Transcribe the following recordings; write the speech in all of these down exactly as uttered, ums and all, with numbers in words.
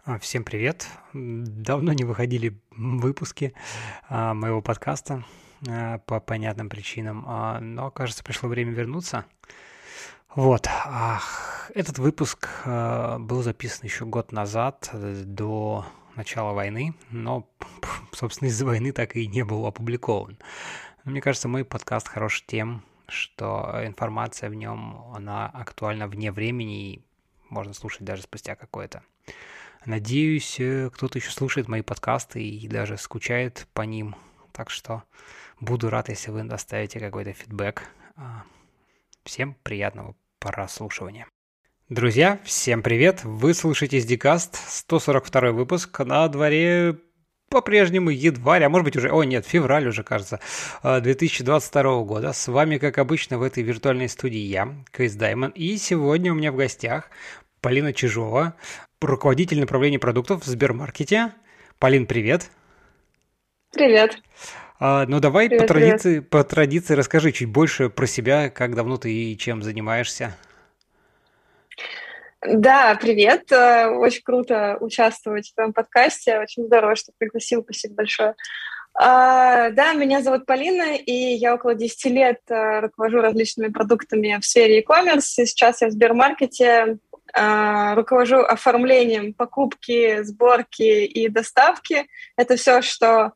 А, Всем привет. М, Давно не выходили выпуски а, моего подкаста а, по понятным причинам, а, но, кажется, пришло время вернуться. Вот. ах, Этот выпуск а, был записан еще год назад, э, до начала войны, но, собственно, из-за войны так и не был опубликован. Но мне кажется, мой подкаст хорош тем, что информация в нем, она актуальна вне времени и можно слушать даже спустя какое-то. Надеюсь, э, кто-то еще слушает мои подкасты и даже скучает по ним. Так что буду рад, если вы оставите какой-то фидбэк. А, Всем приятного прослушивания. Друзья, всем привет! Вы слушаете SDCast, сто сорок второй выпуск. На дворе по-прежнему январь, а может быть уже, о нет, февраль уже, кажется, две тысячи двадцать второго года. С вами, как обычно, в этой виртуальной студии я, Кейс Даймон. И сегодня у меня в гостях Полина Чижова, руководитель направления продуктов в Сбермаркете. Полин, привет. Привет. А, ну давай по Привет, привет. традиции, по традиции расскажи чуть больше про себя, как давно ты и чем занимаешься. Да, привет. Э, Очень круто участвовать в твоем подкасте. Очень здорово, что пригласил. Спасибо большое. А, Да, меня зовут Полина, и я около десяти лет э, руковожу различными продуктами в сфере e-commerce. И сейчас я в Сбермаркете э, руковожу оформлением покупки, сборки и доставки. Это все, что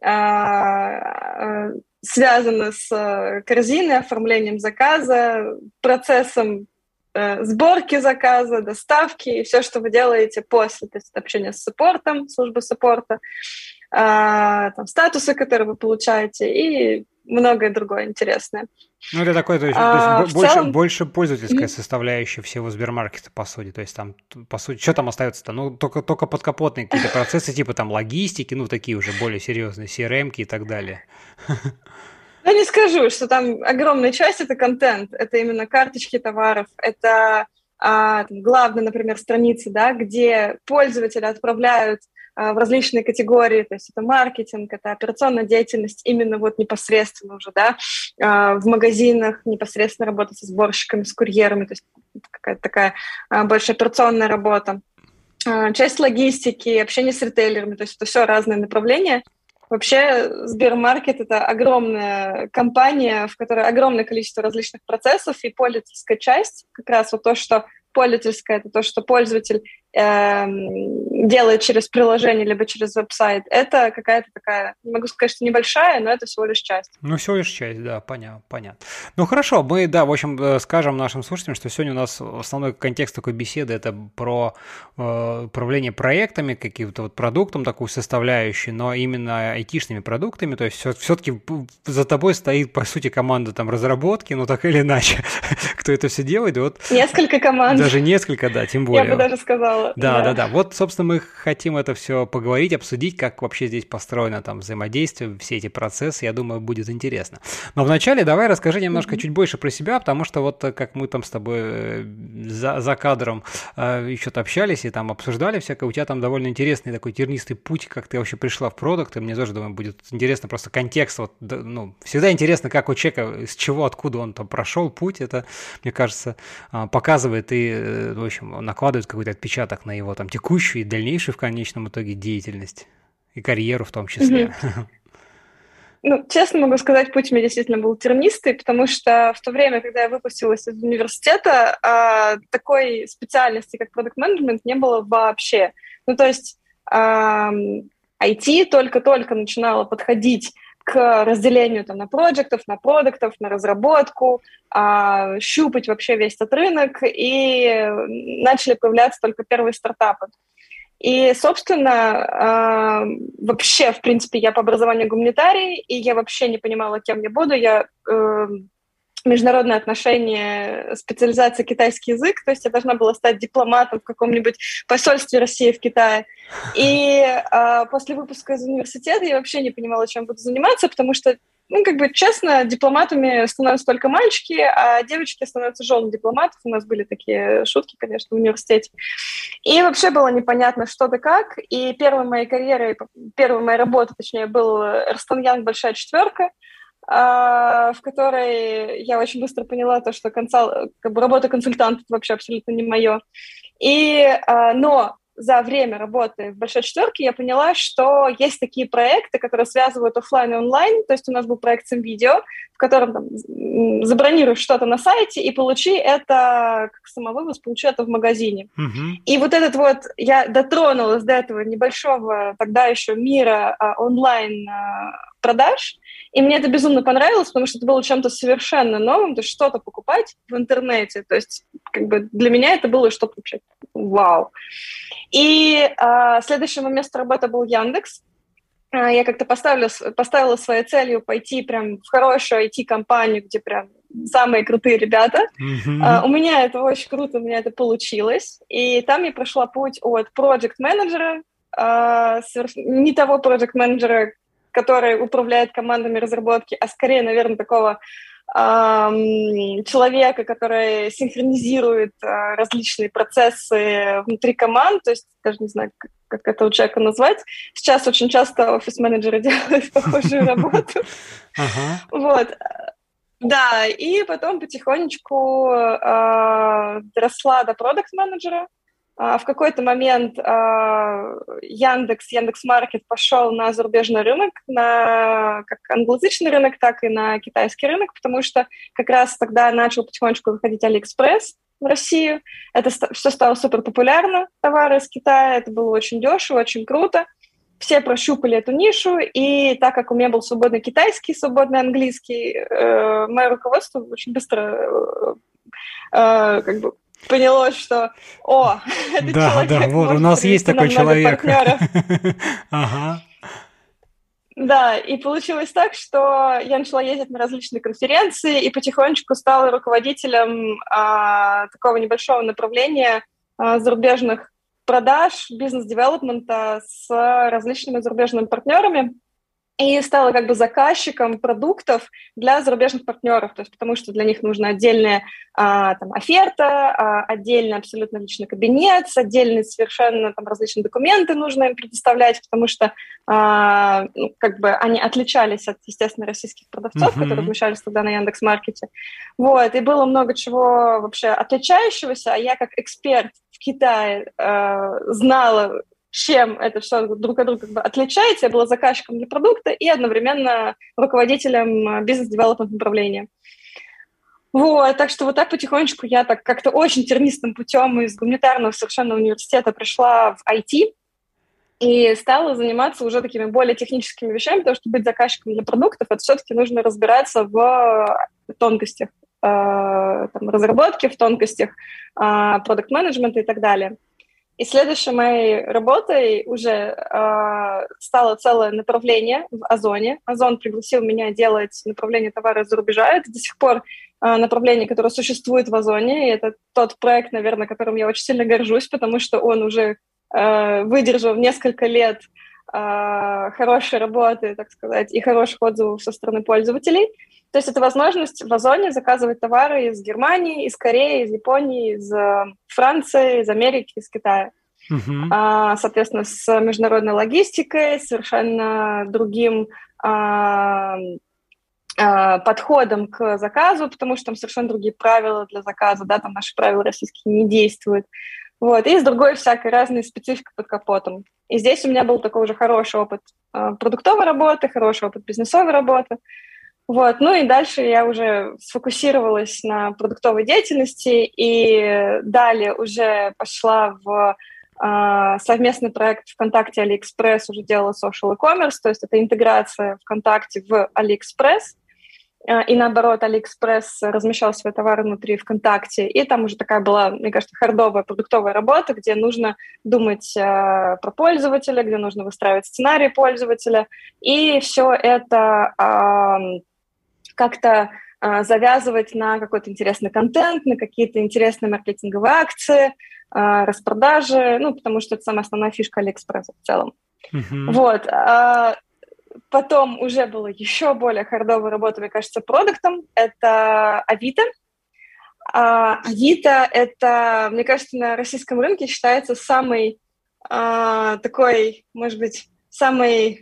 а, э, связано с э, корзиной, оформлением заказа, процессом э, сборки заказа, доставки и все, что вы делаете после, то есть общение с саппортом, службы саппорта, а, там, статусы, которые вы получаете, и многое другое интересное. Ну, это такое, то есть, то есть А, бо- в больше, целом, больше пользовательская мгм. составляющая всего Сбермаркета, по сути. То есть там, т- по сути, что там остается-то? Ну, только, только подкапотные какие-то процессы, типа там логистики, ну, такие уже более серьезные, си эр эм-ки и так далее. Я не скажу, что там огромная часть — это контент, это именно карточки товаров, это а, там, главные, например, страницы, да, где пользователи отправляют а, в различные категории, то есть это маркетинг, это операционная деятельность, именно вот непосредственно уже, да, а, в магазинах непосредственно работа со сборщиками, с курьерами, то есть какая-то такая а, больше операционная работа. А, часть логистики, общение с ритейлерами, то есть это все разные направления. Вообще Сбермаркет — это огромная компания, в которой огромное количество различных процессов, и пользовательская часть, как раз вот то, что пользовательская, это то, что пользователь эм, делает через приложение либо через веб-сайт, это какая-то такая, не могу сказать, что небольшая, но это всего лишь часть. Ну, всего лишь часть, да, понятно, понятно. Ну, хорошо, мы, да, в общем, э, скажем нашим слушателям, что сегодня у нас основной контекст такой беседы – это про э, управление проектами, каким-то вот продуктом, такую составляющую, но именно айтишными продуктами, то есть все, все-таки за тобой стоит, по сути, команда там разработки, ну, так или иначе, кто это все делает, и вот Несколько команд, даже несколько, да, тем я бы более. даже сказала, Да, да, да. да. Вот, собственно, мы хотим это все поговорить, обсудить, как вообще здесь построено там взаимодействие, все эти процессы. Я думаю, будет интересно. Но вначале давай расскажи немножко Мгм. чуть больше про себя, потому что вот э, как мы там с тобой э, за, за кадром э, еще-то общались и там обсуждали всякое, у тебя там довольно интересный такой тернистый путь, как ты вообще пришла в продукт, и мне тоже, думаю, будет интересно просто контекст. Вот, да, ну, всегда интересно, как у человека, с чего, откуда он там прошел путь. Это, мне кажется, а, показывает и, э, в общем, накладывает какой-то отпечаток на его там текущую и дальнейшую в конечном итоге деятельность и карьеру в том числе. Мгм. Ну, честно могу сказать, путь у меня действительно был тернистый, потому что в то время, когда я выпустилась из университета, а, такой специальности, как продакт-менеджмент, не было вообще. Ну, то есть ам, ай ти только-только начинало подходить к разделению там, на проектов, на продуктов, на разработку, а, щупать вообще весь этот рынок, и начали появляться только первые стартапы. И, собственно, э, вообще, в принципе, я по образованию гуманитарий, и я вообще не понимала, кем я буду. Я э, международные отношения, специализация китайский язык, то есть я должна была стать дипломатом в каком-нибудь посольстве России в Китае. И э, после выпуска из университета я вообще не понимала, чем буду заниматься, потому что, ну, как бы, честно, дипломатами становятся только мальчики, а девочки становятся женами дипломатов. У нас были такие шутки, конечно, в университете. И вообще было непонятно, что да как. И первой моей карьерой, первой моей работой, точнее, был Эрнст энд Янг «Большая четверка», в которой я очень быстро поняла то, что консал, как бы работа консультанта вообще абсолютно не мое. И, но за время работы в «Большой четверке» я поняла, что есть такие проекты, которые связывают офлайн и онлайн. То есть у нас был проект «Симвидео», в котором там, забронируешь что-то на сайте и получи это, как самовывоз, получи это в магазине. Mm-hmm. И вот этот вот, я дотронулась до этого небольшого тогда еще мира а, онлайн-продаж, и мне это безумно понравилось, потому что это было чем-то совершенно новым, то есть что-то покупать в интернете. То есть как бы для меня это было что-то вообще вау. И а, следующим моим местом работы был Яндекс. А, я как-то поставила, поставила своей целью пойти прям в хорошую ай ти-компанию, где прям самые крутые ребята. Mm-hmm. А, у меня это очень круто, у меня это получилось. И там я прошла путь от проект-менеджера, а, не того проект-менеджера, который управляет командами разработки, а скорее, наверное, такого эм, человека, который синхронизирует э, различные процессы внутри команд, то есть даже не знаю, как, как этого человека назвать. Сейчас очень часто офис-менеджеры делают похожую работу. Вот. Да, и потом потихонечку э, доросла до продакт-менеджера. В какой-то момент Яндекс, Яндекс.Маркет пошел на зарубежный рынок, на как англоязычный рынок, так и на китайский рынок, потому что как раз тогда начал потихонечку выходить Алиэкспресс в Россию. Это все стало супер популярно, товары из Китая, это было очень дешево, очень круто. Все прощупали эту нишу, и так как у меня был свободный китайский, свободный английский, мое руководство очень быстро как бы поняло, что о, этот да, человек да, вот может у нас есть такой человек. Ага. Да, и получилось так, что я начала ездить на различные конференции и потихонечку стала руководителем а, такого небольшого направления а, зарубежных продаж, бизнес-девелопмента с различными зарубежными партнерами. И стала как бы заказчиком продуктов для зарубежных партнеров, то есть потому что для них нужна отдельная а, там, оферта, а, отдельный абсолютно личный кабинет, отдельные совершенно там, различные документы нужно им предоставлять, потому что а, ну, как бы они отличались от, естественно, российских продавцов, mm-hmm. которые размещались тогда на Яндекс.Маркете. Вот, и было много чего вообще отличающегося, а я как эксперт в Китае э, знала, чем это все друг от друга как бы отличается. Я была заказчиком для продукта и одновременно руководителем бизнес-девелопмент направления. Вот, так что вот так потихонечку я так как-то очень тернистым путем из гуманитарного совершенно университета пришла в ай ти и стала заниматься уже такими более техническими вещами, потому что быть заказчиком для продуктов, это все-таки нужно разбираться в тонкостях э, там, разработки, в тонкостях э, продакт-менеджмента и так далее. И следующей моей работой уже э, стало целое направление в Озоне. Озон пригласил меня делать направление товара из-за рубежа. Это до сих пор э, направление, которое существует в Озоне. И это тот проект, наверное, которым я очень сильно горжусь, потому что он уже э, выдержал несколько лет э, хорошей работы, так сказать, и хороших отзывов со стороны пользователей. То есть это возможность в Озоне заказывать товары из Германии, из Кореи, из Японии, из Франции, из Америки, из Китая. Uh-huh. А, соответственно, с международной логистикой, совершенно другим а, а, подходом к заказу, потому что там совершенно другие правила для заказа, да, там наши правила российские не действуют. Вот. И с другой всякой разной спецификой под капотом. И здесь у меня был такой уже хороший опыт а, продуктовой работы, хороший опыт бизнесовой работы. Вот. Ну и дальше я уже сфокусировалась на продуктовой деятельности и далее уже пошла в э, совместный проект ВКонтакте Алиэкспресс, уже делала social e-commerce, то есть это интеграция ВКонтакте в Алиэкспресс, э, и наоборот Алиэкспресс размещал свои товары внутри ВКонтакте, и там уже такая была, мне кажется, хардовая продуктовая работа, где нужно думать э, про пользователя, где нужно выстраивать сценарий пользователя, и все это э, как-то э, завязывать на какой-то интересный контент, на какие-то интересные маркетинговые акции, э, распродажи, ну, потому что это самая основная фишка Алиэкспресса в целом. Mm-hmm. Вот. А потом уже была еще более хардовая работа, мне кажется, продуктом. Это Авито. А, Авито — это, мне кажется, на российском рынке считается самый а, такой, может быть, самый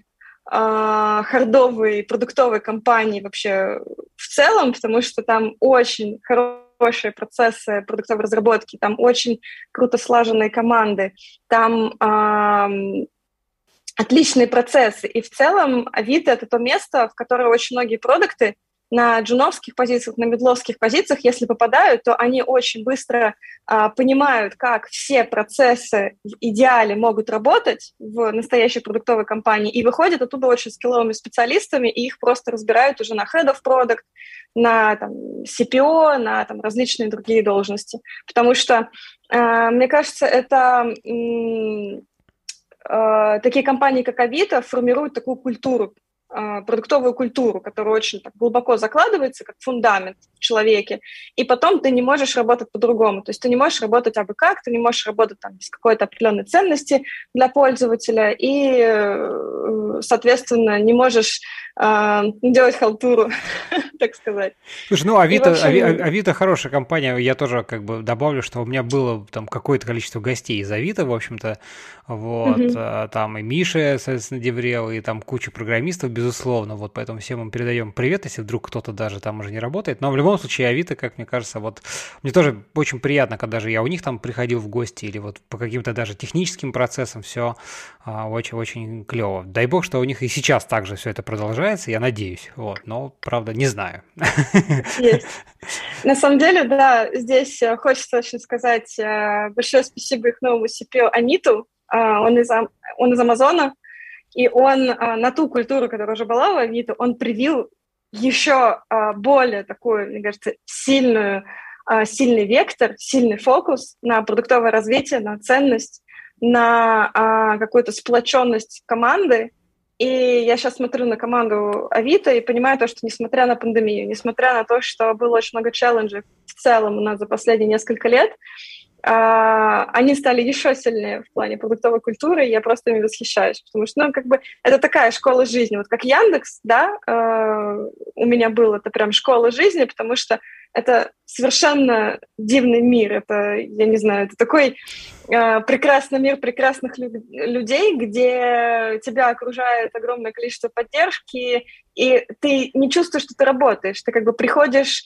хардовой продуктовой компании вообще в целом, потому что там очень хороший хорошие процессы продуктовой разработки, там очень круто слаженные команды, там э, отличные процессы. И в целом Авито — это то место, в которое очень многие продукты на джуновских позициях, на медловских позициях, если попадают, то они очень быстро а, понимают, как все процессы в идеале могут работать в настоящей продуктовой компании, и выходят оттуда очень скилловыми специалистами, и их просто разбирают уже на Head of Product, на там, си пи о, на там, различные другие должности. Потому что, а, мне кажется, это... М- а, такие компании, как Авито, формируют такую культуру, продуктовую культуру, которая очень так глубоко закладывается, как фундамент в человеке, и потом ты не можешь работать по-другому. То есть ты не можешь работать абы как, ты не можешь работать там, без какой-то определенной ценности для пользователя, и, соответственно, не можешь э, делать халтуру, так сказать. Слушай, ну Авито, общем... Ави, Авито хорошая компания. Я тоже как бы добавлю, что у меня было там какое-то количество гостей из Авито, в общем-то, вот, mm-hmm. там и Миша, соответственно, Деврел, и там куча программистов, безусловно, вот, поэтому всем им передаем привет, если вдруг кто-то даже там уже не работает, но в любом случае Авито, как мне кажется, вот, мне тоже очень приятно, когда же я у них там приходил в гости, или вот по каким-то даже техническим процессам, все очень-очень клево. Дай бог, что у них и сейчас также все это продолжается, я надеюсь, вот, но, правда, не знаю. Есть. На самом деле, да, здесь хочется очень сказать большое спасибо их новому си пи о Аниту, он из, он из Амазона, и он на ту культуру, которая уже была у Авито, он привил еще более такую, мне кажется, сильную, сильный вектор, сильный фокус на продуктовое развитие, на ценность, на какую-то сплоченность команды. И я сейчас смотрю на команду Авито и понимаю то, что несмотря на пандемию, несмотря на то, что было очень много челленджей в целом у нас за последние несколько лет, они стали еще сильнее в плане продуктовой культуры, и я просто ими восхищаюсь, потому что, ну, как бы, это такая школа жизни, вот как Яндекс, да, у меня был, это прям школа жизни, потому что это совершенно дивный мир, это, я не знаю, это такой прекрасный мир прекрасных лю- людей, где тебя окружает огромное количество поддержки, и ты не чувствуешь, что ты работаешь, ты как бы приходишь...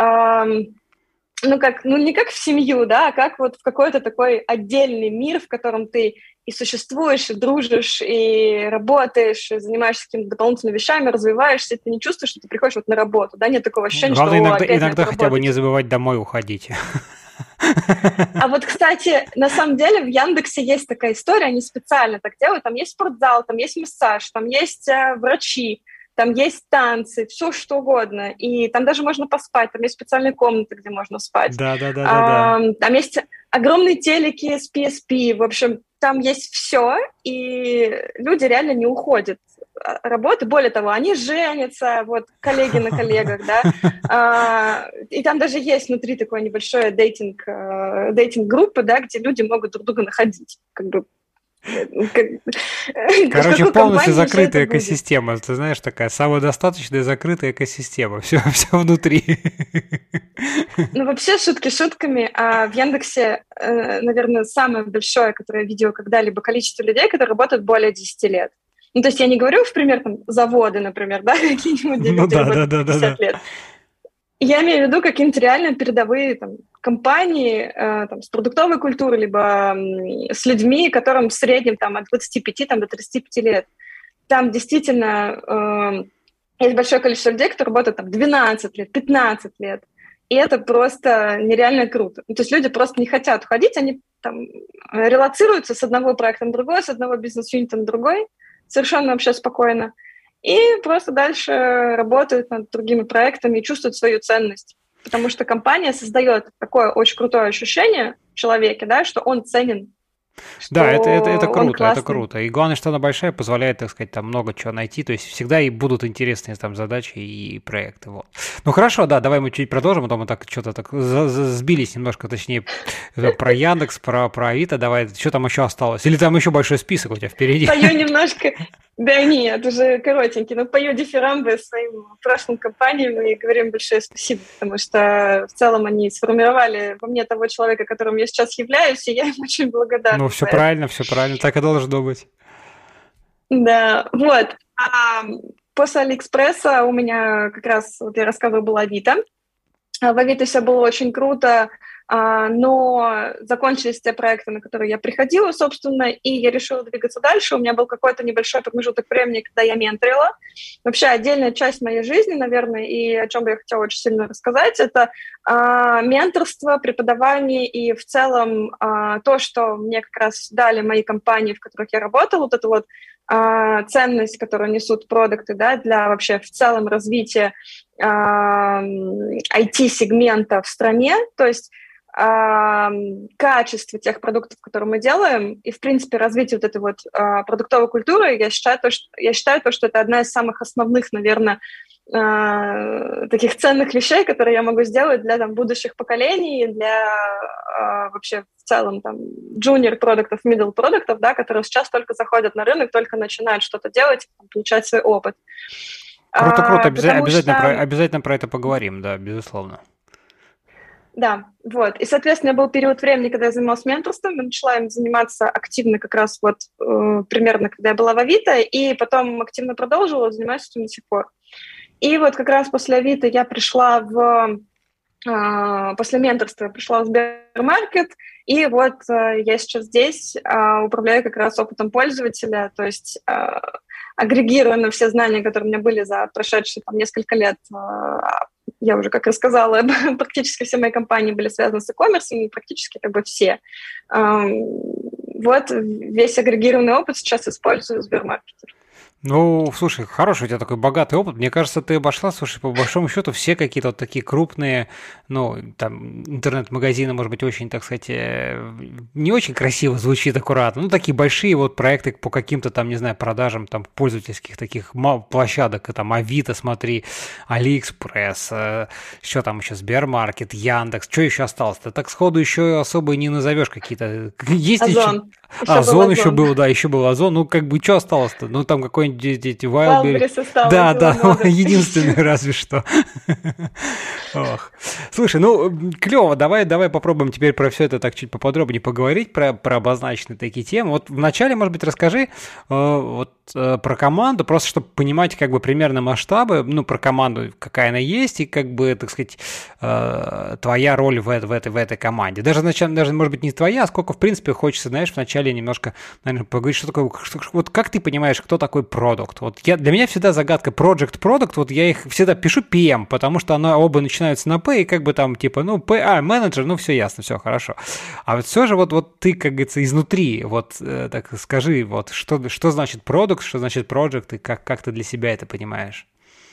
ну, как, ну, не как в семью, да, а как вот в какой-то такой отдельный мир, в котором ты и существуешь, и дружишь, и работаешь, и занимаешься какими-то дополнительными вещами, развиваешься, и ты не чувствуешь, что ты приходишь вот на работу, да, нет такого ощущения, главное, что иногда, опять иногда надо хотя работать. бы не забывать домой уходить. А вот, кстати, на самом деле в Яндексе есть такая история, они специально так делают, там есть спортзал, там есть массаж, там есть э, врачи, там есть танцы, все что угодно, и там даже можно поспать, там есть специальные комнаты, где можно спать. Да, да, да, а, да, да. Там есть огромные телеки с пи эс пи, в общем, там есть все, и люди реально не уходят от работы. Более того, они женятся, вот, коллеги на коллегах, да, а, и там даже есть внутри такое небольшое дейтинг, дейтинг-группы, да, где люди могут друг друга находить, как бы. Короче, полностью закрытая экосистема. Ты знаешь, такая самодостаточная закрытая экосистема. Все, все внутри. Ну, вообще, шутки шутками. А в Яндексе, наверное, самое большое, которое я видела когда-либо, количество людей, которые работают более десяти лет. Ну, то есть я не говорю, в пример, там, заводы, например, да, какие-нибудь, где люди работают пятьдесят лет. Я имею в виду какие-нибудь реально передовые там, компании э, там, с продуктовой культурой, либо э, с людьми, которым в среднем там, от двадцати пяти там, до тридцати пяти лет. Там действительно э, есть большое количество людей, которые работают там, двенадцать лет, пятнадцать лет. И это просто нереально круто. Ну, то есть люди просто не хотят уходить, они там, релоцируются с одного проекта на другой, с одного бизнес-юнита на другой, совершенно вообще спокойно. И просто дальше работают над другими проектами и чувствуют свою ценность. Потому что компания создает такое очень крутое ощущение в человеке, да, что он ценен. Да, это, это, это круто, это круто. И главное, что она большая, позволяет, так сказать, там много чего найти. То есть всегда и будут интересные там задачи и проекты. Вот. Ну хорошо, да, давай мы чуть продолжим, а то мы так что-то так сбились немножко, точнее, про Яндекс, про, про Авито. Давай, что там еще осталось? Или там еще большой список у тебя впереди? Пою немножко... Да нет, уже коротенький, но пою дифирамбы своим прошлым компаниям и говорим большое спасибо, потому что в целом они сформировали во мне того человека, которым я сейчас являюсь, и я им очень благодарна. Ну, все правильно, все правильно, так и должно быть. Да, вот. А после Алиэкспресса у меня как раз, вот я рассказывала, была Авито. В Авито все было очень круто, но закончились те проекты, на которые я приходила, собственно, и я решила двигаться дальше. У меня был какой-то небольшой промежуток времени, когда я менторила. Вообще отдельная часть моей жизни, наверное, и о чем бы я хотела очень сильно рассказать, это менторство, преподавание и в целом то, что мне как раз дали мои компании, в которых я работала, вот это вот ценность, которую несут продукты, да, для вообще в целом развития ай ти-сегмента в стране, то есть э, качество тех продуктов, которые мы делаем, и, в принципе, развитие вот этой вот э, продуктовой культуры, я считаю, то, что, я считаю то, что это одна из самых основных, наверное, э, таких ценных вещей, которые я могу сделать для там, будущих поколений, для э, вообще в целом там junior-продуктов, middle-продуктов, да, которые сейчас только заходят на рынок, только начинают что-то делать, получать свой опыт. Круто, круто, Обяза- обязательно, что... про, обязательно про это поговорим, да, безусловно. Да, вот. И, соответственно, был период времени, когда я занималась менторством, я начала им заниматься активно как раз вот э, примерно, когда я была в Авито, и потом активно продолжила, занимаюсь этим до сих пор. И вот как раз после Авито я пришла в... Э, после менторства я пришла в Сбермаркет, и вот э, я сейчас здесь э, управляю как раз опытом пользователя, то есть... Э, агрегируя на все знания, которые у меня были за прошедшие там, несколько лет. Я уже, как рассказала, практически все мои компании были связаны с e-commerce, и практически как бы все. Вот весь агрегированный опыт сейчас использую в Сбермаркете. Ну, слушай, хороший у тебя такой богатый опыт. Мне кажется, ты обошла, слушай, по большому счету все какие-то вот такие крупные, ну, там, интернет-магазины, может быть, очень, так сказать, не очень красиво звучит, аккуратно, ну, такие большие вот проекты по каким-то там, не знаю, продажам там пользовательских таких площадок, там, Авито, смотри, Алиэкспресс, что там еще, Сбермаркет, Яндекс, что еще осталось-то? Так сходу еще особо и не назовешь какие-то... Есть Озон. Еще... Озон еще был, да, еще был Озон, ну, как бы, что осталось-то? Ну, там какой-нибудь эти Wildberries. Да, да, единственный разве что. Ох. Слушай, ну, клево, давай, давай попробуем теперь про все это так чуть поподробнее поговорить, про, про обозначенные такие темы. Вот вначале, может быть, расскажи э, вот, э, про команду, просто чтобы понимать как бы примерно масштабы, ну, про команду, какая она есть, и как бы, так сказать, э, твоя роль в, в, этой, в этой команде. Даже, даже, может быть, не твоя, а сколько, в принципе, хочется, знаешь, вначале немножко, наверное, поговорить, что такое, что, вот как ты понимаешь, кто такой продукт? Вот я, для меня всегда загадка project, product, вот я их всегда пишу пи эм, потому что оно оба начинаются на P, и как бы там типа, ну, P, а, менеджер, ну, все ясно, все хорошо. А вот все же вот, вот ты, как говорится, изнутри, вот э, так скажи, вот что, что значит продукт, что значит project, и как, как ты для себя это понимаешь?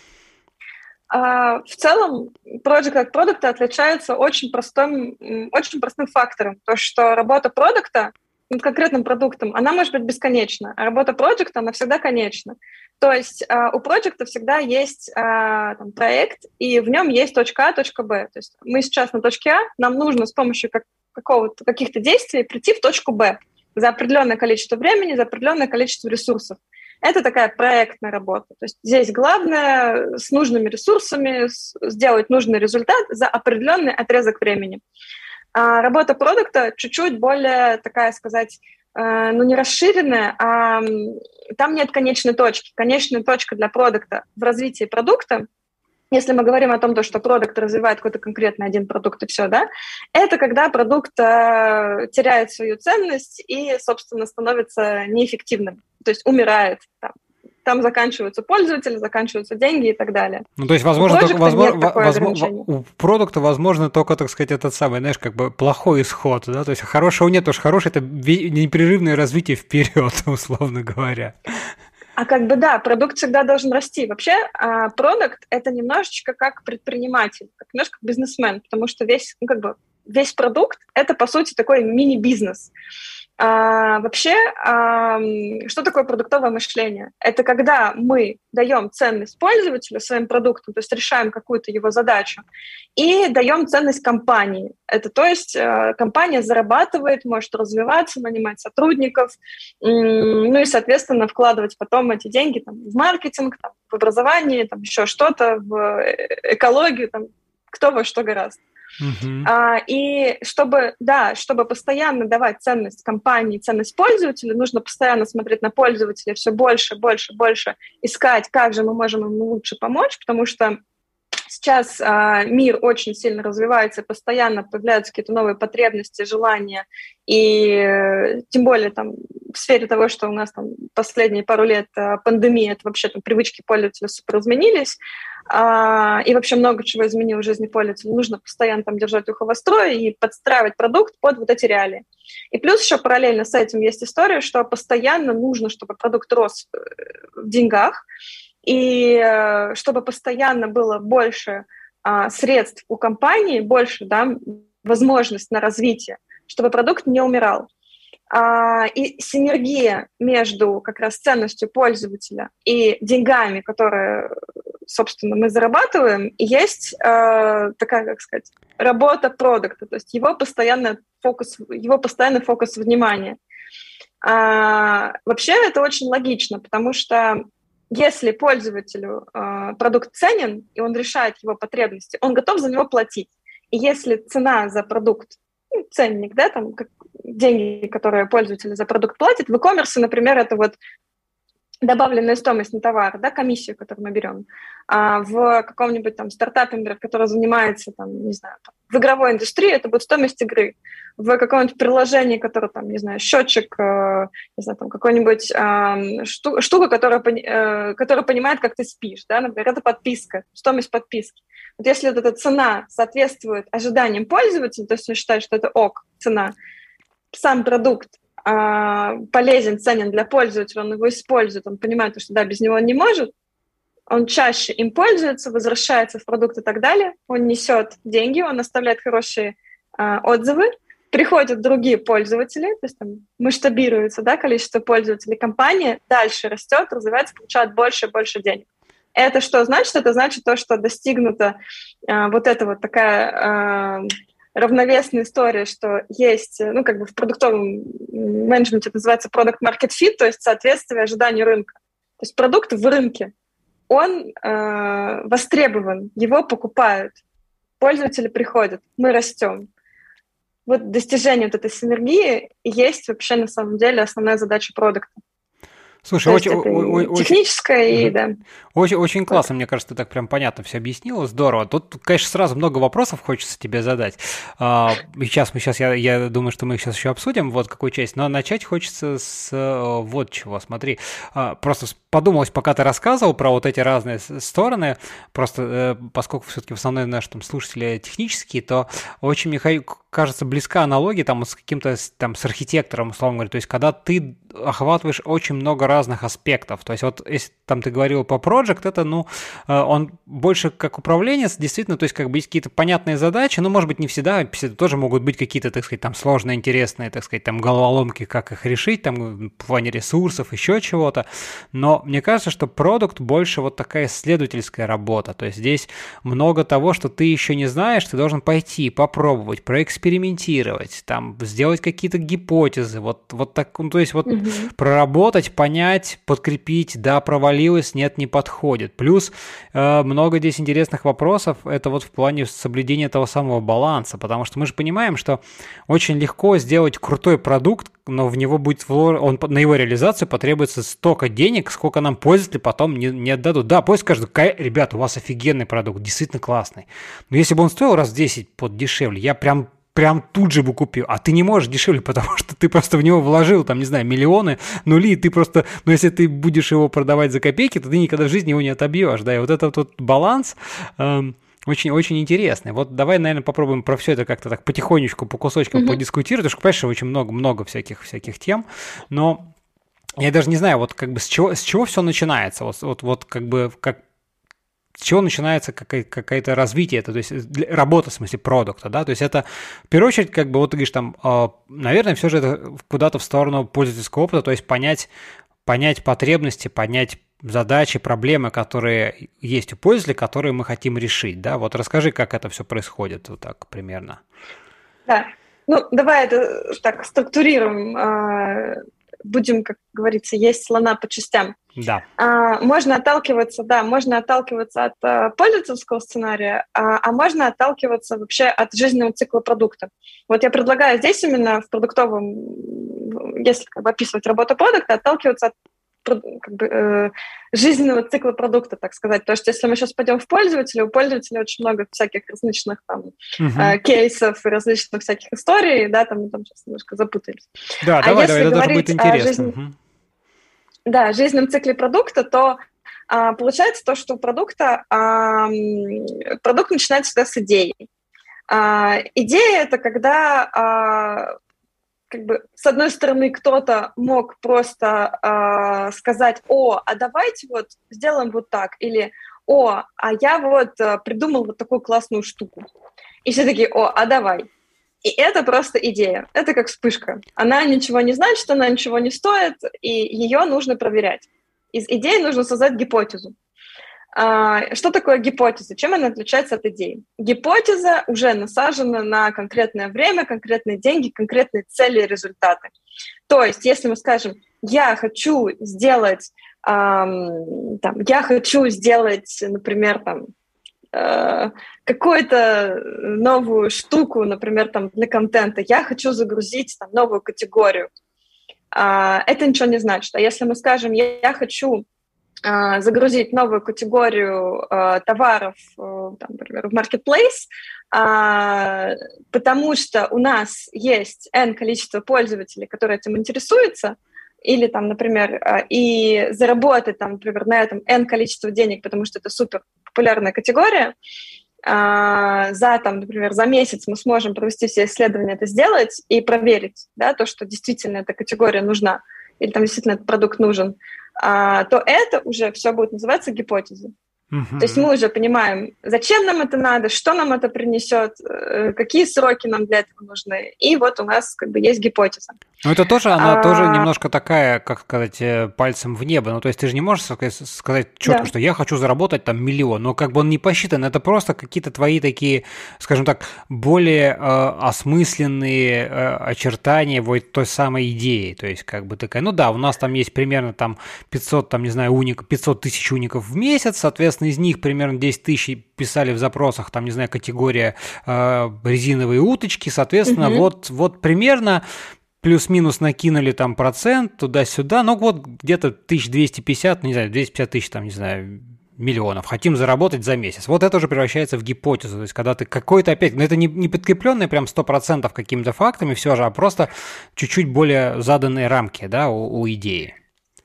Uh, в целом, project от продукта отличается очень простым, очень простым фактором. То, что работа продукта над конкретным продуктом, она может быть бесконечна, а работа проекта, она всегда конечна. То есть uh, у проекта всегда есть uh, там, проект, и в нем есть точка А, точка Б. То есть мы сейчас на точке А, нам нужно с помощью как, какого-то, каких-то действий прийти в точку Б за определенное количество времени, за определенное количество ресурсов. Это такая проектная работа. То есть здесь главное с нужными ресурсами сделать нужный результат за определенный отрезок времени. А работа продукта чуть-чуть более, такая сказать, ну не расширенная, а там нет конечной точки. Конечная точка для продукта в развитии продукта, если мы говорим о том, что продукт развивает какой-то конкретный один продукт и все, да, это когда продукт э, теряет свою ценность и, собственно, становится неэффективным, то есть умирает. Там, там заканчиваются пользователи, заканчиваются деньги и так далее. Ну, то есть, возможно, только, возможно, возможно, у продукта, возможно, только, так сказать, этот самый, знаешь, как бы плохой исход, да, то есть хорошего нет, потому что хорошее – это непрерывное развитие вперед, условно говоря. А как бы да, продукт всегда должен расти. Вообще, продукт – это немножечко как предприниматель, как немножко как бизнесмен, потому что весь, ну, как бы, весь продукт – это, по сути, такой мини-бизнес. А, вообще, а, что такое продуктовое мышление? Это когда мы даем ценность пользователю своим продуктам, то есть решаем какую-то его задачу, и даем ценность компании. Это то есть компания зарабатывает, может развиваться, нанимать сотрудников, ну и, соответственно, вкладывать потом эти деньги там, в маркетинг, там, в образование, там, еще что-то, в экологию, там, кто во что гораздо. Uh-huh. А, и чтобы, да, чтобы постоянно давать ценность компании, ценность пользователю, нужно постоянно смотреть на пользователя, все больше, больше, больше искать, как же мы можем ему лучше помочь, потому что Сейчас а, мир очень сильно развивается, постоянно появляются какие-то новые потребности, желания, и э, тем более там в сфере того, что у нас там последние пару лет а, пандемия, это вообще там привычки пользователя супер изменились, а, и вообще много чего изменило в жизни пользователя. Нужно постоянно там держать ухо востро и подстраивать продукт под вот эти реалии. И плюс еще параллельно с этим есть история, что постоянно нужно, чтобы продукт рос в деньгах, и э, чтобы постоянно было больше э, средств у компании, больше, да, возможность на развитие, чтобы продукт не умирал. А, и синергия между как раз ценностью пользователя и деньгами, которые, собственно, мы зарабатываем, есть э, такая, как сказать, работа продукта, то есть его постоянный фокус, его постоянный фокус внимания. А, вообще это очень логично, потому что если пользователю э, продукт ценен, и он решает его потребности, он готов за него платить. И если цена за продукт, ну, ценник, да, там, как, деньги, которые пользователь за продукт платит, в e-commerce, например, это вот добавленная стоимость на товар, да, комиссию, которую мы берем, а в каком-нибудь там стартапе, например, который занимается, там, не знаю, там, в игровой индустрии, это будет стоимость игры. В каком-нибудь приложении, которое, там, не знаю, счетчик, э, не знаю, там, какой-нибудь э, шту, штука, которая, э, которая понимает, как ты спишь, да, например, это подписка, стоимость подписки. Вот если вот эта цена соответствует ожиданиям пользователя, то есть он считает, что это ок, цена, сам продукт полезен, ценен для пользователя, он его использует, он понимает, что да, без него он не может, он чаще им пользуется, возвращается в продукт и так далее, он несет деньги, он оставляет хорошие а, отзывы, приходят другие пользователи, то есть там масштабируется, да, количество пользователей, компания дальше растет, развивается, получает больше и больше денег. Это что значит? Это значит то, что достигнута а, вот эта вот такая... А, равновесная история, что есть, ну, как бы в продуктовом менеджменте это называется product market fit, то есть соответствие ожиданию рынка. То есть продукт в рынке, он э, востребован, его покупают, пользователи приходят, мы растем. Вот достижение вот этой синергии есть вообще на самом деле основная задача продукта. Слушай, очень, очень, техническое и, да. Очень, очень классно, мне кажется, ты так прям понятно все объяснила, здорово. Тут, конечно, сразу много вопросов хочется тебе задать. Сейчас мы сейчас, я, я думаю, что мы их сейчас еще обсудим, вот какую часть, но начать хочется с вот чего, смотри. Просто подумалось, пока ты рассказывал про вот эти разные стороны, просто поскольку все-таки в основном наши там слушатели технические, то очень, мне кажется, близка аналогия там с каким-то там с архитектором, условно говоря, то есть когда ты охватываешь очень много разных аспектов, то есть вот если там ты говорил по Project, это, ну, он больше как управленец, действительно, то есть как бы есть какие-то понятные задачи, но, может быть, не всегда, тоже могут быть какие-то, так сказать, там сложные, интересные, так сказать, там головоломки, как их решить, там в плане ресурсов, еще чего-то, но мне кажется, что продукт больше вот такая исследовательская работа, то есть здесь много того, что ты еще не знаешь, ты должен пойти, попробовать, проэкспериментировать, там, сделать какие-то гипотезы, вот, вот так, ну, то есть вот mm-hmm. проработать, понять, подкрепить, да, провалилось, нет, не подходит. Плюс э, много здесь интересных вопросов, это вот в плане соблюдения того самого баланса, потому что мы же понимаем, что очень легко сделать крутой продукт, но в него будет, он, на его реализацию потребуется столько денег, сколько нам пользователи потом не, не отдадут. Да, пользователь скажет, ребята, у вас офигенный продукт, действительно классный. Но если бы он стоил раз в десять под дешевле, я прям прям тут же бы купил, а ты не можешь дешевле, потому что ты просто в него вложил, там, не знаю, миллионы, нули, и ты просто, ну, если ты будешь его продавать за копейки, то ты никогда в жизни его не отобьешь, да, и вот этот вот баланс эм, очень-очень интересный. Вот давай, наверное, попробуем про все это как-то так потихонечку, по кусочкам mm-hmm. подискутировать, потому что, понимаешь, очень много-много всяких, всяких тем, но я даже не знаю, вот как бы с чего, с чего все начинается, вот, вот, вот как бы, как с чего начинается какая- какое-то развитие, это, то есть работа, в смысле, продукта, да, то есть это, в первую очередь, как бы, вот ты говоришь, там, э, наверное, все же это куда-то в сторону пользовательского опыта, то есть понять, понять потребности, понять задачи, проблемы, которые есть у пользователя, которые мы хотим решить, да, вот расскажи, как это все происходит, вот так примерно. Да, ну, давай это так структурируем, будем, как говорится, есть слона по частям. Да. А, можно отталкиваться, да, можно отталкиваться от а, пользовательского сценария, а, а можно отталкиваться вообще от жизненного цикла продукта. Вот я предлагаю здесь именно в продуктовом, если как бы описывать работу продукта, отталкиваться от как бы, э, жизненного цикла продукта, так сказать. Потому что если мы сейчас пойдем в пользователя, у пользователя очень много всяких различных там Мгм. э, кейсов и различных всяких историй, да, там мы там сейчас немножко запутались. Да, А давай, давай, если это даже будет говорить о интересно. жизни- Мгм. да, жизненном цикле продукта, то а, получается то, что у продукта а, м, продукт начинается всегда с идеи. А, идея это когда а, как бы с одной стороны кто-то мог просто а, сказать: о, а давайте вот сделаем вот так, или о, а я вот а, придумал вот такую классную штуку. И все такие: о, а давай. И это просто идея. Это как вспышка. Она ничего не значит, она ничего не стоит, и ее нужно проверять. Из идеи нужно создать гипотезу. А, Что такое гипотеза? Чем она отличается от идеи? Гипотеза уже насажена на конкретное время, конкретные деньги, конкретные цели и результаты. То есть, если мы скажем: я хочу сделать, эм, там, я хочу сделать, например, там, э, какую-то новую штуку, например, там, для контента, я хочу загрузить там, новую категорию, а, это ничего не значит. А если мы скажем: я, я хочу а, загрузить новую категорию а, товаров, а, там, например, в Marketplace, а, потому что у нас есть N количество пользователей, которые этим интересуются, или там, например, а, и заработать там, например, на этом N количество денег, потому что это супер популярная категория, а, за, там, например, за месяц мы сможем провести все исследования, это сделать и проверить, да, то, что действительно эта категория нужна, или там действительно этот продукт нужен, а, то это уже все будет называться гипотезой. Мгм. То есть мы уже понимаем, зачем нам это надо, что нам это принесет, э, какие сроки нам для этого нужны. И вот у нас как бы есть гипотеза. Ну, это тоже, она тоже А, немножко такая, как сказать, э, пальцем в небо. Ну, то есть ты же не можешь ска- сказать четко, да. что я хочу заработать там миллион, но как бы он не посчитан, это просто какие-то твои такие, скажем так, более э, осмысленные э, очертания вот той самой идеи. То есть как бы такая, ну да, у нас там есть примерно там пятьсот, там, не знаю, уник, пятьсот тысяч уников в месяц, соответственно, из них примерно десять тысяч писали в запросах, там, не знаю, категория э, резиновые уточки, соответственно, Мгм. вот, вот примерно плюс-минус накинули там процент туда-сюда, ну вот где-то тысяча двести пятьдесят, ну не знаю, двести пятьдесят тысяч, там, не знаю, миллионов, хотим заработать за месяц. Вот это уже превращается в гипотезу, то есть когда ты какой-то опять, ну это не, не подкрепленные прям сто процентов какими-то фактами все же, а просто чуть-чуть более заданные рамки, да, у, у идеи.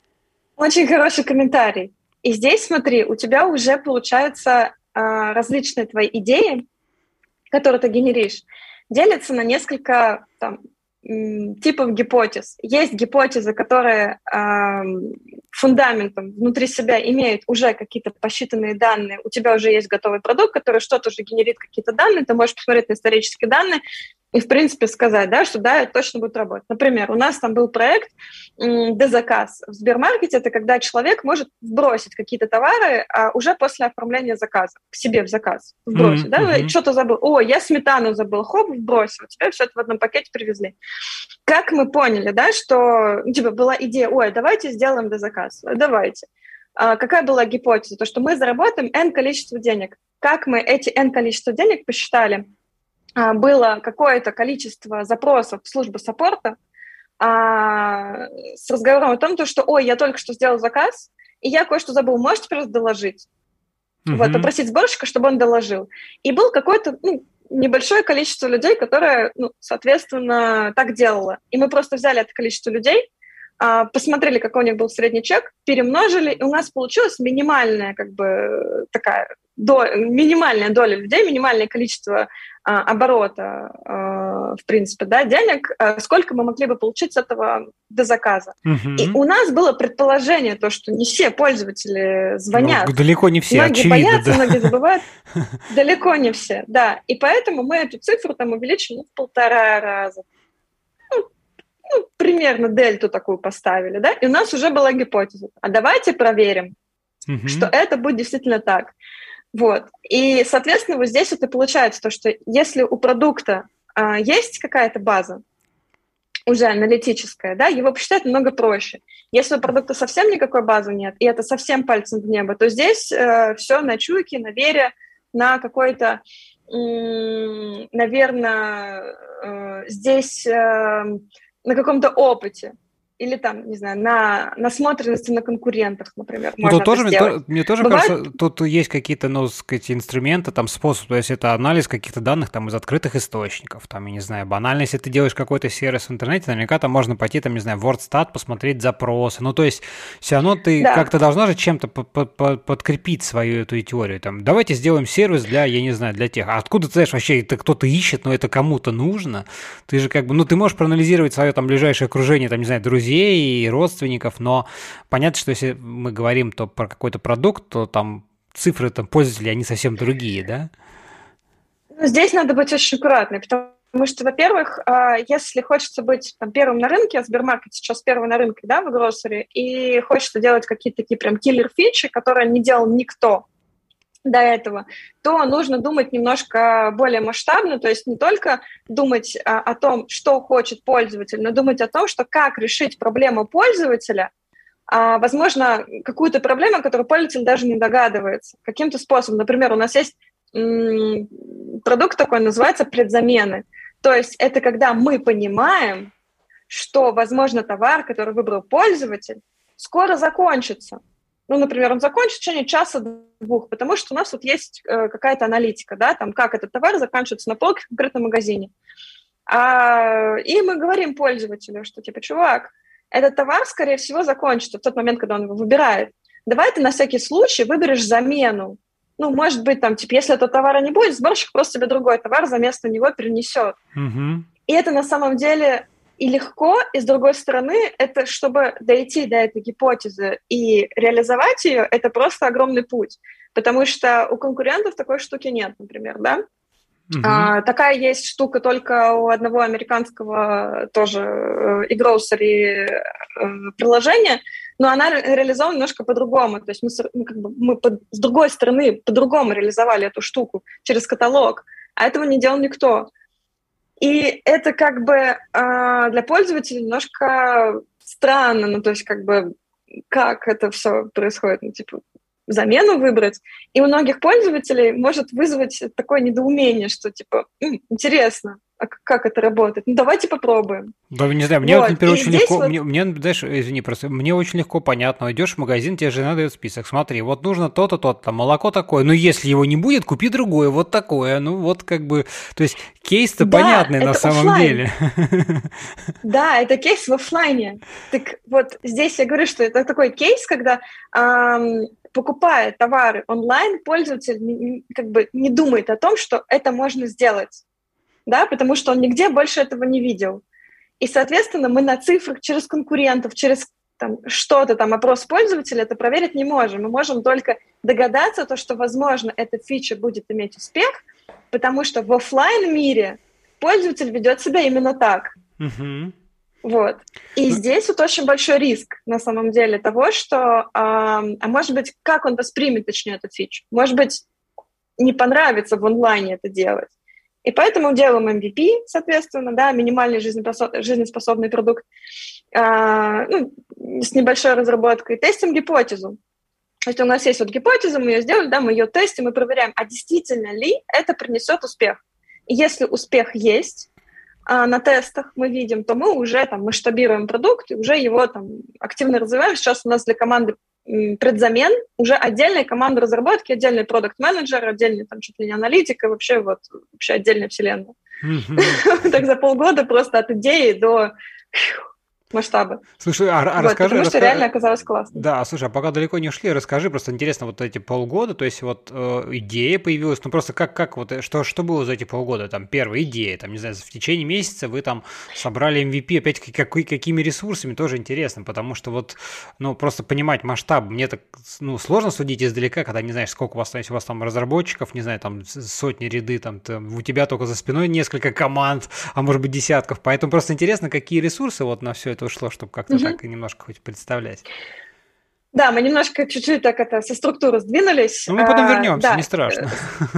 Очень хороший комментарий. И здесь, смотри, у тебя уже получаются а, различные твои идеи, которые ты генеришь, делятся на несколько там, м, типов гипотез. Есть гипотезы, которые эм, фундаментом внутри себя имеют уже какие-то посчитанные данные, у тебя уже есть готовый продукт, который что-то уже генерит какие-то данные, ты можешь посмотреть на исторические данные и, в принципе, сказать, да, что да, это точно будет работать. Например, у нас там был проект м, «Дезаказ» в Сбермаркете, это когда человек может вбросить какие-то товары а, уже после оформления заказа, к себе в заказ, вбросить, Мгм, да, мгм. что-то забыл, о, я сметану забыл, хоп, вбросил, тебе все это в одном пакете привезли. Как мы поняли, да, что, ну, типа, была идея, ой, давайте сделаем дезаказ, давайте. А, какая была гипотеза? То, что мы заработаем N количество денег. Как мы эти N количество денег посчитали? А, было какое-то количество запросов в службу саппорта а, с разговором о том, то, что, ой, я только что сделал заказ, и я кое-что забыл, можете просто доложить? Вот, Мгм. попросить сборщика, чтобы он доложил. И был какое-то, ну, небольшое количество людей, которое, ну, соответственно, так делало. И мы просто взяли это количество людей, а, посмотрели, какой у них был средний чек, перемножили, и у нас получилась минимальная, как бы, такая, до, минимальная доля людей, минимальное количество а, оборота, а, в принципе, да, денег, а, сколько мы могли бы получить с этого до заказа. И Мгм. у нас было предположение, то, что не все пользователи Ну, звонят, далеко не все, многие очевидно, боятся, да. многие забывают. Далеко не все, да. И поэтому мы эту цифру там увеличили ну, в полтора раза. Ну, ну, примерно дельту такую поставили, да, и у нас уже была гипотеза. А давайте проверим, что Мгм. это будет действительно так. Вот. И, соответственно, вот здесь вот и получается то, что если у продукта а, есть какая-то база, уже аналитическая, да, его посчитать намного проще. Если у продукта совсем никакой базы нет, и это совсем пальцем в небо, то здесь э, все на чуйке, на вере, на какой-то, м, наверное, э, здесь э, на каком-то опыте. или там, не знаю, на насмотренности на конкурентах, например, Ну, можно тут тоже, это мне, сделать. мне тоже Бывает... кажется, тут есть какие-то, ну, сказать, инструменты, там, способ, то есть это анализ каких-то данных там из открытых источников, там, я не знаю, банально, если ты делаешь какой-то сервис в интернете, наверняка там можно пойти, там, не знаю, в WordStat, посмотреть запросы, ну, то есть все равно ты Да. как-то должна же чем-то подкрепить свою эту теорию, там, давайте сделаем сервис для, я не знаю, для тех, а откуда ты знаешь, вообще это кто-то ищет, но это кому-то нужно, ты же как бы, ну, ты можешь проанализировать свое там ближайшее окружение, там, не знаю, друзей и родственников, но понятно, что если мы говорим то про какой-то продукт, то там цифры там пользователей, они совсем другие, да? Ну, здесь надо быть очень аккуратной, потому что, во-первых, если хочется быть там, первым на рынке, а Сбермаркет сейчас первый на рынке, да, в гроссери, и хочется делать какие-то такие прям киллер-фичи, которые не делал никто до этого, то нужно думать немножко более масштабно, то есть не только думать а, о том, что хочет пользователь, но думать о том, что как решить проблему пользователя, а, возможно, какую-то проблему, о которой пользователь даже не догадывается, каким-то способом. Например, у нас есть м- продукт такой, называется предзамены. То есть это когда мы понимаем, что, возможно, товар, который выбрал пользователь, скоро закончится. Ну, например, он закончится в течение часа-двух, потому что у нас вот есть э, какая-то аналитика, да, там, как этот товар заканчивается на полке в конкретном магазине. А, и мы говорим пользователю, что, типа, чувак, этот товар, скорее всего, закончится в тот момент, когда он его выбирает. Давай ты на всякий случай выберешь замену. Ну, может быть, там, типа, если этого товара не будет, сборщик просто себе другой товар за место него перенесет. Угу. И это на самом деле и легко, и с другой стороны, это чтобы дойти до этой гипотезы и реализовать ее, это просто огромный путь. Потому что у конкурентов такой штуки нет, например, да? Uh-huh. А, такая есть штука только у одного американского тоже e-grocery приложения, но она реализована немножко по-другому. То есть мы, мы, как бы, мы по, с другой стороны по-другому реализовали эту штуку через каталог, а этого не делал никто. И это как бы э, для пользователя немножко странно, ну, то есть как бы как это все происходит, ну, типа замену выбрать. И у многих пользователей может вызвать такое недоумение, что типа М, интересно, а как это работает? Ну, давайте попробуем. Да, не знаю, мне, вот, например, очень легко, вот... мне, мне, знаешь, извини, просто, мне очень легко понятно, идешь в магазин, тебе жена дает список, смотри, вот нужно то-то, то-то, там, молоко такое, но если его не будет, купи другое, вот такое, ну, вот как бы, то есть кейс-то да, понятный на самом офлайн. Деле. Да, это кейс в офлайне. Так вот, здесь я говорю, что это такой кейс, когда эм, покупая товары онлайн, пользователь как бы не думает о том, что это можно сделать, да, потому что он нигде больше этого не видел. И, соответственно, мы на цифрах через конкурентов, через там, что-то там, опрос пользователя это проверить не можем. Мы можем только догадаться, то, что, возможно, эта фича будет иметь успех, потому что в офлайн мире пользователь ведет себя именно так. Uh-huh. Вот. И uh-huh. здесь вот очень большой риск, на самом деле, того, что, э, а может быть, как он воспримет, точнее, эту фичу. Может быть, не понравится в онлайне это делать. И поэтому делаем эм ви пи, соответственно, да, минимальный жизнеспособный продукт, э, ну, с небольшой разработкой, тестим гипотезу. То есть у нас есть вот гипотеза, мы ее сделали, да, мы ее тестим и проверяем, а действительно ли это принесет успех. И если успех есть э, на тестах, мы видим, то мы уже там масштабируем продукт и уже его там активно развиваем. Сейчас у нас для команды предзамен уже отдельная команда разработки, отдельный продакт-менеджер, отдельный там чуть ли не аналитик, и вообще вот вообще отдельная вселенная. Mm-hmm. Так за полгода просто от идеи до масштабы. Слушай, а, а вот, расскажи... Потому что раска... реально оказалось классно. Да, слушай, а пока далеко не ушли, расскажи, просто интересно, вот эти полгода, то есть вот э, идея появилась, ну просто как, как вот, что, что было за эти полгода, там, первая идея, там, не знаю, в течение месяца вы там собрали эм ви пи, опять какой, какими ресурсами, тоже интересно, потому что вот, ну, просто понимать масштаб, мне так, ну, сложно судить издалека, когда не знаешь, сколько у вас, если у вас там разработчиков, не знаю, там, сотни ряды, там, там, у тебя только за спиной несколько команд, а может быть десятков, поэтому просто интересно, какие ресурсы вот на все это ушло, чтобы как-то mm-hmm. так и немножко хоть представлять. Да, мы немножко чуть-чуть так это со структуры сдвинулись. Ну, мы потом вернемся, а, да. не страшно.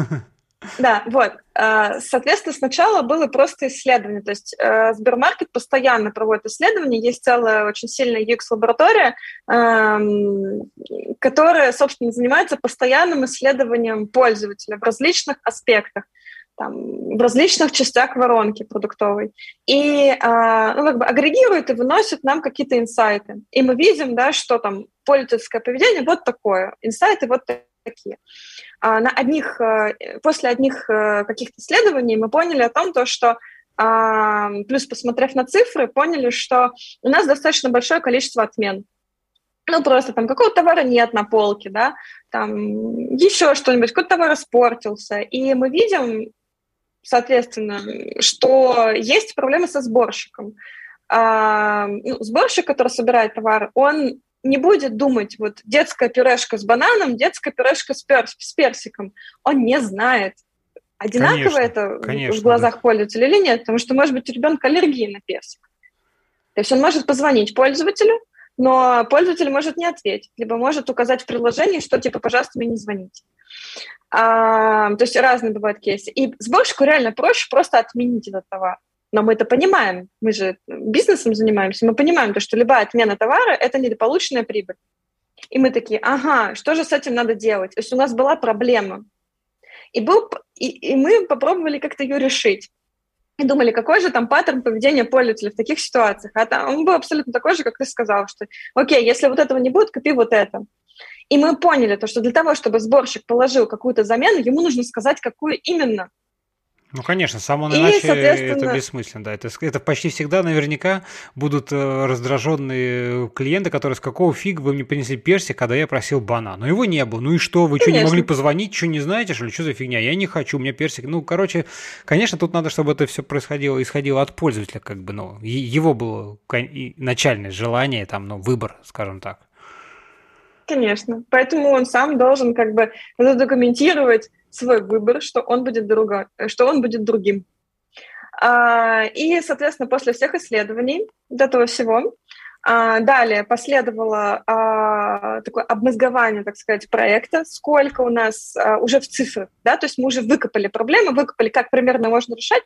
Да, вот. Соответственно, сначала было просто исследование. То есть Сбермаркет постоянно проводит исследования. Есть целая очень сильная ю экс-лаборатория, которая, собственно, занимается постоянным исследованием пользователя в различных аспектах. там, в различных частях воронки продуктовой. И а, ну, как бы агрегирует и выносит нам какие-то инсайты. И мы видим, да, что там пользовательское поведение вот такое, инсайты вот такие. А на одних, после одних каких-то исследований мы поняли о том, то, что а, плюс посмотрев на цифры, поняли, что у нас достаточно большое количество отмен. Ну, просто там какого-то товара нет на полке, да, там еще что-нибудь, какой-то товар испортился. И мы видим, соответственно, что есть проблемы со сборщиком. А, ну, сборщик, который собирает товар, он не будет думать, вот детская пюрешка с бананом, детская пюрешка с, перс- с персиком. Он не знает, одинаково конечно, это конечно, в глазах да. пользователя или нет, потому что, может быть, у ребенка аллергия на персик. То есть он может позвонить пользователю, но пользователь может не ответить, либо может указать в приложении, что типа, пожалуйста, мне не звоните. А, то есть разные бывают кейсы. И сборщику реально проще просто отменить этот товар. Но мы это понимаем, мы же бизнесом занимаемся, мы понимаем, то, что любая отмена товара – это недополученная прибыль. И мы такие, ага, что же с этим надо делать? То есть у нас была проблема. И, был, и, и мы попробовали как-то ее решить. И думали, какой же там паттерн поведения пользователя в таких ситуациях. А там он был абсолютно такой же, как ты сказал, что окей, если вот этого не будет, купи вот это. И мы поняли, то, что для того, чтобы сборщик положил какую-то замену, ему нужно сказать, какую именно. Ну, конечно, сам он иначе соответственно... это бессмысленно, да. Это, это почти всегда наверняка будут э, раздраженные клиенты, которые с какого фига вы мне принесли персик, когда я просил банан. Но его не было. Ну и что, вы конечно. Что, не могли позвонить, что не знаете, что ли? Что за фигня? Я не хочу, у меня персик. Ну, короче, конечно, тут надо, чтобы это все происходило, исходило от пользователя, как бы, ну, его было начальное желание, там, ну, выбор, скажем так. Конечно. Поэтому он сам должен как бы задокументировать свой выбор, что он будет, друга, что он будет другим. А, и, соответственно, после всех исследований вот этого всего, а, далее последовало а, такое обмозгование, так сказать, проекта, сколько у нас а, уже в цифрах, да, то есть мы уже выкопали проблемы, выкопали, как примерно можно решать.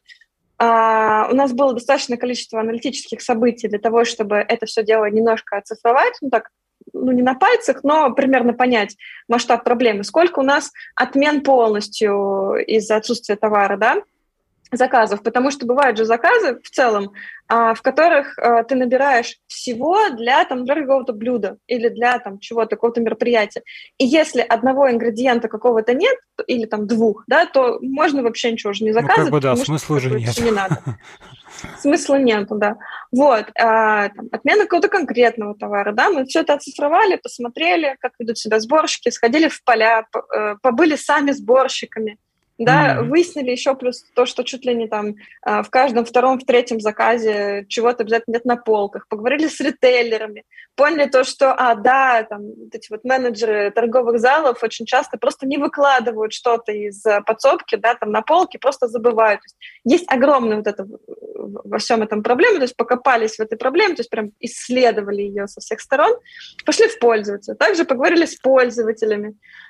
А, у нас было достаточное количество аналитических событий для того, чтобы это все дело немножко оцифровать, ну так, ну, не на пальцах, но примерно понять масштаб проблемы. Сколько у нас отмен полностью из-за отсутствия товара, да, заказов, потому что бывают же заказы в целом, а, в которых а, ты набираешь всего для, там, для какого-то блюда или для там, чего-то, какого-то мероприятия. И если одного ингредиента какого-то нет, или там двух, да, то можно вообще ничего уже не заказывать, ну, как бы, да, потому смысла что уже нет. Не надо. Смысла нету, да. Вот, а, там, отмена какого-то конкретного товара, да, мы все это оцифровали, посмотрели, как ведут себя сборщики, сходили в поля, побыли сами сборщиками, да, mm-hmm. выяснили еще плюс то, что чуть ли не там в каждом втором, в третьем заказе чего-то обязательно нет на полках, поговорили с ритейлерами, поняли то, что, а, да, там, вот эти вот менеджеры торговых залов очень часто просто не выкладывают что-то из подсобки, да, там на полке, просто забывают. То есть, есть огромная вот это во всем этом проблема, то есть покопались в этой проблеме, то есть прям исследовали ее со всех сторон, пошли в пользователя. Также поговорили с пользователями,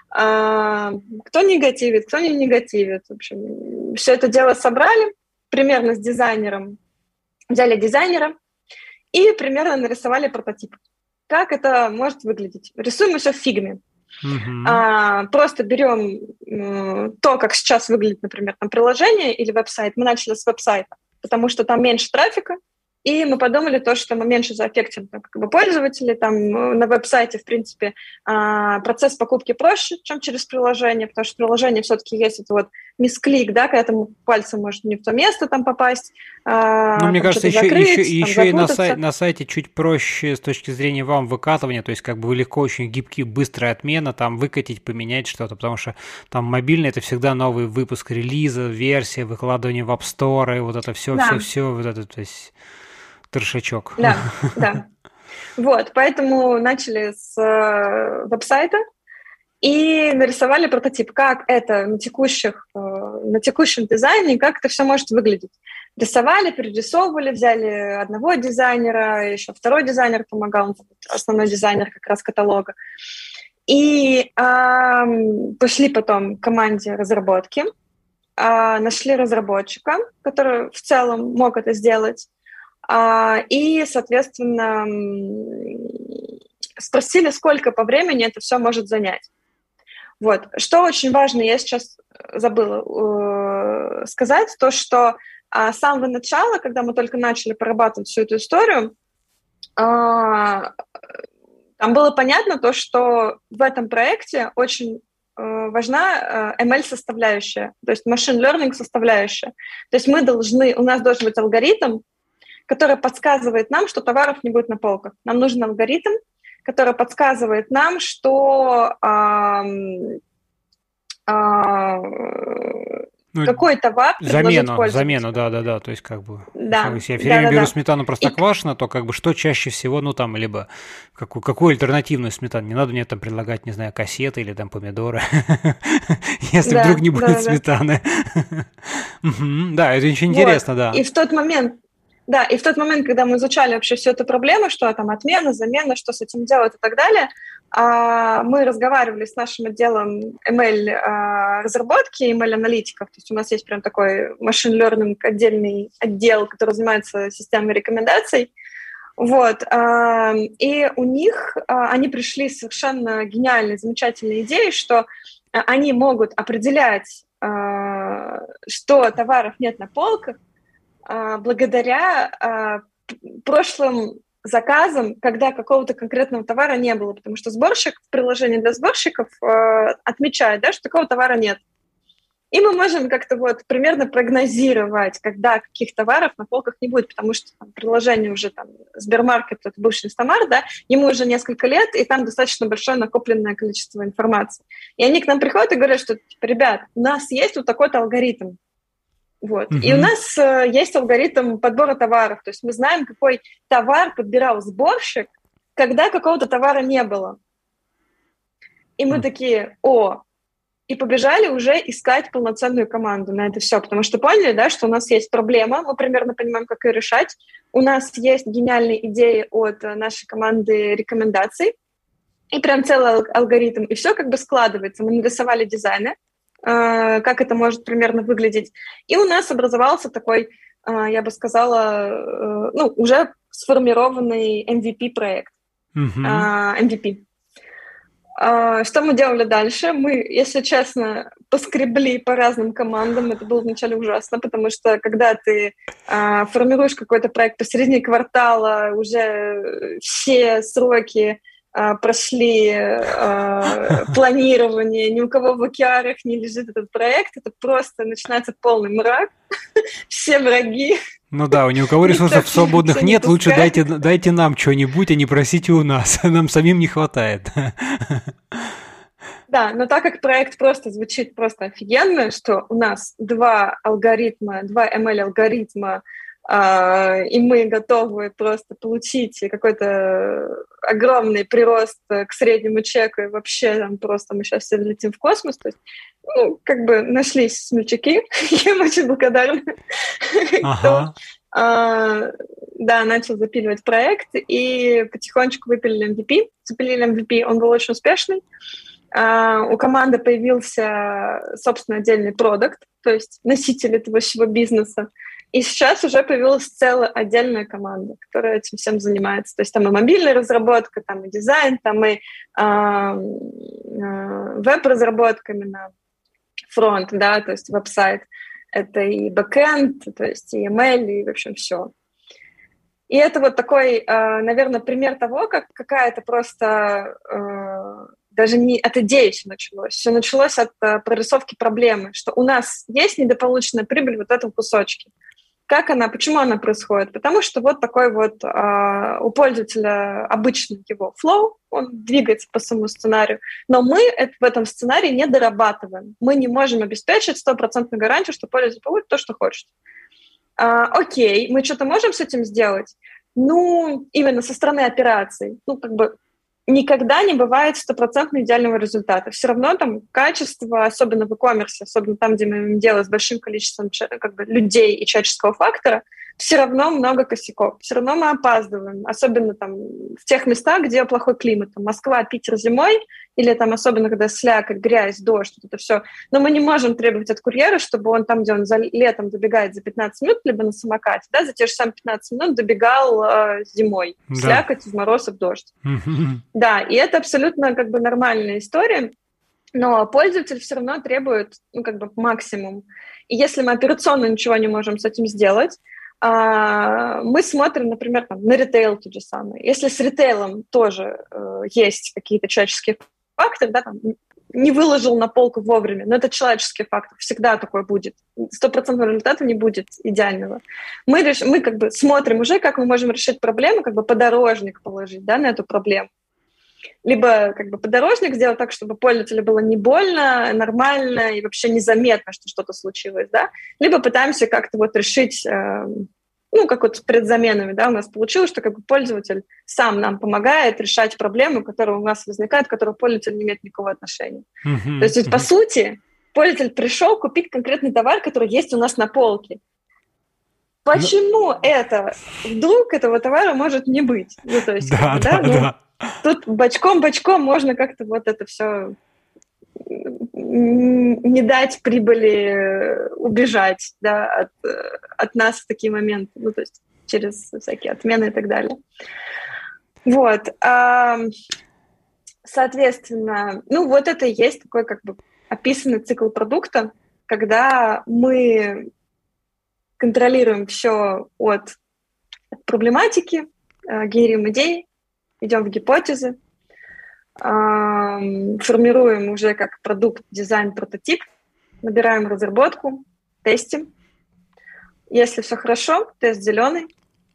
а, кто негативит, кто не негативит. В общем, все это дело собрали примерно с дизайнером, взяли дизайнера и примерно нарисовали прототип. Как это может выглядеть? Рисуем еще в фигме. Uh-huh. А, просто берем э, то, как сейчас выглядит, например, там приложение или веб-сайт. Мы начали с веб-сайта, потому что там меньше трафика, и мы подумали то, что мы меньше заэффектим как бы, пользователей. Там на веб-сайте, в принципе, процесс покупки проще, чем через приложение, потому что в приложении все-таки есть это вот мисклик, да, когда там пальцем может не в то место там попасть. Ну, мне кажется, еще, закрыть, еще, еще и на, сай- на сайте чуть проще с точки зрения вам выкатывания, то есть как бы вы легко, очень гибкий, быстрая отмена, там выкатить, поменять что-то, потому что там мобильный – это всегда новый выпуск релиза, версия, выкладывание в App Store, и вот это все, да. все, все, вот это, то есть... Трешачок. Да, да. Вот, поэтому начали с э, веб-сайта и нарисовали прототип, как это на, текущих, э, на текущем дизайне, как это все может выглядеть. Рисовали, перерисовывали, взяли одного дизайнера, еще второй дизайнер помогал, основной дизайнер как раз каталога. И э, пошли потом к команде разработки, э, нашли разработчика, который в целом мог это сделать. И, соответственно, спросили, сколько по времени это все может занять. Вот. Что очень важно, я сейчас забыла э, сказать, то, что а, с самого начала, когда мы только начали прорабатывать всю эту историю, а, там было понятно то, что в этом проекте очень э, важна э, эм эл-составляющая, то есть machine learning составляющая. То есть мы должны, у нас должен быть алгоритм, который подсказывает нам, что товаров не будет на полках. Нам нужен алгоритм, который подсказывает нам, что а, а, ну, какой товар предложить замену, замену, да-да-да, то есть как бы, да, если я все время да, беру да, сметану простоквашино, и... то как бы что чаще всего, ну там, либо какую, какую альтернативную сметану, не надо мне там предлагать, не знаю, кассеты или там помидоры, если да, вдруг не будет да, сметаны. Да, это очень интересно, да. И в тот момент, Да, и в тот момент, когда мы изучали вообще всю эту проблему, что там отмена, замена, что с этим делать и так далее, мы разговаривали с нашим отделом эм эл-разработки, эм эл-аналитиков. То есть у нас есть прям такой machine learning отдельный отдел, который занимается системой рекомендаций. Вот. И у них, они пришли с совершенно гениальной, замечательной идеей, что они могут определять, что товаров нет на полках, благодаря а, прошлым заказам, когда какого-то конкретного товара не было, потому что сборщик в приложении для сборщиков а, отмечает, да, что такого товара нет. И мы можем как-то вот примерно прогнозировать, когда каких товаров на полках не будет, потому что там, приложение уже там Сбермаркет, это бывший Инстамарт, да, ему уже несколько лет, и там достаточно большое накопленное количество информации. И они к нам приходят и говорят, что, типа, ребят, у нас есть вот такой-то алгоритм. Вот. Uh-huh. И у нас э, есть алгоритм подбора товаров, то есть мы знаем, какой товар подбирал сборщик, когда какого-то товара не было. И мы uh-huh. такие, о, и побежали уже искать полноценную команду на это все, потому что поняли, да, что у нас есть проблема, мы примерно понимаем, как ее решать. У нас есть гениальные идеи от нашей команды рекомендаций, и прям целый алгоритм, и все как бы складывается. Мы нарисовали дизайны, как это может примерно выглядеть. И у нас образовался такой, я бы сказала, ну, уже сформированный эм ви пи-проект. Uh-huh. эм ви пи. Что мы делали дальше? Мы, если честно, поскребли по разным командам. Это было вначале ужасно, потому что когда ты формируешь какой-то проект посередине квартала, уже все сроки прошли э, планирование, ни у кого в океарах не лежит этот проект, это просто начинается полный мрак, все враги. Ну да, у ни у кого ресурсов свободных нет, лучше дайте, дайте нам что-нибудь, а не просите у нас, нам самим не хватает. Да, но так как проект просто звучит просто офигенно, что у нас два алгоритма, два эм эл-алгоритма, Uh, и мы готовы просто получить какой-то огромный прирост к среднему чеку, и вообще там просто мы сейчас все летим в космос. То есть, ну, как бы нашлись смельчаки, я им очень благодарна, кто uh, да, начал запиливать проект, и потихонечку выпилили эм ви пи. Запилили эм ви пи, он был очень успешный. Uh, у команды появился, собственно, отдельный продукт, то есть носитель этого всего бизнеса. И сейчас уже появилась целая отдельная команда, которая этим всем занимается. То есть там и мобильная разработка, там и дизайн, там и э, э, веб-разработка именно, фронт, да, то есть веб-сайт. Это и бэкэнд, то есть и эм эл, и, в общем, все. И это вот такой, э, наверное, пример того, как какая-то просто... Э, даже не от идеи все началось. Все началось от э, прорисовки проблемы, что у нас есть недополученная прибыль вот в этом кусочке. Как она, почему она происходит? Потому что вот такой вот э, у пользователя обычный его flow, он двигается по своему сценарию, но мы это, в этом сценарии не дорабатываем. Мы не можем обеспечить стопроцентную гарантию, что пользователь получит то, что хочет. Э, окей, мы что-то можем с этим сделать? Ну, именно со стороны операций. Ну, как бы никогда не бывает стопроцентно идеального результата. Все равно там качество, особенно в e-commerce, особенно там, где мы имеем дело с большим количеством как бы, людей и человеческого фактора, все равно много косяков. Все равно мы опаздываем, особенно там в тех местах, где плохой климат. Там, Москва, Питер зимой, или там особенно, когда слякоть, грязь, дождь, вот это все. Но мы не можем требовать от курьера, чтобы он там, где он за, летом добегает за пятнадцать минут, либо на самокате, да, за те же самые пятнадцать минут добегал э, зимой. Да. Слякоть, в мороз и в дождь. Да, и это абсолютно как бы нормальная история. но пользователь все равно требует, ну, как бы максимум. И если мы операционно ничего не можем с этим сделать, а, мы смотрим, например, там, на ритейл тот же самый. Если с ритейлом тоже э, есть какие-то человеческие факторы, да, там, не выложил на полку вовремя, но это человеческий фактор, всегда такое будет. Стопроцентного результата не будет идеального. Мы, реш... мы как бы смотрим уже, как мы можем решить проблему, как бы подорожник положить, да, на эту проблему. Либо как бы подорожник сделать так, чтобы пользователю было не больно, нормально и вообще незаметно, что что-то случилось, да. Либо пытаемся как-то вот решить, э, ну, как вот с предзаменами, да, у нас получилось, что как бы пользователь сам нам помогает решать проблемы, которые у нас возникают, к которым пользователь не имеет никакого отношения. Mm-hmm. То есть, mm-hmm. по сути, пользователь пришел купить конкретный товар, который есть у нас на полке. Почему mm-hmm. это вдруг этого товара может не быть? Ну, то есть, да, да, ну, да. Тут бочком-бочком можно как-то вот это все не дать прибыли убежать, да, от, от нас в такие моменты, ну, то есть через всякие отмены и так далее. Вот. Соответственно, ну, вот это и есть такой как бы описанный цикл продукта, когда мы контролируем все от проблематики, генерируем идеи, идем в гипотезы, формируем уже как продукт, дизайн, прототип, набираем разработку, тестим. Если все хорошо, тест зеленый,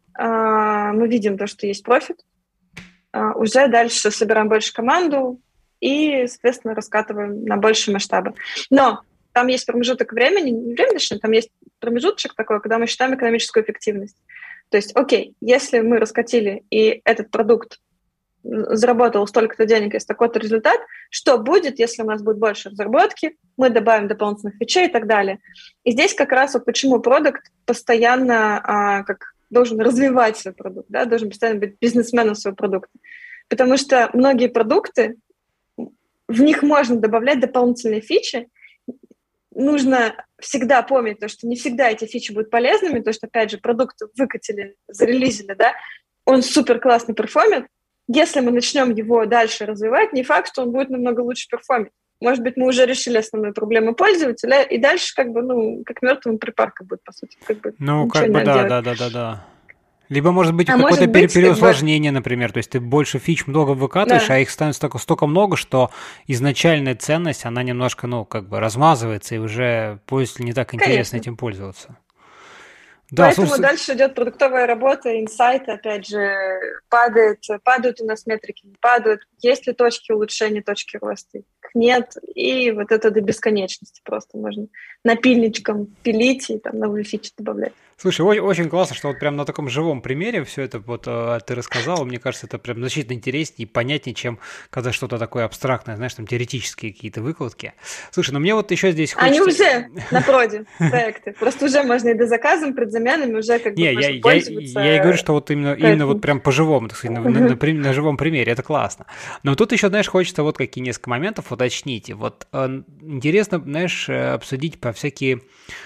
мы видим то, что есть профит, уже дальше собираем больше команду и, соответственно, раскатываем на большие масштабы. Но там есть промежуток времени, не время, там есть промежуточек такой, когда мы считаем экономическую эффективность. То есть, окей, если мы раскатили, и этот продукт заработал столько-то денег, есть такой-то результат, что будет, если у нас будет больше разработки, мы добавим дополнительных фичей и так далее. И здесь как раз вот почему продукт постоянно а, как должен развивать свой продукт, да, должен постоянно быть бизнесменом своего продукта. Потому что многие продукты, в них можно добавлять дополнительные фичи. Нужно всегда помнить, то, что не всегда эти фичи будут полезными, потому что, опять же, продукт выкатили, зарелизили, да, он супер классно перформит. Если мы начнем его дальше развивать, не факт, что он будет намного лучше перформить. Может быть, мы уже решили основную проблему пользователя, и дальше как бы, ну, как мертвым припарка будет, по сути. Как бы, ну, как бы да, да, да, да, да. Либо, может быть, а какое-то может быть, переусложнение, например. То есть ты больше фич много выкатываешь, да. а их становится столько, столько много, что изначальная ценность, она немножко, ну, как бы размазывается, и уже пользователю не так интересно Конечно. этим пользоваться. Да, Поэтому слушай... дальше идет продуктовая работа, инсайты, опять же, падает, падают у нас метрики, не падают, есть ли точки улучшения, точки роста, их нет, и вот это до бесконечности просто можно напильничком пилить и там новые фичи добавлять. Слушай, очень классно, что вот прям на таком живом примере все это вот э, ты рассказала. Мне кажется, это прям значительно интереснее и понятнее, чем когда что-то такое абстрактное, знаешь, там теоретические какие-то выкладки. Слушай, ну мне вот еще здесь хочется... Они уже на проде проекты. Просто уже можно и дозаказом, предзаменами уже как бы Не, я, пользоваться. Я, я и говорю, что вот именно, именно вот прям по-живому, так сказать, на, на, на, на живом примере. Это классно. Но тут еще, знаешь, хочется вот какие несколько моментов уточнить. Вот э, интересно, знаешь, обсудить по всякие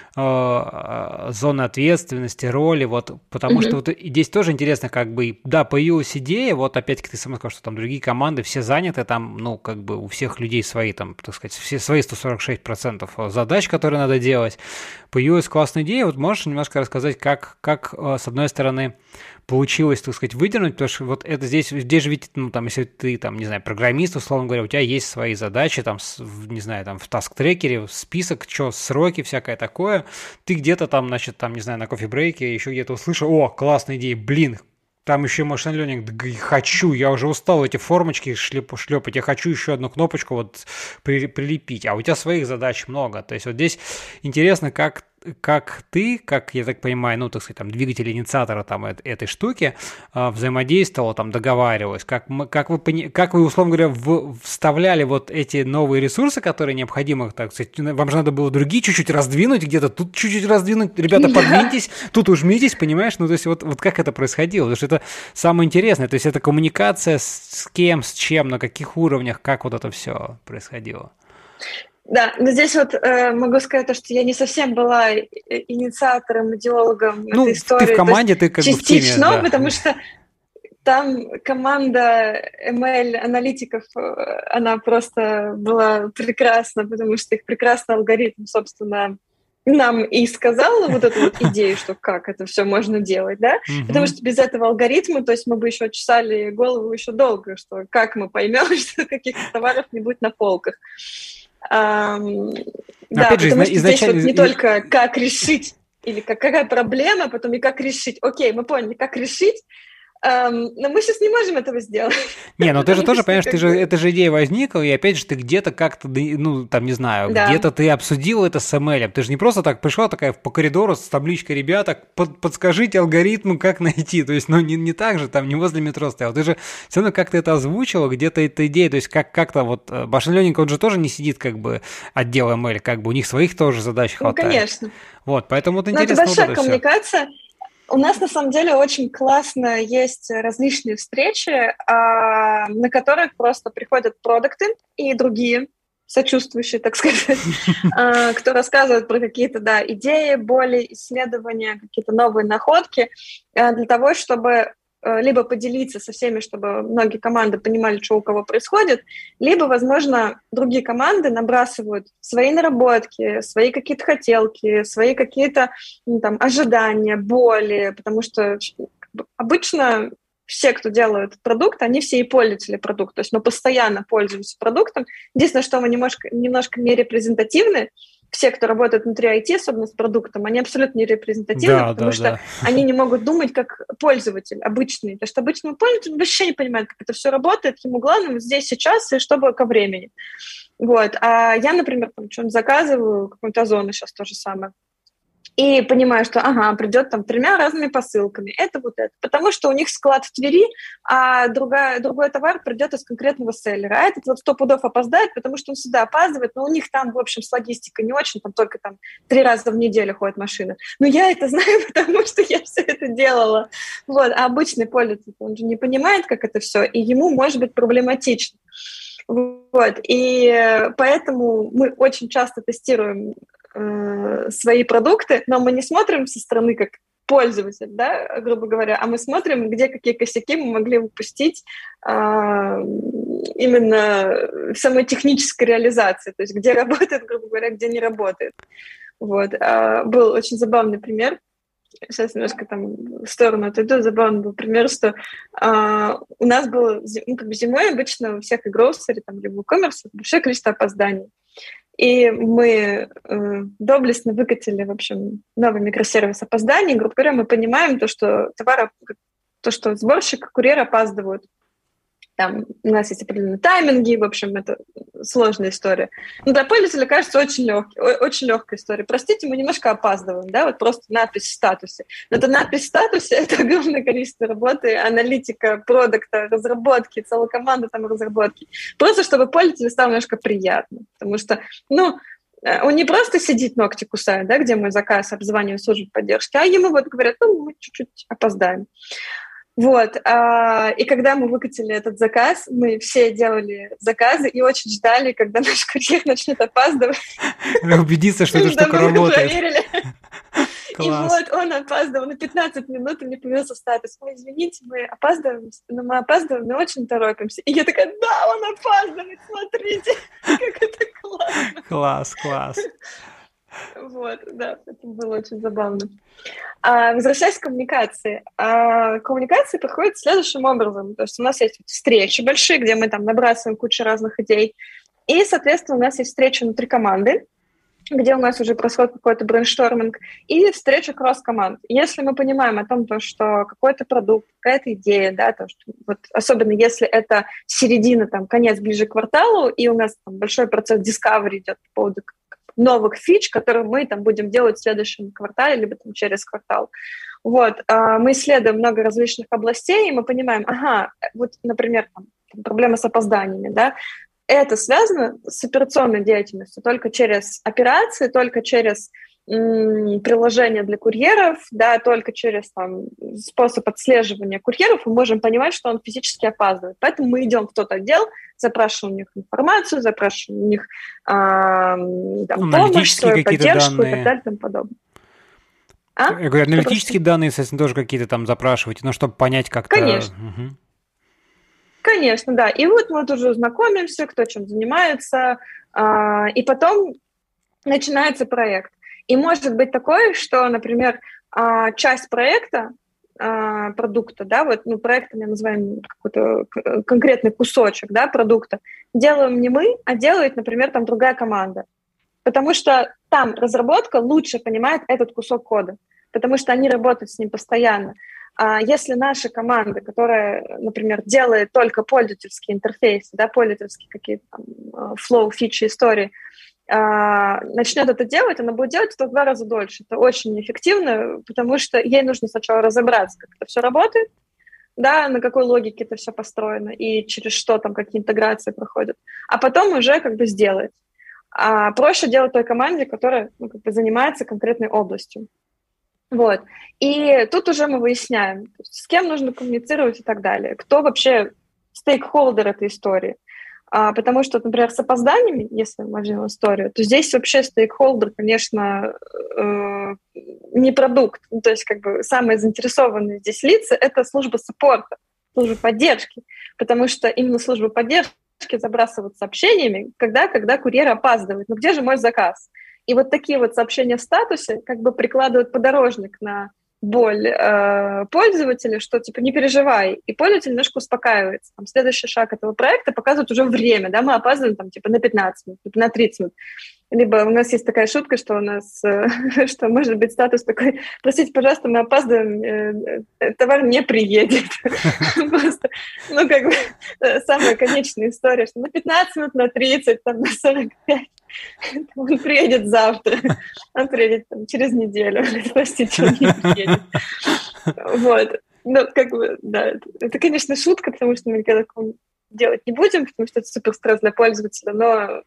э, зоны ответственности, роли, вот, потому mm-hmm. что вот здесь тоже интересно, как бы, да, появилась идея, вот опять-таки ты сама сказала, что там другие команды, все заняты, там, ну, как бы у всех людей свои, там, так сказать, все свои сто сорок шесть процентов задач, которые надо делать. Появилась классная идея, вот можешь немножко рассказать, как, как с одной стороны, получилось, так сказать, выдернуть, потому что вот это здесь, здесь же ведь, ну, там, если ты, там, не знаю, программист, условно говоря, у тебя есть свои задачи, там, с, не знаю, там, в таск-трекере, список, что, сроки, всякое такое, ты где-то там, значит, там, не знаю, на кофе-брейке еще где-то услышал, о, классная идея, блин, там еще машин ленинг, хочу, я уже устал эти формочки шлеп, шлепать, я хочу еще одну кнопочку вот при, прилепить, а у тебя своих задач много, то есть вот здесь интересно, как как ты, как, я так понимаю, ну, так сказать, там, двигатель инициатора там, этой штуки э, взаимодействовал, там, договаривалось, как, мы, как, вы, как вы, условно говоря, в, вставляли вот эти новые ресурсы, которые необходимы, так сказать, вам же надо было другие чуть-чуть раздвинуть, где-то тут чуть-чуть раздвинуть, ребята, подвиньтесь, тут ужмитесь, понимаешь, ну, то есть вот, вот как это происходило, потому что это самое интересное, то есть это коммуникация с, с кем, с чем, на каких уровнях, как вот это все происходило. Да, но здесь вот э, могу сказать то, что я не совсем была инициатором, идеологом ну, этой истории. Ты в команде, ты как частично, бы в теме. Да. Потому что там команда эм эл-аналитиков, она просто была прекрасна, потому что их прекрасный алгоритм, собственно, нам и сказала вот эту вот идею, что как это все можно делать, да, Мгм. потому что без этого алгоритма, то есть мы бы еще чесали голову еще долго, что как мы поймем, что каких-то товаров не будет на полках. Ам, да, Опять же, потому изна- что здесь вот изначально... не и- только как решить, или как, какая проблема, потом и как решить. Окей, мы поняли, как решить, ам, но мы сейчас не можем этого сделать. Не, ну ты же Потому тоже, что понимаешь, как ты же, бы- эта же идея возникла, и опять же ты где-то как-то, да, ну, там, не знаю, Да. где-то ты обсудил это с эм эл. Ты же не просто так пришла такая по коридору с табличкой, ребята, под- подскажите алгоритму, как найти. То есть, ну, не, не так же, там, не возле метро стоял. Ты же все равно как-то это озвучила, где-то эта идея, то есть как- как-то вот э, Machine Learning, он же тоже не сидит как бы отдел эм эл, как бы у них своих тоже задач Ну, хватает. конечно. Вот, поэтому вот Но это интересно вот большая это все. коммуникация. У нас, на самом деле, очень классно есть различные встречи, а, на которых просто приходят продукты и другие сочувствующие, так сказать, а, кто рассказывает про какие-то, да, идеи, боли, исследования, какие-то новые находки, а, для того, чтобы а, либо поделиться со всеми, чтобы многие команды понимали, что у кого происходит, либо, возможно, другие команды набрасывают свои наработки, свои какие-то хотелки, свои какие-то, ну, там, ожидания, боли, потому что как бы, обычно все, кто делают продукт, они все и пользователи продукта, то есть мы постоянно пользуемся продуктом. Единственное, что мы немножко, немножко не репрезентативны, все, кто работает внутри ай ти, особенно с продуктом, они абсолютно не репрезентативны, Да, потому да, что да. они не могут думать как пользователь обычный, потому что обычный пользователь вообще не понимает, как это все работает, ему главное вот здесь, сейчас, и чтобы ко времени. Вот. А я, например, там что-нибудь заказываю, какую-то Озон сейчас то же самое, и понимаю, что, ага, придет там тремя разными посылками, это вот это, потому что у них склад в Твери, а другая, другой товар придет из конкретного селлера, а этот вот сто пудов опоздает, потому что он всегда опаздывает, но у них там, в общем, с логистикой не очень, там только там три раза в неделю ходит машина. Но я это знаю, потому что я все это делала. Вот. А обычный пользователь, он же не понимает, как это все, и ему может быть проблематично. Вот. И поэтому мы очень часто тестируем э, свои продукты, но мы не смотрим со стороны как пользователь, да, грубо говоря, а мы смотрим, где какие косяки мы могли упустить э, именно в самой технической реализации, то есть где работает, грубо говоря, где не работает. Вот. А, был очень забавный пример. Сейчас немножко там в сторону отойду. Забавный был пример, что а, у нас было, ну, как бы зимой обычно у всех и гроссери, там, либо e-commerce большое количество опозданий. И мы э, доблестно выкатили, в общем, новый микросервис опозданий. Грубо говоря, мы понимаем то, что товар, то, что сборщик, курьер опаздывают. Там у нас есть определенные тайминги, в общем, это сложная история. Но для пользователя кажется очень легкой, очень легкая история. Простите, мы немножко опаздываем, да, вот просто надпись в статусе. Но эта надпись в статусе – это огромное количество работы, аналитика, продукта, разработки, целая команда там разработки. Просто чтобы пользователю стало немножко приятно. Потому что, ну, он не просто сидит, ногти кусает, да, где мой заказ, обзванивает службу поддержки, а ему вот говорят, ну, мы чуть-чуть опоздаем. Вот, а, и когда мы выкатили этот заказ, мы все делали заказы и очень ждали, когда наш курьер начнет опаздывать. Убедиться, что эта штука Чтобы мы работает. проверили. И Класс. вот он опаздывал на пятнадцать минут, и мне появился статус. Ой, извините, мы опаздываем, но мы опаздываем, мы очень торопимся. И я такая, да, он опаздывает, смотрите, как это классно. Класс, класс. Вот, да, это было очень забавно. А, возвращаясь к коммуникации. А, коммуникация проходит следующим образом. То есть у нас есть встречи большие, где мы там набрасываем кучу разных идей. И, соответственно, у нас есть встречи внутри команды, где у нас уже происходит какой-то брейншторминг, и встреча кросс-команд. Если мы понимаем о том, то, что какой-то продукт, какая-то идея, да, то, что, вот, особенно если это середина, там, конец ближе к кварталу, и у нас там, большой процесс discovery идет по поводу новых фич, которые мы там будем делать в следующем квартале, либо там через квартал. Вот, мы исследуем много различных областей, и мы понимаем, ага, вот, например, там, проблема с опозданиями, да, это связано с операционной деятельностью только через операции, только через м, приложение для курьеров, да, только через там, способ отслеживания курьеров мы можем понимать, что он физически опаздывает. Поэтому мы идем в тот отдел, запрашиваем у них информацию, запрашиваем у них а, там, помощь, свою поддержку данные. И так далее и тому подобное. А? Я говорю, аналитические данные, соответственно, тоже какие-то там запрашиваете, но чтобы понять как-то... Конечно. Угу. Конечно, да. И вот мы тоже знакомимся, кто чем занимается, и потом начинается проект. И может быть такое, что, например, часть проекта, продукта, да, вот, ну, проектом мы называем какой-то конкретный кусочек, да, продукта, делаем не мы, а делает, например, там другая команда. Потому что там разработка лучше понимает этот кусок кода, потому что они работают с ним постоянно. А если наша команда, которая, например, делает только пользовательские интерфейсы, да, пользовательские какие-то там flow, фичи, истории, а, начнет это делать, она будет делать это в два раза дольше. Это очень неэффективно, потому что ей нужно сначала разобраться, как это все работает, да, на какой логике это все построено и через что там какие интеграции проходят, а потом уже как бы сделать. А проще делать той команде, которая, ну, как бы занимается конкретной областью. Вот. И тут уже мы выясняем, то есть, с кем нужно коммуницировать и так далее. Кто вообще стейкхолдер этой истории. А, потому что, например, с опозданиями, если мы возьмем историю, то здесь вообще стейкхолдер, конечно, э, не продукт. Ну, то есть как бы самые заинтересованные здесь лица – это служба саппорта, служба поддержки. Потому что именно служба поддержки забрасывают сообщениями, когда, когда курьер опаздывает. Ну где же мой заказ? И вот такие вот сообщения в статусе как бы прикладывают подорожник на боль э, пользователя, что типа не переживай, и пользователь немножко успокаивается. Там, следующий шаг этого проекта показывает уже время, да, мы опаздываем там типа на пятнадцать минут, на тридцать минут. Либо у нас есть такая шутка, что у нас, э, что может быть статус такой: простите, пожалуйста, мы опаздываем, э, товар не приедет. Просто, ну, как бы, самая конечная история, что на пятнадцать минут, на тридцать, там, на сорок пять. Он приедет завтра, он приедет там, через неделю. Простите, он не приедет. Вот. Ну, как бы, да, это, это, конечно, шутка, потому что мы никогда такого делать не будем, потому что это супер стресс для пользователя, но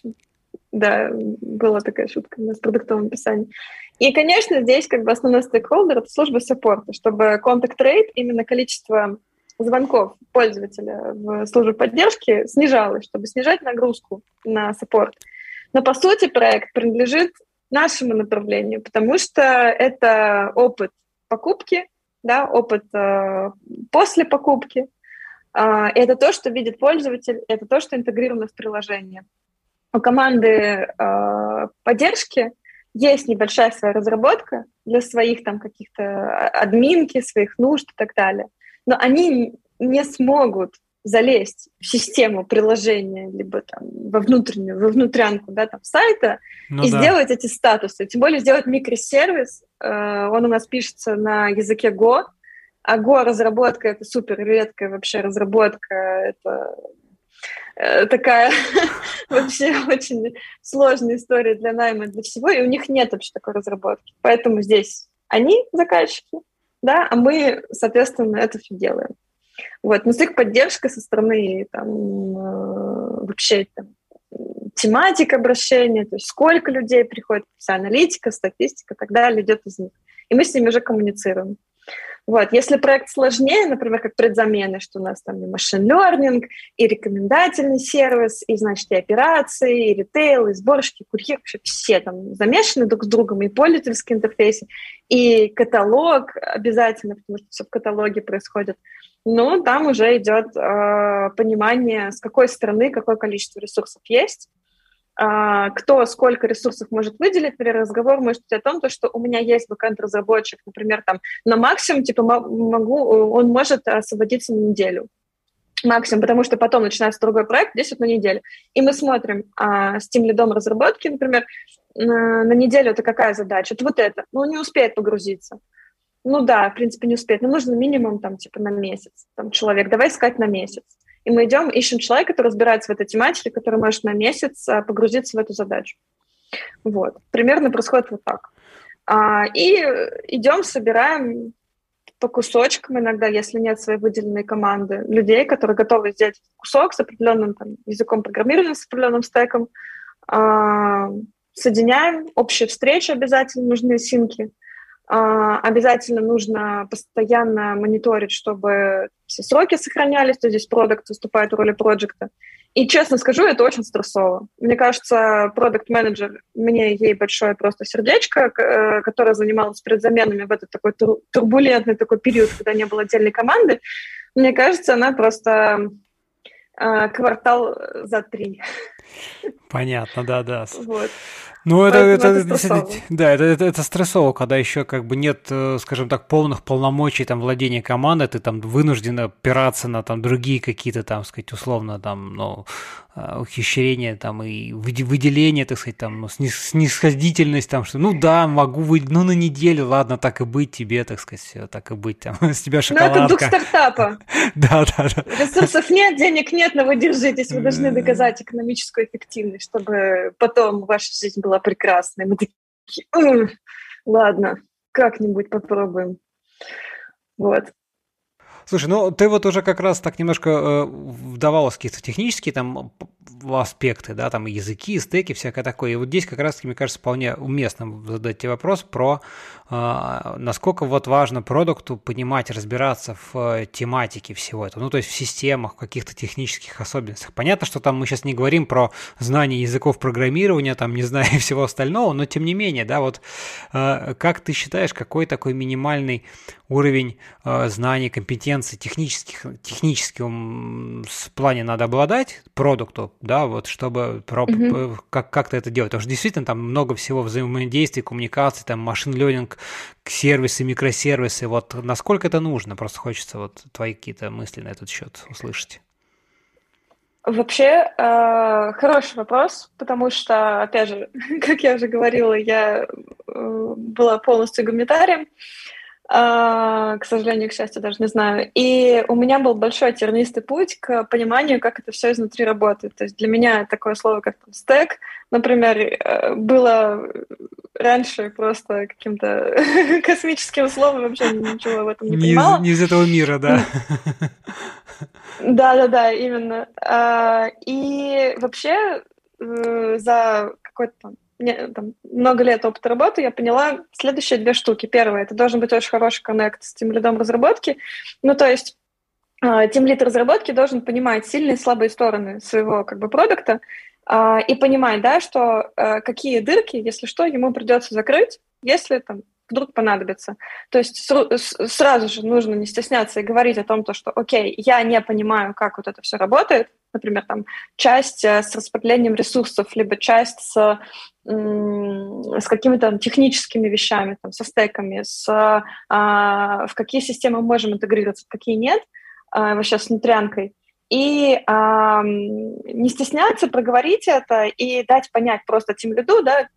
да, была такая шутка у нас в продуктовом описании. И, конечно, здесь как бы основной стейкхолдер — это служба саппорта, чтобы contact rate, именно количество звонков пользователя в службу поддержки снижалось, чтобы снижать нагрузку на саппорт. Но, по сути, проект принадлежит нашему направлению, потому что это опыт покупки, да, опыт э, после покупки. Э, это то, что видит пользователь, это то, что интегрировано в приложение. У команды э, поддержки есть небольшая своя разработка для своих там каких-то админки, своих нужд и так далее. Но они не смогут залезть в систему приложения, либо там во внутреннюю, во внутрянку, да, там, сайта, ну и да. сделать эти статусы. Тем более сделать микросервис. Э, он у нас пишется на языке Go, а Go разработка — это супер редкая вообще разработка. Это э, такая вообще очень сложная история для найма, для всего, и у них нет вообще такой разработки. Поэтому здесь они заказчики, да, а мы, соответственно, это все делаем. Вот. Но с их поддержкой со стороны там, э, вообще там, тематика обращения, то есть сколько людей приходит, вся аналитика, статистика и так далее идет из них. И мы с ними уже коммуницируем. Вот. Если проект сложнее, например, как предзамены, что у нас там и машин learning, и рекомендательный сервис, и, значит, и операции, и ритейл, и сборщики, курьер, вообще все там замешаны друг с другом, и пользовательские интерфейсы, и каталог обязательно, потому что все в каталоге происходит. Но там уже идет э, понимание, с какой стороны какое количество ресурсов есть, э, кто сколько ресурсов может выделить. Например, разговор может быть о том, что у меня есть бэкэнд-разработчик, например, там, на максимум, типа, могу, он может освободиться на неделю. Максимум, потому что потом начинается другой проект, здесь вот на неделю. И мы смотрим э, с тимлидом разработки, например, э, на неделю это какая задача? Это вот это. Ну, не успеет погрузиться. Ну да, в принципе, не успеет. Но нужно минимум там, типа, на месяц. Там, человек, давай искать на месяц. И мы идем, ищем человека, который разбирается в этой тематике, который может на месяц а, погрузиться в эту задачу. Вот. Примерно происходит вот так. А, и идем, собираем по кусочкам иногда, если нет своей выделенной команды, людей, которые готовы сделать кусок с определенным там, языком программирования, с определенным стеком. А, соединяем, общие встречи обязательно, нужны синки. А, обязательно нужно постоянно мониторить, чтобы все сроки сохранялись, то здесь продукт выступает в роли проекта. И, честно скажу, это очень стрессово. Мне кажется, продакт-менеджер, мне ей большое просто сердечко, которая занималась предзаменами в этот такой тур- турбулентный такой период, когда не было отдельной команды. Мне кажется, она просто э, квартал за три. Понятно, да-да. Вот. Ну, это, Поэтому это, это это стрессово. да, это, это, это стрессово, когда еще как бы нет, скажем так, полных полномочий там владения командой, ты там вынужден опираться на там другие какие-то там, сказать, условно там, ну, ухищрения там и выделение, так сказать, там, ну, снисходительность там, что, ну да, могу выделить, ну на неделю, ладно, так и быть тебе, так сказать, все, так и быть, там, с тебя шоколадка. Ну, это дух стартапа. Да, да, да. Ресурсов нет, денег нет, но вы держитесь, вы должны доказать экономическую эффективность, чтобы потом ваша жизнь была прекрасной. Мы такие, ладно, как-нибудь попробуем. Вот. Слушай, ну ты вот уже как раз так немножко э, вдавалась в какие-то технические там аспекты, да, там языки, стеки, всякое такое. И вот здесь как раз-таки, мне кажется, вполне уместно задать тебе вопрос про э, насколько вот важно продукту понимать, разбираться в тематике всего этого, ну, то есть в системах, в каких-то технических особенностях. Понятно, что там мы сейчас не говорим про знание языков программирования, там, не знаю, и всего остального, но тем не менее, да, вот э, как ты считаешь, какой такой минимальный уровень э, знаний, компетенций технических, техническом плане надо обладать продукту, да, вот, чтобы про, mm-hmm. как, как-то это делать. Потому что действительно там много всего взаимодействий, коммуникаций, там машин-ленинг, сервисы, микросервисы. Вот насколько это нужно? Просто хочется вот твои какие-то мысли на этот счет услышать. Вообще, э, хороший вопрос, потому что, опять же, как я уже говорила, я э, была полностью гуманитарием. Uh, к сожалению, к счастью, даже не знаю. И у меня был большой тернистый путь к пониманию, как это все изнутри работает. То есть для меня такое слово, как там стек, например, было раньше просто каким-то космическим словом, вообще ничего в этом не, не понимала. Из, не из этого мира, да? Да-да-да, именно. Uh, и вообще uh, за какой-то там Не, там, много лет опыта работы, я поняла следующие две штуки. Первое, это должен быть очень хороший коннект с тимлидом разработки. Ну, то есть э, тимлид разработки должен понимать сильные и слабые стороны своего как бы продукта э, и понимать, да, что э, какие дырки, если что, ему придется закрыть, если там вдруг понадобится. То есть с- сразу же нужно не стесняться и говорить о том, то, что, окей, я не понимаю, как вот это все работает, например, там часть с распределением ресурсов, либо часть с, с какими-то там техническими вещами, там, со стеками, с, а, в какие системы мы можем интегрироваться, в какие нет, а, вообще с внутрянкой. И а, не стесняться, проговорить это и дать понять просто тимлиду, да,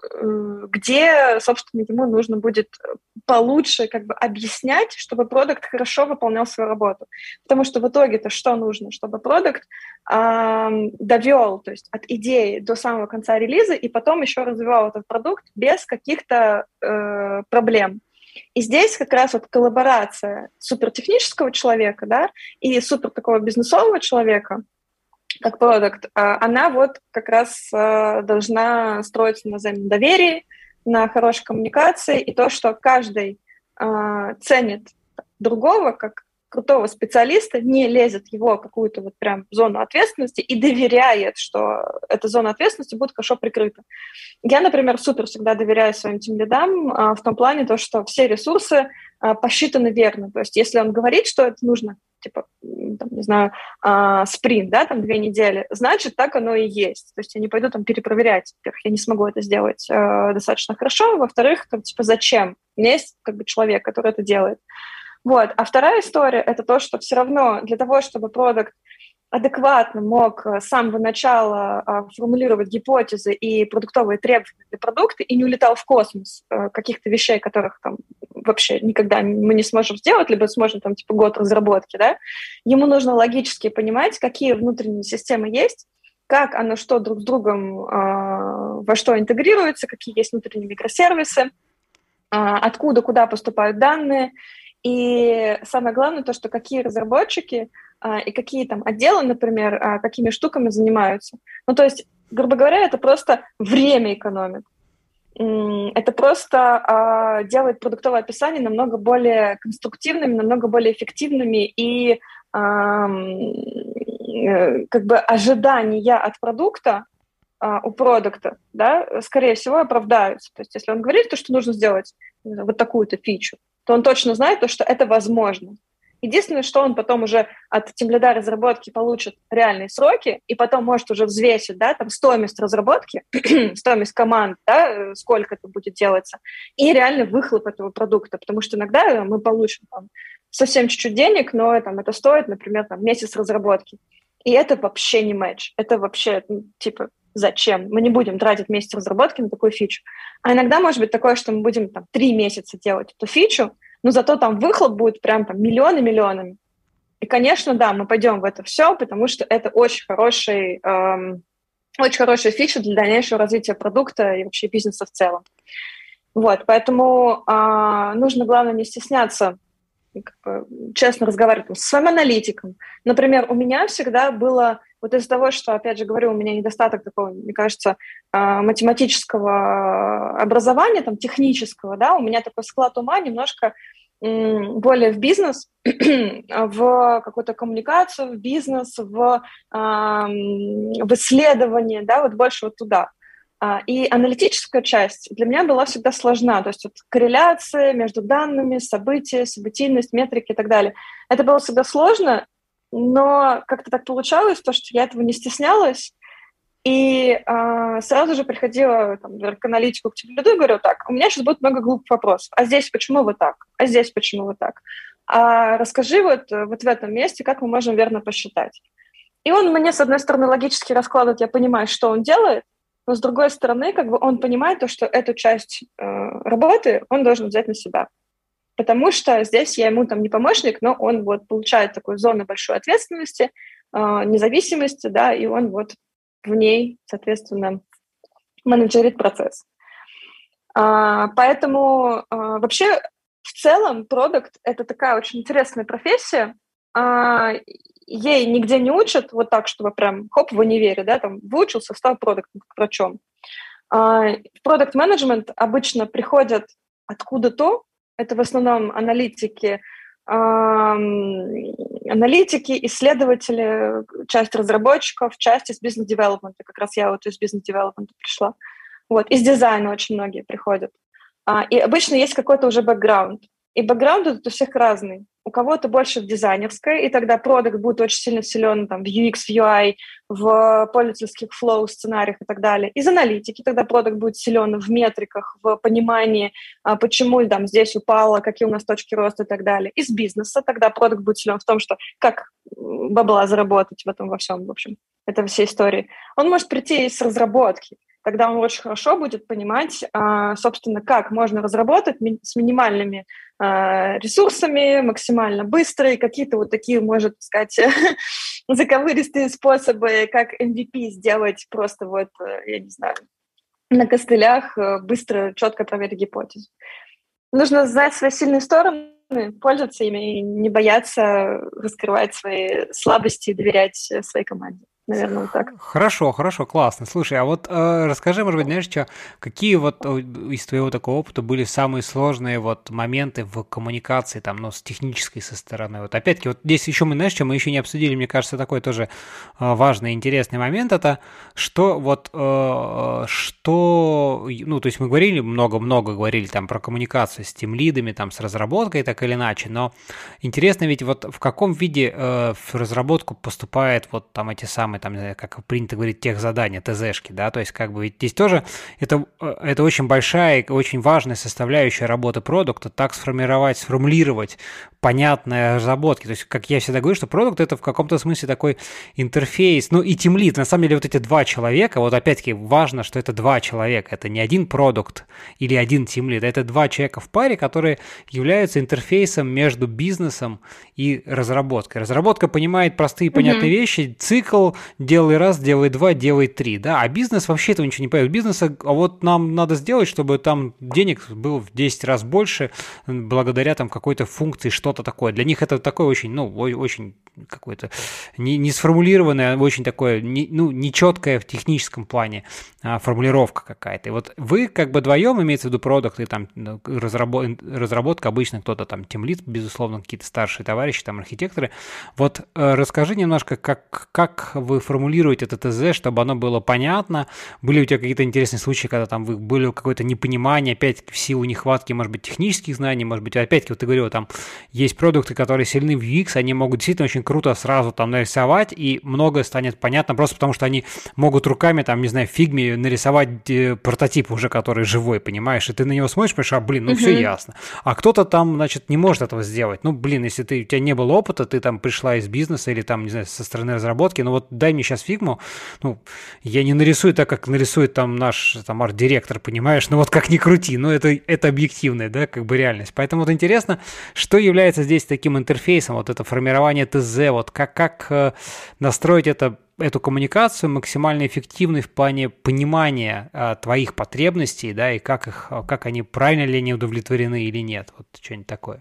где, собственно, ему нужно будет получше как бы объяснять, чтобы продукт хорошо выполнял свою работу. Потому что в итоге-то что нужно? Чтобы продукт э, довел, то есть от идеи до самого конца релиза, и потом еще развивал этот продукт без каких-то э, проблем. И здесь как раз вот коллаборация супертехнического человека, да, и супер такого бизнесового человека, как продукт, она вот как раз должна строиться на взаимном доверии, на хорошей коммуникации, и то, что каждый ценит другого как крутого специалиста, не лезет в его какую-то вот прям зону ответственности и доверяет, что эта зона ответственности будет хорошо прикрыта. Я, например, супер всегда доверяю своим тимлидам в том плане, то, что все ресурсы посчитаны верно. То есть если он говорит, что это нужно, типа, там, не знаю, спринт, да, там две недели, значит, так оно и есть. То есть я не пойду там перепроверять. Во-первых, я не смогу это сделать э, достаточно хорошо. Во-вторых, там, типа, зачем? У меня есть как бы человек, который это делает. Вот. А вторая история – это то, что все равно для того, чтобы продукт адекватно мог с самого начала а, формулировать гипотезы и продуктовые требования для продукта и не улетал в космос а, каких-то вещей, которых там вообще никогда мы не сможем сделать, либо сможем там типа год разработки, да, ему нужно логически понимать, какие внутренние системы есть, как оно что друг с другом а, во что интегрируется, какие есть внутренние микросервисы, а, откуда, куда поступают данные. И самое главное то, что какие разработчики а, и какие там отделы, например, а, какими штуками занимаются. Ну, то есть, грубо говоря, это просто время экономит. это просто э, делает продуктовое описание намного более конструктивными, намного более эффективными, и э, э, как бы ожидания от продукта э, у продукта, да, скорее всего, оправдаются. То есть если он говорит, то, что нужно сделать вот такую-то фичу, то он точно знает, то, что это возможно. Единственное, что он потом уже от тимлида разработки получит реальные сроки, и потом может уже взвесить, да, там, стоимость разработки, стоимость команд, да, сколько это будет делаться, и реально выхлоп этого продукта, потому что иногда мы получим там, совсем чуть-чуть денег, но там, это стоит, например, там, месяц разработки. И это вообще не матч, это вообще, ну, типа, зачем? Мы не будем тратить месяц разработки на такую фичу. А иногда может быть такое, что мы будем там, три месяца делать эту фичу, но зато там выхлоп будет прям там миллионы-миллионами. И, конечно, да, мы пойдем в это все, потому что это очень хороший, эм, очень хорошая фича для дальнейшего развития продукта и вообще бизнеса в целом. Вот, поэтому э, нужно, главное, не стесняться, как бы, честно разговаривать там, с своим аналитиком. Например, у меня всегда было, вот из-за того, что, опять же говорю, у меня недостаток такого, мне кажется, математического образования, там, технического, да, у меня такой склад ума немножко более в бизнес, в какую-то коммуникацию, в бизнес, в, в исследование, да, вот больше вот туда. И аналитическая часть для меня была всегда сложна, то есть вот корреляция между данными, события, событийность, метрики и так далее. Это было всегда сложно, но как-то так получалось, то, что я этого не стеснялась, и э, сразу же приходила там, к аналитику, к тимлиду и говорю, так, у меня сейчас будет много глупых вопросов. А здесь почему вот так? А здесь почему вот так? А расскажи вот, вот в этом месте, как мы можем верно посчитать. И он мне, с одной стороны, логически раскладывает, я понимаю, что он делает, но с другой стороны, как бы он понимает то, что эту часть э, работы он должен взять на себя. Потому что здесь я ему там не помощник, но он вот получает такую зону большой ответственности, э, независимости, да, и он вот в ней, соответственно, менеджерит процесс. А, поэтому а, вообще в целом продакт — это такая очень интересная профессия. А, ей нигде не учат вот так, чтобы прям хоп, в универе, да, там выучился, стал продактом, как врачом. А, в продакт-менеджмент обычно приходят откуда-то, это в основном аналитики, аналитики, исследователи, часть разработчиков, часть из бизнес-девелопмента. Как раз я вот из бизнес-девелопмента пришла. Вот. Из дизайна очень многие приходят. И обычно есть какой-то уже бэкграунд. И бэкграунд тут у всех разный. У кого-то больше в дизайнерской, и тогда продакт будет очень сильно силен там, в ю экс, в ю ай, в пользовательских флоу, сценариях и так далее. Из аналитики тогда продакт будет силен в метриках, в понимании, почему там здесь упало, какие у нас точки роста и так далее. Из бизнеса тогда продакт будет силен в том, что как бабла заработать в этом во всем, в общем, это все истории. Он может прийти из разработки. Тогда он очень хорошо будет понимать, собственно, как можно разработать с минимальными ресурсами, максимально быстро, и какие-то вот такие, может сказать, заковыристые способы, как эм ви пи сделать просто вот, я не знаю, на костылях, быстро, четко проверить гипотезу. Нужно знать свои сильные стороны, пользоваться ими и не бояться раскрывать свои слабости и доверять своей команде. Наверное, вот так. Хорошо, хорошо, классно. Слушай, а вот э, расскажи, может быть, знаешь, что, какие вот из твоего такого опыта были самые сложные вот моменты в коммуникации, там, ну, с технической со стороны? Вот опять-таки, вот здесь еще мы, знаешь, что мы еще не обсудили, мне кажется, такой тоже э, важный, интересный момент, это что вот, э, что, ну, то есть мы говорили, много-много говорили там про коммуникацию с тимлидами, там, с разработкой, так или иначе, но интересно ведь вот в каком виде э, в разработку поступает вот там эти самые там, как принято говорить, тех задания, ТЗшки, да, то есть как бы ведь здесь тоже это, это очень большая и очень важная составляющая работы продукта, так сформировать, сформулировать понятные разработки, то есть как я всегда говорю, что продукт это в каком-то смысле такой интерфейс, ну и тимлид, на самом деле вот эти два человека, вот опять-таки важно, что это два человека, это не один продукт или один тимлид, это два человека в паре, которые являются интерфейсом между бизнесом и разработкой. Разработка понимает простые понятные mm-hmm. вещи, цикл, делай раз, делай два, делай три, да, а бизнес вообще этого ничего не понимает. Бизнеса, а вот нам надо сделать, чтобы там денег было в десять раз больше, благодаря там какой-то функции, что-то такое. Для них это такое очень, ну, очень какое-то не, не сформулированное, очень такое, не, ну, нечеткое в техническом плане а, формулировка какая-то. И вот вы как бы вдвоем, имеется в виду продукт и там разработ, разработка, обычно кто-то там тимлид, безусловно, какие-то старшие товарищи, там архитекторы. Вот э, расскажи немножко, как, как вы формулируете это ТЗ, чтобы оно было понятно. Были у тебя какие-то интересные случаи, когда там вы, были какое-то непонимание, опять в силу нехватки, может быть, технических знаний, может быть, опять-таки, вот ты говорил, там есть продукты, которые сильны в ю экс, они могут действительно очень круто сразу там нарисовать, и многое станет понятно, просто потому что они могут руками, там, не знаю, в фигме нарисовать э, прототип уже, который живой, понимаешь, и ты на него смотришь, понимаешь, а, блин, ну uh-huh. все ясно. А кто-то там, значит, не может этого сделать. Ну, блин, если ты, у тебя не было опыта, ты там пришла из бизнеса или там, не знаю, со стороны разработки, ну вот дай мне сейчас фигму, ну, я не нарисую так, как нарисует там наш там арт-директор, понимаешь, ну вот как ни крути, ну это, это объективная, да, как бы реальность. Поэтому вот интересно, что является здесь таким интерфейсом, вот это формирование ТЗ, вот как, как э, настроить это, эту коммуникацию максимально эффективной в плане понимания э, твоих потребностей, да, и как их, как они правильно ли они удовлетворены или нет, вот что-нибудь такое.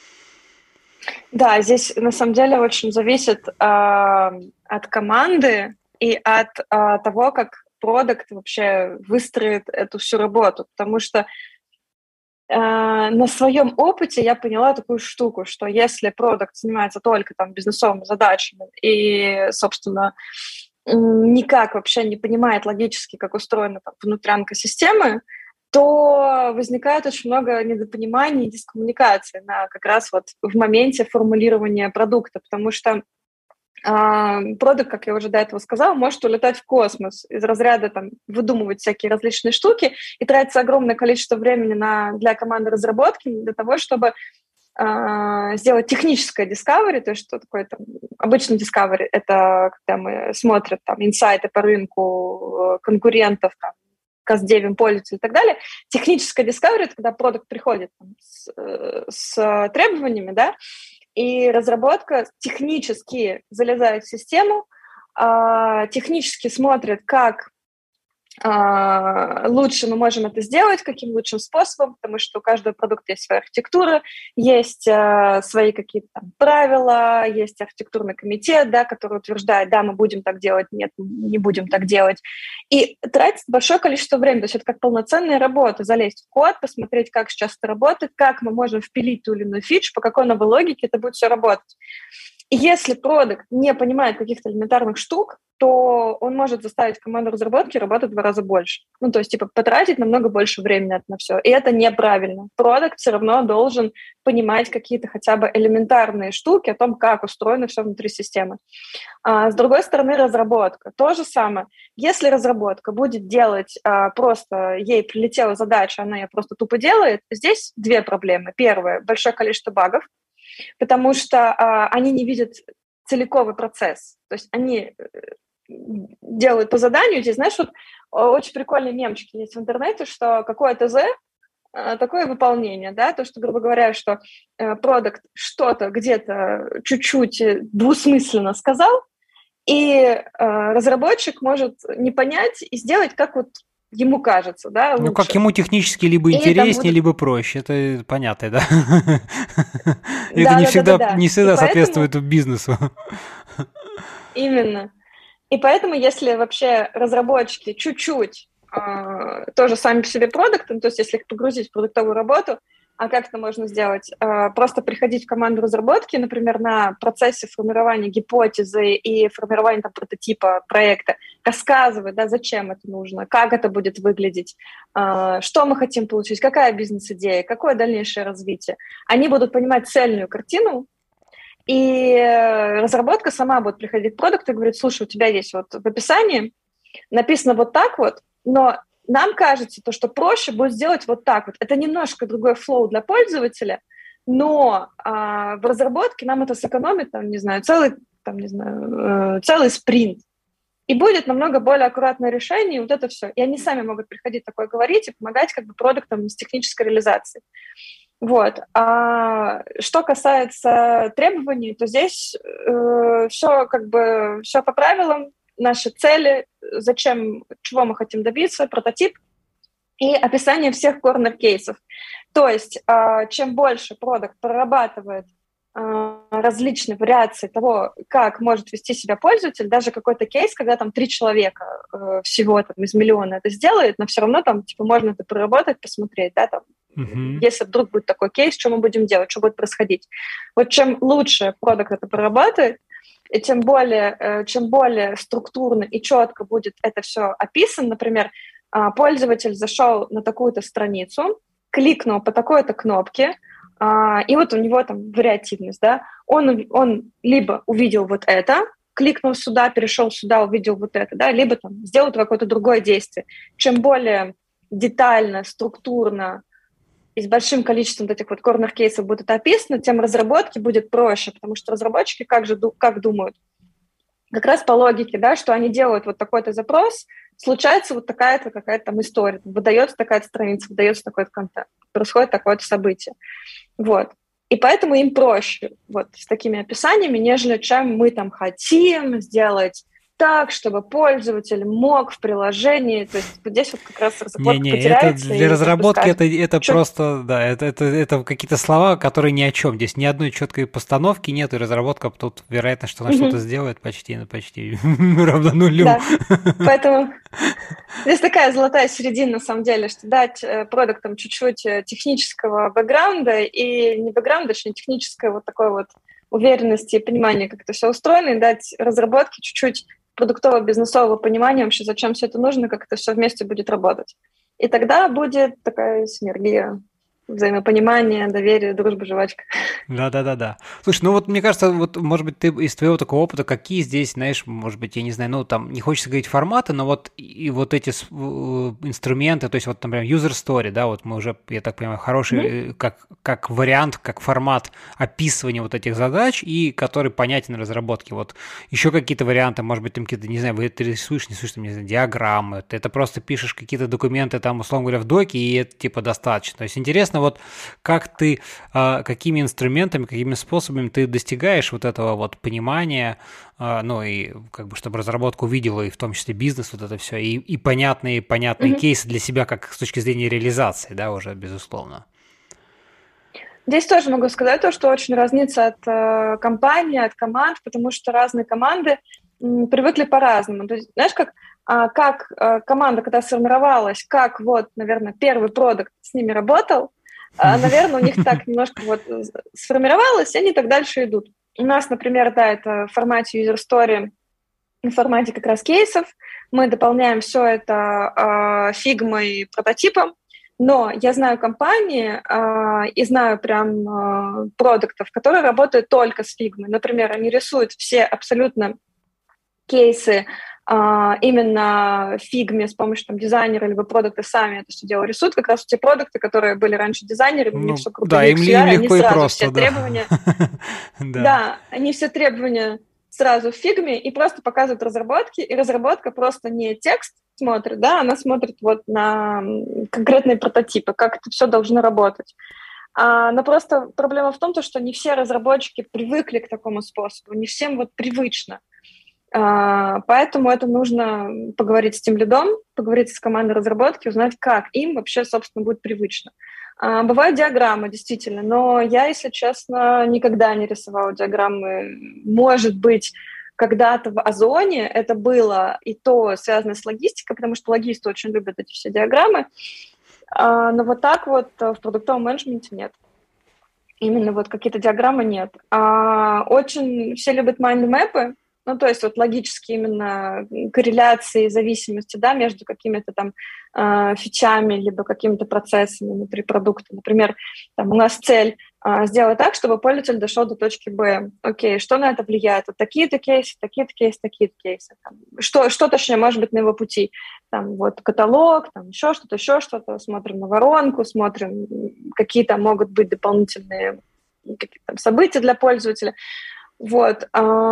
Да, здесь на самом деле очень зависит э, от команды и от э, того, как продакт вообще выстроит эту всю работу, потому что э, на своем опыте я поняла такую штуку, что если продакт занимается только там бизнесовыми задачами и, собственно, никак вообще не понимает логически, как устроена там внутрянка системы, то возникает очень много недопониманий и дискоммуникации на как раз вот в моменте формулирования продукта, потому что э, продукт, как я уже до этого сказала, может улетать в космос из разряда там выдумывать всякие различные штуки и тратится огромное количество времени на, для команды разработки для того, чтобы э, сделать техническое discovery, то есть что такое там обычный discovery, это когда мы смотрим там инсайты по рынку конкурентов, там, каздевим пользователей и так далее. Техническое discovery — это когда продукт приходит там, с, с требованиями, да, и разработка технически залезает в систему, э, технически смотрит, как э, лучше мы можем это сделать, каким лучшим способом, потому что у каждого продукта есть своя архитектура, есть э, свои какие-то там правила, есть архитектурный комитет, да, который утверждает, да, мы будем так делать, нет, не будем так делать. И тратить большое количество времени, то есть это как полноценная работа, залезть в код, посмотреть, как сейчас это работает, как мы можем впилить ту или иную фичу, по какой новой логике это будет все работать. И если продакт не понимает каких-то элементарных штук, то он может заставить команду разработки работать в два раза больше. Ну, то есть, типа, потратить намного больше времени на все. И это неправильно. Продакт все равно должен понимать какие-то хотя бы элементарные штуки о том, как устроено все внутри системы. А, с другой стороны, разработка. То же самое. Если разработка будет делать а, просто, ей прилетела задача, она ее просто тупо делает, здесь две проблемы. Первое — большое количество багов, потому что а, они не видят целиковый процесс. То есть они делают по заданию. Здесь, знаешь, вот очень прикольные мемчики есть в интернете, что какое ТЗ, такое выполнение, да, то, что, грубо говоря, что продакт что-то где-то чуть-чуть двусмысленно сказал, и разработчик может не понять и сделать, как вот ему кажется, да, лучше. Ну, как ему технически либо интереснее, будут... либо проще, это понятно, да? Это не всегда не всегда соответствует бизнесу. Именно. И поэтому, если вообще разработчики чуть-чуть э, тоже сами по себе продукты, то есть если их погрузить в продуктовую работу, а как это можно сделать? Э, просто приходить в команду разработки, например, на процессе формирования гипотезы и формирования там, прототипа проекта, рассказывать, да, зачем это нужно, как это будет выглядеть, э, что мы хотим получить, какая бизнес-идея, какое дальнейшее развитие. Они будут понимать цельную картину, и разработка сама будет приходить к продукту и говорит: слушай, у тебя есть вот в описании написано вот так вот, но нам кажется, то, что проще будет сделать вот так вот. Это немножко другой флоу для пользователя, но а, в разработке нам это сэкономит, там, не знаю, целый, там, не знаю, э, целый спринт. И будет намного более аккуратное решение, и вот это все. И они сами могут приходить такое говорить и помогать как бы продуктам с технической реализацией. Вот. А что касается требований, то здесь э, все как бы все по правилам, наши цели, зачем, чего мы хотим добиться, прототип и описание всех корнер-кейсов. То есть чем больше продакт прорабатывает различные вариации того, как может вести себя пользователь, даже какой-то кейс, когда там три человека э, всего там, из миллиона это сделает, но все равно там типа можно это проработать, посмотреть, да, там, uh-huh. если вдруг будет такой кейс, что мы будем делать, что будет происходить. Вот чем лучше продакт это прорабатывает, и тем более, э, чем более структурно и четко будет это все описано, например, э, пользователь зашел на такую-то страницу, кликнул по такой-то кнопке, Uh, и вот у него там вариативность, да, он, он либо увидел вот это, кликнул сюда, перешел сюда, увидел вот это, да, либо там сделал какое-то другое действие. Чем более детально, структурно и с большим количеством вот этих вот корнер-кейсов будет это описано, тем разработке будет проще, потому что разработчики как же как думают? Как раз по логике, да, что они делают вот такой-то запрос, случается вот такая-то какая-то там история, выдается такая-то страница, выдается такой-то контент, происходит такое-то событие. Вот. И поэтому им проще вот с такими описаниями, нежели чем мы там хотим сделать так, чтобы пользователь мог в приложении, то есть вот здесь вот как раз разработка не, не, потеряется. Это для разработки это, это Чё? просто, да, это, это, это какие-то слова, которые ни о чем. Здесь ни одной четкой постановки нет, и разработка тут, вероятно, что она mm-hmm. что-то сделает почти, почти равно нулю. Да, поэтому здесь такая золотая середина, на самом деле, что дать продуктам чуть-чуть технического бэкграунда и не бэкграунда, точнее, технической вот такой вот уверенности и понимания, как это все устроено, и дать разработке чуть-чуть продуктово-бизнесового понимания вообще, зачем все это нужно, как это все вместе будет работать. И тогда будет такая синергия, взаимопонимание, доверие, дружба, жвачка. Да-да-да-да. Слушай, ну вот мне кажется, вот, может быть, ты из твоего такого опыта, какие здесь, знаешь, может быть, я не знаю, ну там, не хочется говорить форматы, но вот и вот эти инструменты, то есть вот, например, user story, да, вот мы уже, я так понимаю, хороший, mm-hmm. как, как вариант, как формат описывания вот этих задач и который понятен разработке. Вот еще какие-то варианты, может быть, там какие-то, не знаю, ты рисуешь, не рисуешь, там, не знаю, диаграммы, ты это просто пишешь какие-то документы там, условно говоря, в доке, и это типа достаточно. То есть интересно, вот как ты, какими инструментами, какими способами ты достигаешь вот этого вот понимания, ну и как бы чтобы разработку увидела, и в том числе бизнес, вот это все, и, и понятные, понятные mm-hmm. кейсы для себя, как с точки зрения реализации, да, уже безусловно. Здесь тоже могу сказать то, что очень разнится от э, компании, от команд, потому что разные команды м, привыкли по-разному. То есть, знаешь, как а, как а, команда, когда сформировалась, как вот, наверное, первый продукт с ними работал, а, наверное, у них так немножко вот сформировалось, и они так дальше идут. У нас, например, да, это в формате user story, в формате как раз кейсов. Мы дополняем все это а, фигмой, прототипом, но я знаю компании а, и знаю прям а, продуктов, которые работают только с фигмой. Например, они рисуют все абсолютно кейсы Uh, именно в фигме с помощью там, дизайнера, либо продукты сами это все дело рисуют, как раз те продукты, которые были раньше дизайнерами, ну, у них все круто, да, им, им легко они и сразу просто, все да. требования, да, они все требования сразу в фигме и просто показывают разработки, и разработка просто не текст смотрит, да, она смотрит вот на конкретные прототипы, как это все должно работать. Uh, но просто проблема в том, что не все разработчики привыкли к такому способу, не всем вот привычно. Uh, поэтому это нужно поговорить с тимлидом, поговорить с командой разработки, узнать, как им вообще, собственно, будет привычно. Uh, бывают диаграммы, действительно, но я, если честно, никогда не рисовала диаграммы. Может быть, когда-то в Озоне это было и то связано с логистикой, потому что логисты очень любят эти все диаграммы, uh, но вот так вот в продуктовом менеджменте нет. Именно вот какие-то диаграммы нет. Uh, очень все любят майндмэпы. Ну, то есть вот логические именно корреляции, зависимости, да, между какими-то там э, фичами, либо какими-то процессами внутри продукта. Например, там у нас цель э, сделать так, чтобы пользователь дошел до точки Б. Окей, что на это влияет? Вот такие-то кейсы, такие-то кейсы, такие-то кейсы. Там, что, что, точнее, может быть на его пути? Там вот каталог, там еще что-то, еще что-то. Смотрим на воронку, смотрим, какие там могут быть дополнительные какие-то там события для пользователя. Вот,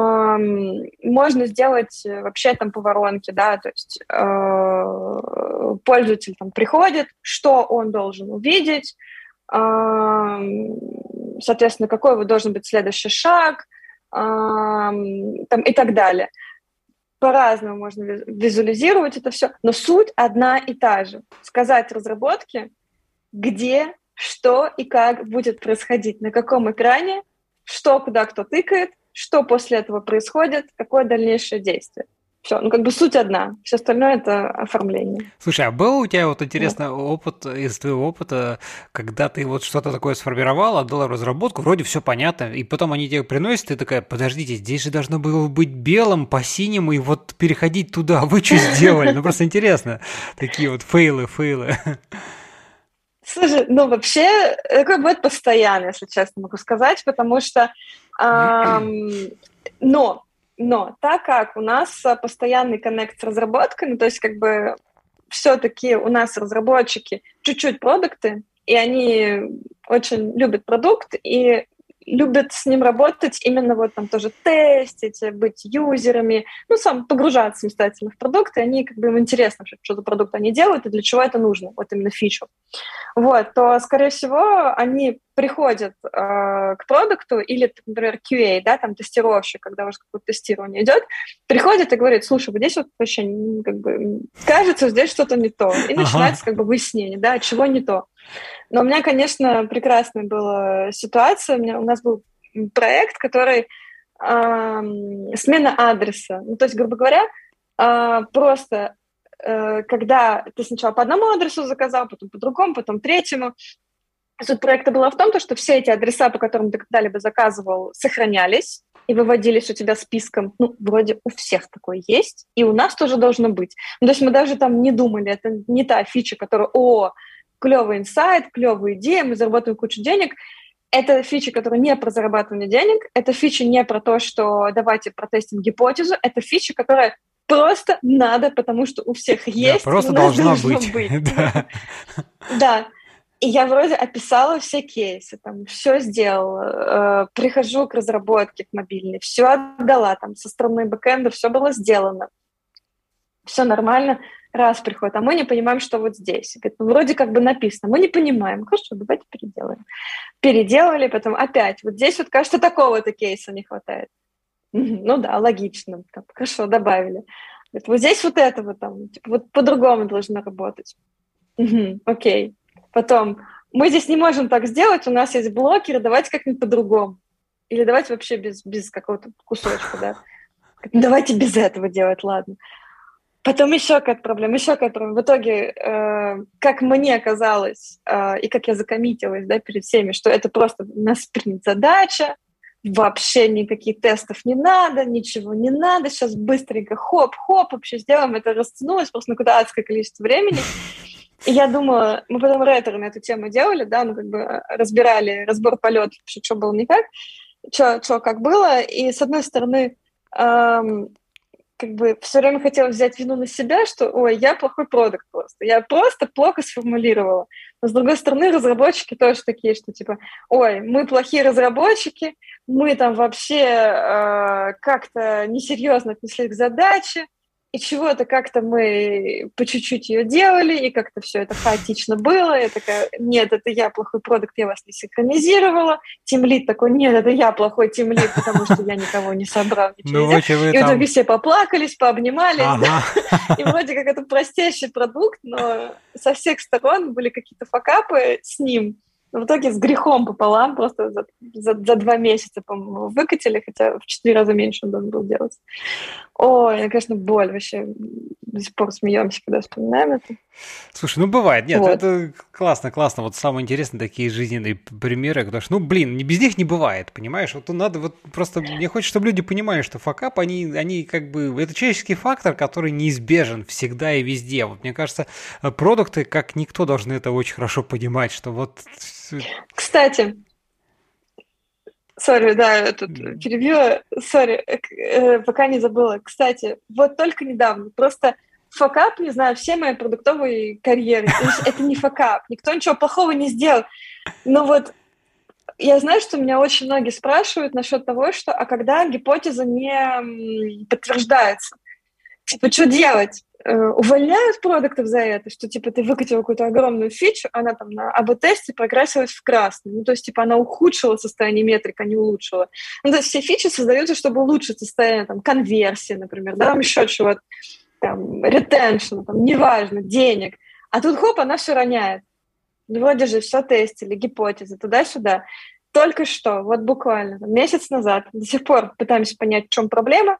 эм, можно сделать вообще там по воронке, да, то есть э, пользователь там приходит, что он должен увидеть, эм, соответственно, какой его должен быть следующий шаг, эм, там, и так далее. по-разному можно визуализировать это все, но суть одна и та же. Сказать разработке, где, что и как будет происходить, на каком экране, что куда кто тыкает, что после этого происходит, какое дальнейшее действие. Все, ну как бы суть одна, все остальное это оформление. Слушай, а был у тебя вот интересный вот. опыт из твоего опыта, когда ты вот что-то такое сформировал, отдал разработку, вроде все понятно, и потом они тебе приносят, и ты такая, подождите, здесь же должно было быть белым по синему, и вот переходить туда, вы что сделали? Ну просто интересно, такие вот фейлы, фейлы. Слушай, ну вообще, такое будет постоянно, если честно могу сказать, потому что, эм, но, но так как у нас постоянный коннект с разработкой, ну то есть как бы все-таки у нас разработчики чуть-чуть продукты, и они очень любят продукт, и любят с ним работать, именно вот там тоже тестить, быть юзерами, ну, сам погружаться самостоятельно в продукт, и они, как бы, им интересно, что за продукт они делают и для чего это нужно, вот именно фичу. Вот, то, скорее всего, они приходят э, к продукту, или, например, кью эй, да, там, тестировщик, когда уже какое-то тестирование идет, приходит и говорит, слушай, вот здесь вот вообще, как бы, кажется, здесь что-то не то, и ага. начинается, как бы, выяснение, да, чего не то. Но у меня, конечно, прекрасная была ситуация. У, меня, у нас был проект, который э, смена адреса. Ну, то есть, грубо говоря, э, просто э, когда ты сначала по одному адресу заказал, потом по другому, потом третьему. Суть проекта была в том, что все эти адреса, по которым ты когда-либо заказывал, сохранялись и выводились у тебя списком. Ну, вроде у всех такое есть, и у нас тоже должно быть. Ну, то есть мы даже там не думали, это не та фича, которая, о, клевый инсайт, клевая идея, мы заработаем кучу денег. Это фича, которая не про зарабатывание денег, это фича не про то, что давайте протестим гипотезу, это фича, которая просто надо, потому что у всех есть, да, просто и у нас должна должно быть. быть. Да. Да. И я вроде описала все кейсы, там, все сделала, э, прихожу к разработке, к мобильной, все отдала, там, со стороны бэкэнда все было сделано, все нормально. Раз приходит, а мы не понимаем, что вот здесь. Говорит, ну, вроде как бы написано, мы не понимаем. Хорошо, давайте переделаем. Переделали, потом опять. Вот здесь вот, кажется, такого-то кейса не хватает. Ну да, логично. Там, хорошо, добавили. Говорит, вот здесь вот этого там, типа, вот по-другому должно работать. Угу, окей. Потом, мы здесь не можем так сделать, у нас есть блокеры, давайте как-нибудь по-другому. Или давайте вообще без, без какого-то кусочка, да. Давайте без этого делать, ладно. Потом еще какая-то проблема, еще какая-то проблема. В итоге, э, как мне казалось, э, и как я закоммитилась, да, перед всеми, что это просто на спринт задача, вообще никаких тестов не надо, ничего не надо, сейчас быстренько хоп-хоп, вообще сделаем, это растянулось просто на куда адское количество времени. И я думала, мы потом ретро на эту тему делали, да, ну как бы разбирали разбор полетов, что было не как, что как было, и с одной стороны, эм, как бы все время хотела взять вину на себя, что, ой, я плохой продукт просто, я просто плохо сформулировала. Но, с другой стороны, разработчики тоже такие, что типа, ой, мы плохие разработчики, мы там вообще э, как-то несерьезно отнеслись к задаче, и чего-то как-то мы по чуть-чуть ее делали, и как-то все это хаотично было. Я такая, нет, это я плохой продукт, я вас не синхронизировала. Тимлид такой, нет, это я плохой тимлид, потому что я никого не собрал, ничего ну, не делал. И в там... итоге все поплакались, пообнимались. Ага. Да? И вроде как это простейший продукт, но со всех сторон были какие-то факапы с ним. Но в итоге с грехом пополам просто за, за, за два месяца, по-моему, выкатили, хотя в четыре раза меньше он должен был делать. Ой, конечно, боль вообще. До сих пор смеемся, когда вспоминаем это. Слушай, ну бывает, нет, вот. Это классно, классно. Вот самые интересные такие жизненные примеры, потому что, ну, блин, не без них не бывает, понимаешь? Вот надо вот просто, мне хочется, чтобы люди понимали, что факап, они, они как бы, это человеческий фактор, который неизбежен всегда и везде. Вот мне кажется, продукты, как никто, должны это очень хорошо понимать, что вот... Кстати, сори, да, я тут перебила, сори, э, пока не забыла. Кстати, вот только недавно, просто факап, не знаю, все мои продуктовые карьеры, то есть это не факап, никто ничего плохого не сделал, но вот я знаю, что меня очень многие спрашивают насчет того, что, а когда гипотеза не подтверждается, типа, что делать? увольняют продуктов за это, что, типа, ты выкатила какую-то огромную фичу, она там на эй би-тесте прокрасилась в красный. Ну, то есть, типа, она ухудшила состояние метрик, а не улучшила. Ну, то есть все фичи создаются, чтобы улучшить состояние, там, конверсии, например, да, там еще чего-то, там, ретеншн, там, неважно, денег. А тут, хоп, она все роняет. Ну, вроде же все тестили, гипотезы, туда-сюда. Только что, вот буквально там, месяц назад, до сих пор пытаемся понять, в чем проблема.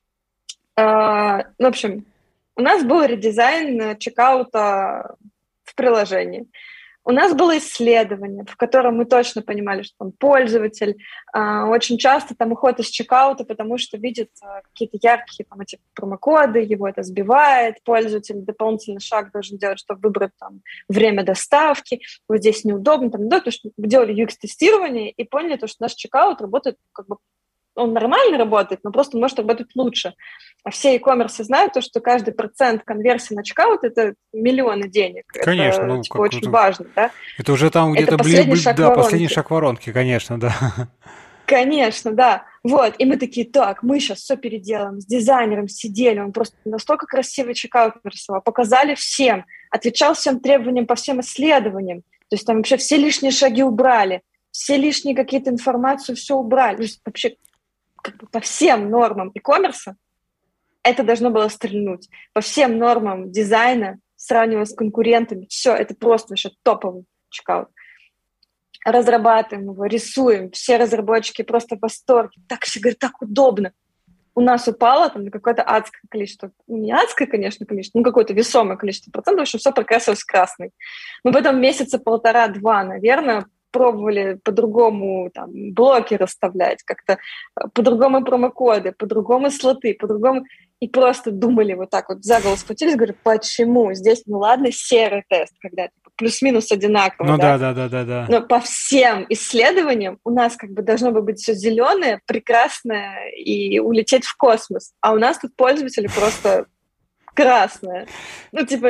А, в общем, у нас был редизайн чекаута в приложении. У нас было исследование, в котором мы точно понимали, что там пользователь а, очень часто там уходит из чекаута, потому что видит а, какие-то яркие там, эти промокоды, его это сбивает, пользователь дополнительный шаг должен делать, чтобы выбрать там время доставки, вот здесь неудобно, там, да, то, что мы делали ю экс-тестирование и поняли, то, что наш чекаут работает как бы он нормально работает, но просто может работать лучше. А все e-commerce знают то, что каждый процент конверсии на чекаут – это миллионы денег. Конечно, это, ну, типа, как очень это... важно, да? Это уже там где-то последний блин, шаг да, воронки. последний шаг воронки, конечно, да. Конечно, да. Вот, и мы такие, так, мы сейчас все переделаем. С дизайнером сидели, он просто настолько красивый чекаут нарисовал, показали всем, отвечал всем требованиям по всем исследованиям. То есть там вообще все лишние шаги убрали, все лишние какие-то информацию все убрали. То есть вообще как бы по всем нормам e-commerce это должно было стрельнуть. По всем нормам дизайна, сравнивая с конкурентами, все, это просто вообще топовый чекаут. Разрабатываем его, рисуем, все разработчики просто в восторге. Так все говорят, так удобно. У нас упало там на какое-то адское количество, не адское, конечно, количество, но какое-то весомое количество процентов, в общем, все прокрасилось в красный. Мы потом месяца полтора-два, наверное, пробовали по-другому там, блоки расставлять, как-то по-другому промокоды, по-другому слоты, по-другому... И просто думали вот так вот, за голову схватились, говорю, почему? Здесь, ну ладно, серый тест, когда типа, плюс-минус одинаково, ну, да? да, да, да, да, да. Но по всем исследованиям у нас как бы должно быть все зеленое, прекрасное и улететь в космос. А у нас тут пользователи просто красное. Ну, типа,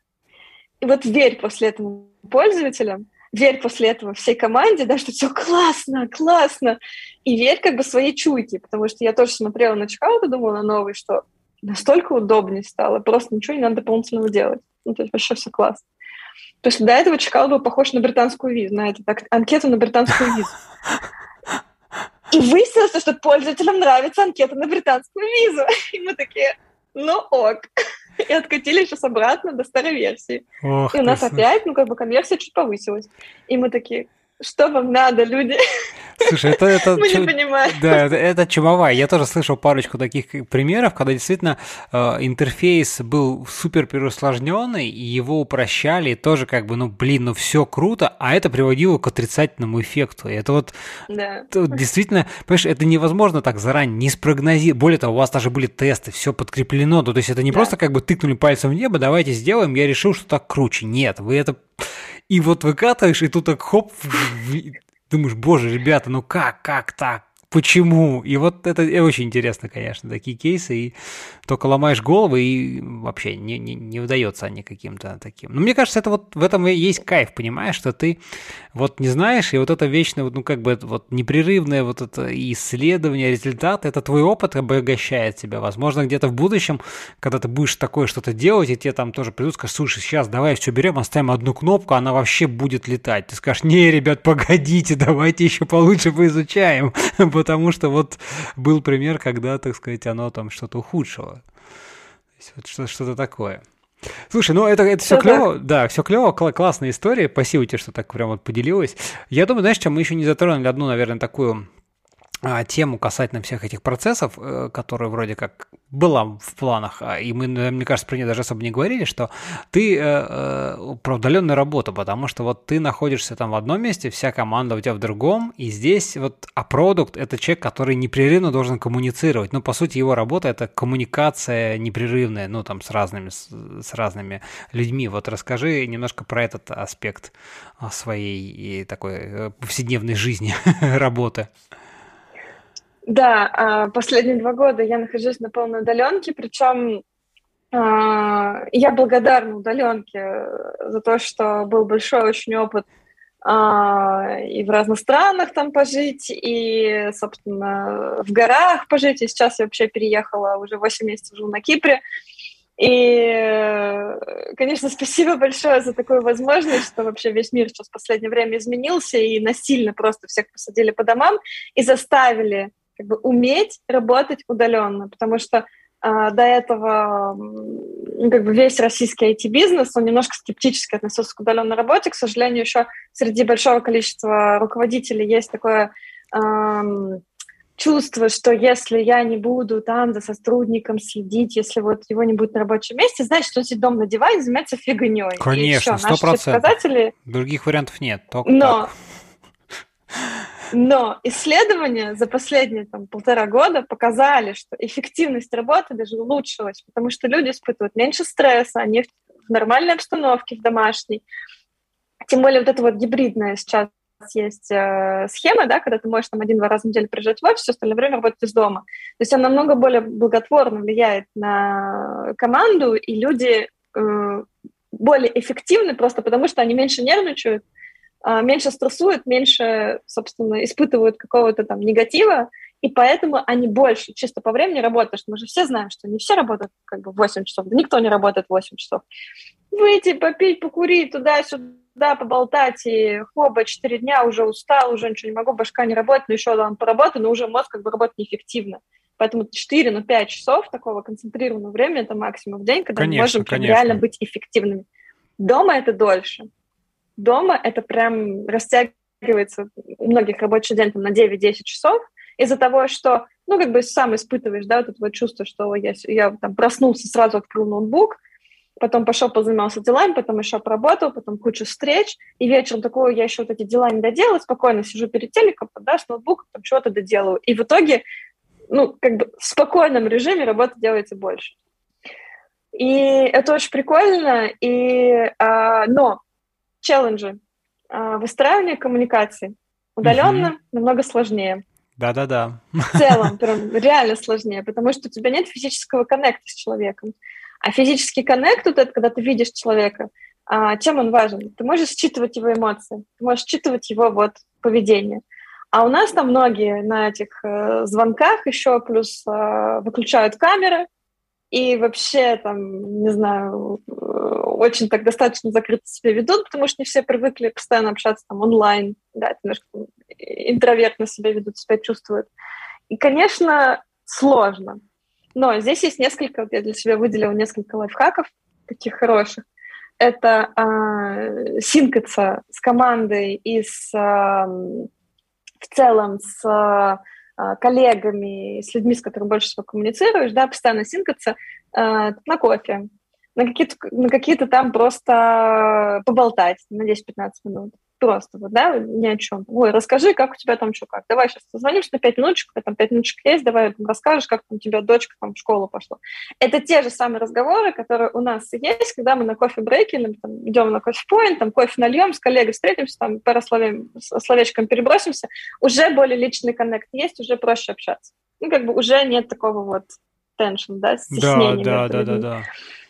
и вот верь после этого пользователям, верь после этого всей команде, да, что все классно, классно, и верь как бы своей чуйке, потому что я тоже смотрела на чекаут и думала на новый, что настолько удобнее стало, просто ничего не надо дополнительного делать. Ну, то есть вообще все классно. То есть до этого чекаут был похож на британскую визу, на это, так, анкету на британскую визу. И выяснилось, что пользователям нравится анкета на британскую визу. И мы такие, ну ок. И откатили сейчас обратно до старой версии. Ох, и у нас ты... опять, ну, как бы конверсия чуть повысилась. И мы такие, что вам надо, люди? Слушай, это... это Мы чу... не понимаем. Да, это, это чумовая. Я тоже слышал парочку таких примеров, когда действительно э, интерфейс был супер переусложненный, и его упрощали, и тоже как бы, ну, блин, ну все круто, а это приводило к отрицательному эффекту. И это вот, да. это вот действительно, понимаешь, это невозможно так заранее не спрогнозировать. Более того, у вас даже были тесты, все подкреплено. То есть это не да. просто как бы тыкнули пальцем в небо, давайте сделаем, я решил, что так круче. Нет, вы это... И вот выкатываешь, и тут так хоп, думаешь, боже, ребята, ну как, как так? Почему? И вот это очень интересно, конечно, такие кейсы, и только ломаешь голову, и вообще не, не, не удается они каким-то таким. Но мне кажется, это вот в этом и есть кайф, понимаешь, что ты вот не знаешь, и вот это вечное, ну как бы вот непрерывное вот это исследование, результат, это твой опыт обогащает тебя. Возможно, где-то в будущем, когда ты будешь такое что-то делать, и тебе там тоже придут, скажут, слушай, сейчас давай все берем, оставим одну кнопку, она вообще будет летать. Ты скажешь, не, ребят, погодите, давайте еще получше поизучаем, потому что вот был пример, когда, так сказать, оно там что-то ухудшило. То есть вот что- что-то такое. Слушай, ну это, это все Всё клево, да, все клево, кла- классная история. Спасибо тебе, что так прям вот поделилась. Я думаю, знаешь, что мы еще не затронули одну, наверное, такую а, тему касательно всех этих процессов, э, которые вроде как была в планах, а, и мы, мне кажется, про нее даже особо не говорили, что ты э, э, про удаленную работу, потому что вот ты находишься там в одном месте, вся команда у тебя в другом, и здесь вот, а продукт — это человек, который непрерывно должен коммуницировать. Ну, по сути, его работа — это коммуникация непрерывная, ну, там, с разными, с, с разными людьми. Вот расскажи немножко про этот аспект а, своей и такой э, повседневной жизни, работы. Да, а, последние два года я нахожусь на полной удаленке, причем а, я благодарна удаленке за то, что был большой очень опыт а, и в разных странах там пожить, и, собственно, в горах пожить. И сейчас я вообще переехала, уже восемь месяцев живу на Кипре. И, конечно, спасибо большое за такую возможность, что вообще весь мир сейчас в последнее время изменился, и насильно просто всех посадили по домам и заставили как бы уметь работать удаленно, потому что а, до этого ну, как бы весь российский ай ти-бизнес, он немножко скептически относился к удаленной работе. К сожалению, еще среди большого количества руководителей есть такое... Эм, чувство, что если я не буду там за сотрудником следить, если вот его не будет на рабочем месте, значит, он сидит дома на диване, занимается фигней. Конечно, сто процентов. Показатели... Других вариантов нет, только Но... так. Но исследования за последние там, полтора года показали, что эффективность работы даже улучшилась, потому что люди испытывают меньше стресса, они в нормальной обстановке, в домашней. Тем более вот это вот гибридное сейчас есть э, схема, да, когда ты можешь там один-два раза в неделю приезжать в офис, все остальное время работать из дома. То есть она намного более благотворно влияет на команду, и люди э, более эффективны просто потому, что они меньше нервничают, э, меньше стрессуют, меньше, собственно, испытывают какого-то там негатива, и поэтому они больше чисто по времени работают, потому что мы же все знаем, что не все работают как бы восемь часов, да никто не работает восемь часов. Выйти, попить, покурить, туда-сюда, да, поболтать, и хоба, четыре дня, уже устал, уже ничего не могу, башка не работает, но еще там поработаю, но уже мозг как бы работает неэффективно. Поэтому четыре, ну, пять часов такого концентрированного времени – это максимум в день, когда конечно, мы можем прям реально быть эффективными. Дома это дольше. Дома это прям растягивается у многих рабочий день там, на девять-десять часов из-за того, что, ну, как бы сам испытываешь, да, вот это вот чувство, что я, я там проснулся, сразу открыл ноутбук, потом пошел, позанимался делами, потом еще поработал, потом кучу встреч, и вечером такого я еще вот эти дела не доделала, спокойно сижу перед телеком, да, с ноутбуком, там чего-то доделаю. И в итоге, ну, как бы в спокойном режиме работа делается больше. И это очень прикольно, и, а, но челленджи а, выстраивания коммуникации удаленно mm-hmm. намного сложнее. Да-да-да. В целом, прям реально сложнее, потому что у тебя нет физического коннекта с человеком. А физический коннект, вот это, когда ты видишь человека, а, чем он важен? Ты можешь считывать его эмоции, ты можешь считывать его вот, поведение. А у нас там многие на этих э, звонках еще плюс э, выключают камеры и вообще там, не знаю, э, очень так достаточно закрыто себя ведут, потому что не все привыкли постоянно общаться там онлайн, да, немножко там, интровертно себя ведут, себя чувствуют. И, конечно, сложно. Но здесь есть несколько, вот я для себя выделила несколько лайфхаков, таких хороших. Это э, синкаться с командой и с, э, в целом с э, коллегами, с людьми, с которыми больше всего коммуницируешь, да, постоянно синкаться э, на кофе, на какие-то, на какие-то там просто поболтать на десять-пятнадцать минут. Просто вот, да, ни о чем. Ой, расскажи, как у тебя там что, как. Давай сейчас созвонимся на пять минуточек, там пять минуточек есть, давай там, расскажешь, как там у тебя дочка там в школу пошла. Это те же самые разговоры, которые у нас есть, когда мы на кофе-брейке или там, идем на кофе-поинт, там кофе нальем, с коллегой встретимся, там пару слове, словечком перебросимся, уже более личный коннект есть, уже проще общаться. Ну, как бы уже нет такого вот tension, да, стеснения. Да, да, да, да, да.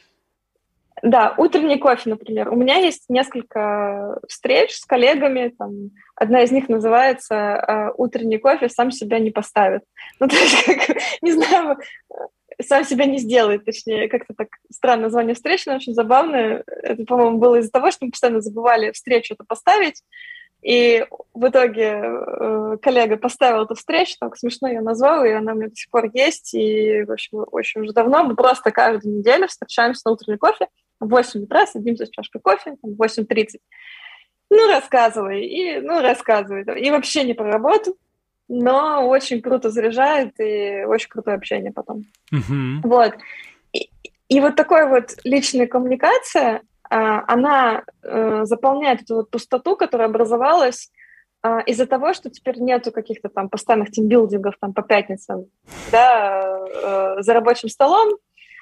Да, утренний кофе, например. У меня есть несколько встреч с коллегами. Там, одна из них называется э, «Утренний кофе сам себя не поставит». Ну, то есть, как, не знаю, сам себя не сделает, точнее. Как-то так странное название встречи, но очень забавное. Это, по-моему, было из-за того, что мы постоянно забывали встречу-то поставить. И в итоге э, коллега поставил эту встречу, так смешно ее назвала, и она у меня до сих пор есть. И, в общем, очень уже давно мы просто каждую неделю встречаемся на утренний кофе. В восемь утра садимся с чашкой кофе, в восемь тридцать. Ну, рассказывай, и, ну, рассказывай. И вообще не про работу, но очень круто заряжает, и очень крутое общение потом. Mm-hmm. Вот. И, и вот такая вот личная коммуникация, она заполняет эту вот пустоту, которая образовалась из-за того, что теперь нету каких-то там постоянных тимбилдингов там по пятницам, да, за рабочим столом,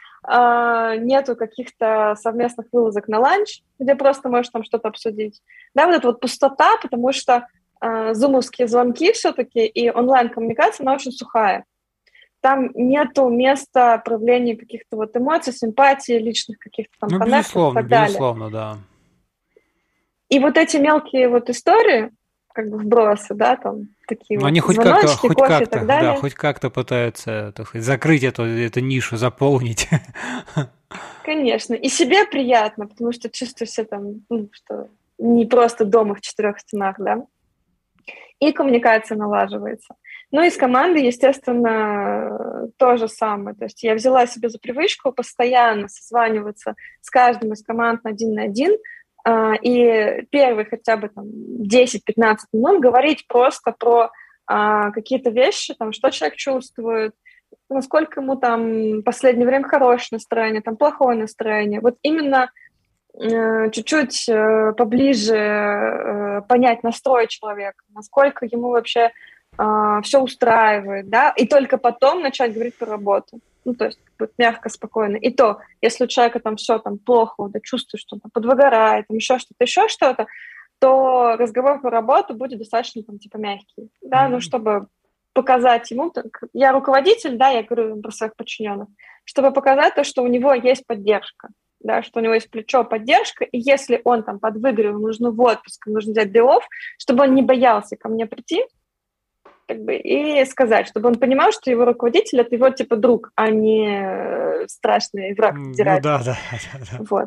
нету каких-то совместных вылазок на ланч, где просто можешь там что-то обсудить. Да, вот эта вот пустота, потому что э, зумовские звонки все-таки и онлайн-коммуникация, она очень сухая. Там нету места проявления каких-то вот эмоций, симпатий, личных каких-то там ну, коннектов безусловно, и так далее. Безусловно, да. И вот эти мелкие вот истории, как бы вбросы, да, там такие Но вот они хоть звоночки, как-то, хоть кофе как-то, и так далее. да, хоть как-то пытаются, так сказать, закрыть эту, эту нишу, заполнить. Конечно. И себе приятно, потому что чувствуешь там, ну, что не просто дома в четырех стенах, да. И коммуникация налаживается. Ну и с командой, естественно, то же самое. То есть я взяла себе за привычку постоянно созваниваться с каждым из команд один на один, и первые хотя бы там десять-пятнадцать минут говорить просто про какие-то вещи, там, что человек чувствует, насколько ему там в последнее время хорошее настроение, там плохое настроение. Вот именно э, чуть-чуть э, поближе э, понять настрой человека, насколько ему вообще э, все устраивает, да, и только потом начать говорить про работу. Ну, то есть вот, мягко, спокойно. И то, если у человека там все там плохо, да, чувствует, что он там подвыгорает, там еще что-то, еще что-то, то разговор про работу будет достаточно там типа мягкий, да, mm-hmm. ну, чтобы показать ему, так, я руководитель, да, я говорю про своих подчиненных, чтобы показать то, что у него есть поддержка, да, что у него есть плечо, поддержка, и если он там подвыгорел, нужно в отпуск, нужно взять day-off, чтобы он не боялся ко мне прийти, как бы, и сказать, чтобы он понимал, что его руководитель – это его, типа, друг, а не страшный враг. Ну, да, да, да, да. Вот.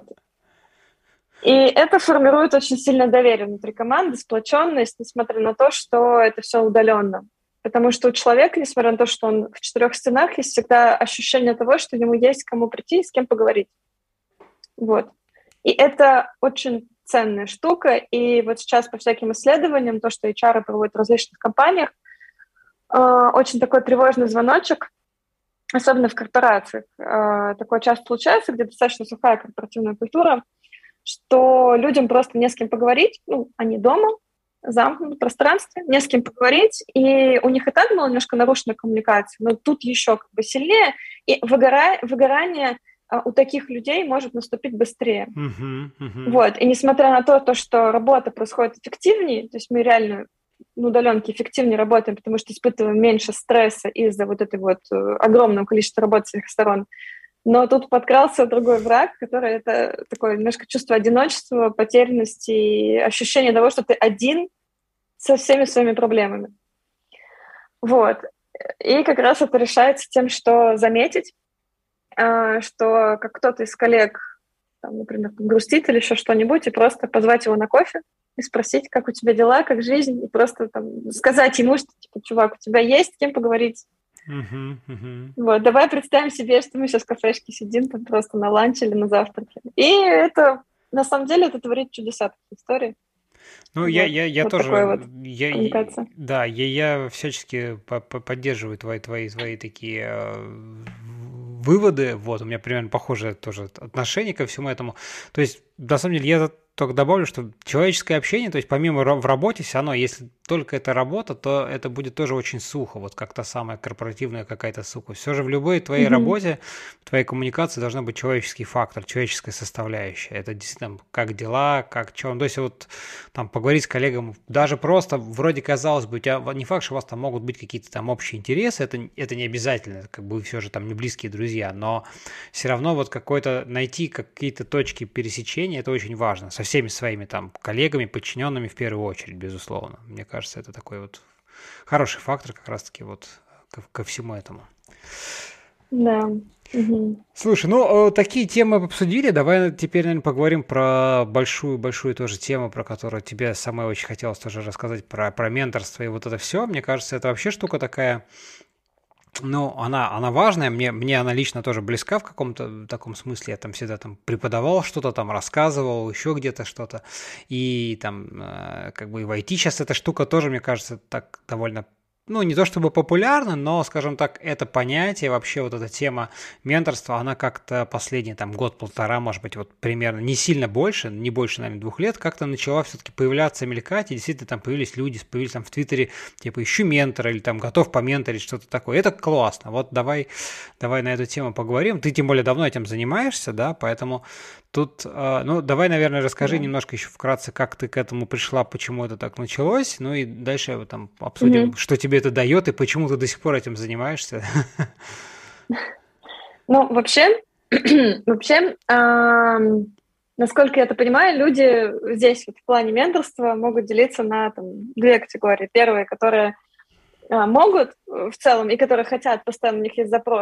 И это формирует очень сильное доверие внутри команды, сплоченность, несмотря на то, что это все удаленно. Потому что у человека, несмотря на то, что он в четырех стенах, есть всегда ощущение того, что ему есть к кому прийти и с кем поговорить. Вот. И это очень ценная штука. И вот сейчас по всяким исследованиям, то, что эйч ар проводят в различных компаниях, очень такой тревожный звоночек, особенно в корпорациях. Такое часто случается, где достаточно сухая корпоративная культура, что людям просто не с кем поговорить, ну, они дома, замкнутом пространстве, не с кем поговорить, и у них и так была немножко нарушена коммуникация, но тут еще как бы сильнее, и выгора... выгорание а, у таких людей может наступить быстрее. Uh-huh, uh-huh. Вот, и несмотря на то, то, что работа происходит эффективнее, то есть мы реально на удаленке эффективнее работаем, потому что испытываем меньше стресса из-за вот этой вот огромного количества работы с всех сторон, но тут подкрался другой враг, который это такое немножко чувство одиночества, потерянности и ощущение того, что ты один со всеми своими проблемами. Вот. И как раз это решается тем, что заметить, что как кто-то из коллег, там, например, грустит или еще что-нибудь, и просто позвать его на кофе и спросить, как у тебя дела, как жизнь, и просто там, сказать ему, что, типа, чувак, у тебя есть с кем поговорить. Uh-huh, uh-huh. Вот, давай представим себе, что мы сейчас в кафешке сидим, там просто на ланче или на завтраке. И это, на самом деле, это творит чудеса, такие истории. Ну, вот, я, я, я вот тоже, вот я, да, я, я всячески поддерживаю твои, твои, твои такие э, выводы, вот, у меня примерно похожее тоже отношение ко всему этому. То есть, на самом деле, я только добавлю, что человеческое общение, то есть помимо в работе, все равно, если только это работа, то это будет тоже очень сухо, вот как та самая корпоративная какая-то сука. Все же в любой твоей mm-hmm. работе, в твоей коммуникации должна быть человеческий фактор, человеческая составляющая. Это действительно как дела, как что. Ну, то есть вот там поговорить с коллегом, даже просто вроде казалось бы, у тебя не факт, что у вас там могут быть какие-то там общие интересы, это, это не обязательно, как бы вы все же там не близкие друзья, но все равно вот какой-то найти какие-то точки пересечения, это очень важно. Со всеми своими там коллегами, подчиненными в первую очередь, безусловно. Мне кажется, это такой вот хороший фактор как раз-таки вот ко, ко всему этому. Да. Угу. Слушай, ну такие темы обсудили, давай теперь, наверное, поговорим про большую-большую тоже тему, про которую тебе самой очень хотелось тоже рассказать, про, про менторство и вот это все. Мне кажется, это вообще штука такая. Ну, она, она важная, мне, мне она лично тоже близка в каком-то таком смысле, я там всегда там преподавал что-то, там рассказывал, еще где-то что-то, и там э, как бы и в ай ти сейчас эта штука тоже, мне кажется, так довольно, ну, не то чтобы популярна, но, скажем так, это понятие, вообще вот эта тема менторства, она как-то последний там год-полтора, может быть, вот примерно, не сильно больше, не больше, наверное, двух лет, как-то начала все-таки появляться, мелькать, и действительно там появились люди, появились там в Твиттере, типа, ищу ментора, или там готов поменторить, что-то такое. Это классно. Вот давай, давай на эту тему поговорим. Ты, тем более, давно этим занимаешься, да, поэтому тут, ну, давай, наверное, расскажи да. немножко еще вкратце, как ты к этому пришла, почему это так началось, ну и дальше там обсудим, mm-hmm. что тебе это дает и почему ты до сих пор этим занимаешься. Ну, вообще, вообще, эм, насколько я это понимаю, люди здесь вот в плане менторства могут делиться на там, две категории. Первые, которые э, могут в целом и которые хотят, постоянно у них есть запрос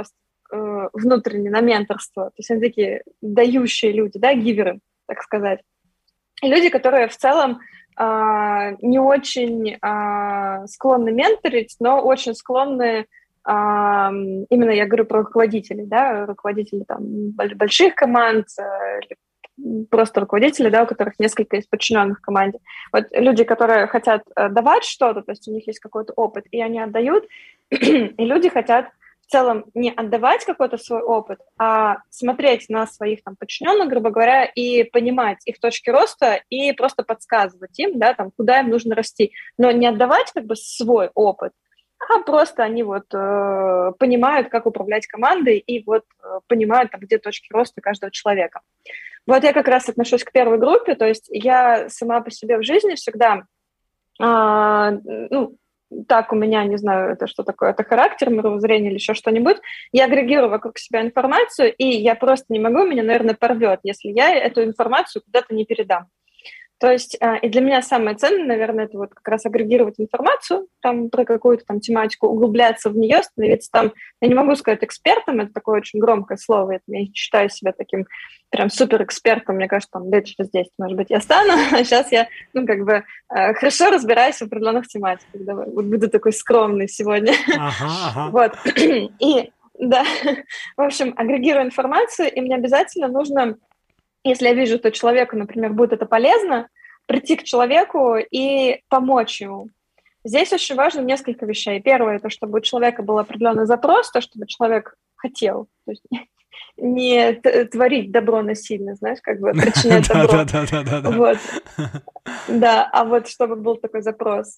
э, внутренне на менторство. То есть они такие дающие люди, да, гиверы, так сказать. И люди, которые в целом э, не очень э, склонны менторить, но очень склонны, э, именно я говорю про руководителей, да, руководителей там, больших команд, э, просто руководители, да, у которых несколько из подчиненных в команде. Вот люди, которые хотят э, давать что-то, то есть у них есть какой-то опыт, и они отдают, и люди хотят в целом не отдавать какой-то свой опыт, а смотреть на своих там подчиненных, грубо говоря, и понимать их точки роста и просто подсказывать им, да, там, куда им нужно расти, но не отдавать как бы свой опыт, а просто они вот э, понимают, как управлять командой и вот э, понимают, там, где точки роста каждого человека. Вот я как раз отношусь к первой группе, то есть я сама по себе в жизни всегда, э, ну, так у меня, не знаю, это что такое, это характер, мировоззрение или еще что-нибудь, я агрегирую вокруг себя информацию, и я просто не могу, меня, наверное, порвет, если я эту информацию куда-то не передам. То есть и для меня самое ценное, наверное, это вот как раз агрегировать информацию там, про какую-то там тематику, углубляться в нее, становиться там, я не могу сказать экспертом, это такое очень громкое слово, я не считаю себя таким прям суперэкспертом, мне кажется, там лет через десять, может быть, я стану, а сейчас я, ну, как бы, хорошо разбираюсь в определенных тематиках, давай, вот буду такой скромный сегодня. Ага, ага. Вот, и, да, в общем, агрегирую информацию, и мне обязательно нужно, если я вижу, что человеку, например, будет это полезно, прийти к человеку и помочь ему. Здесь очень важно несколько вещей. Первое, это чтобы у человека был определенный запрос, то, чтобы человек хотел. То есть не творить добро насильно, знаешь, как бы причинять добро. Да-да-да. Вот. Да, а вот чтобы был такой запрос.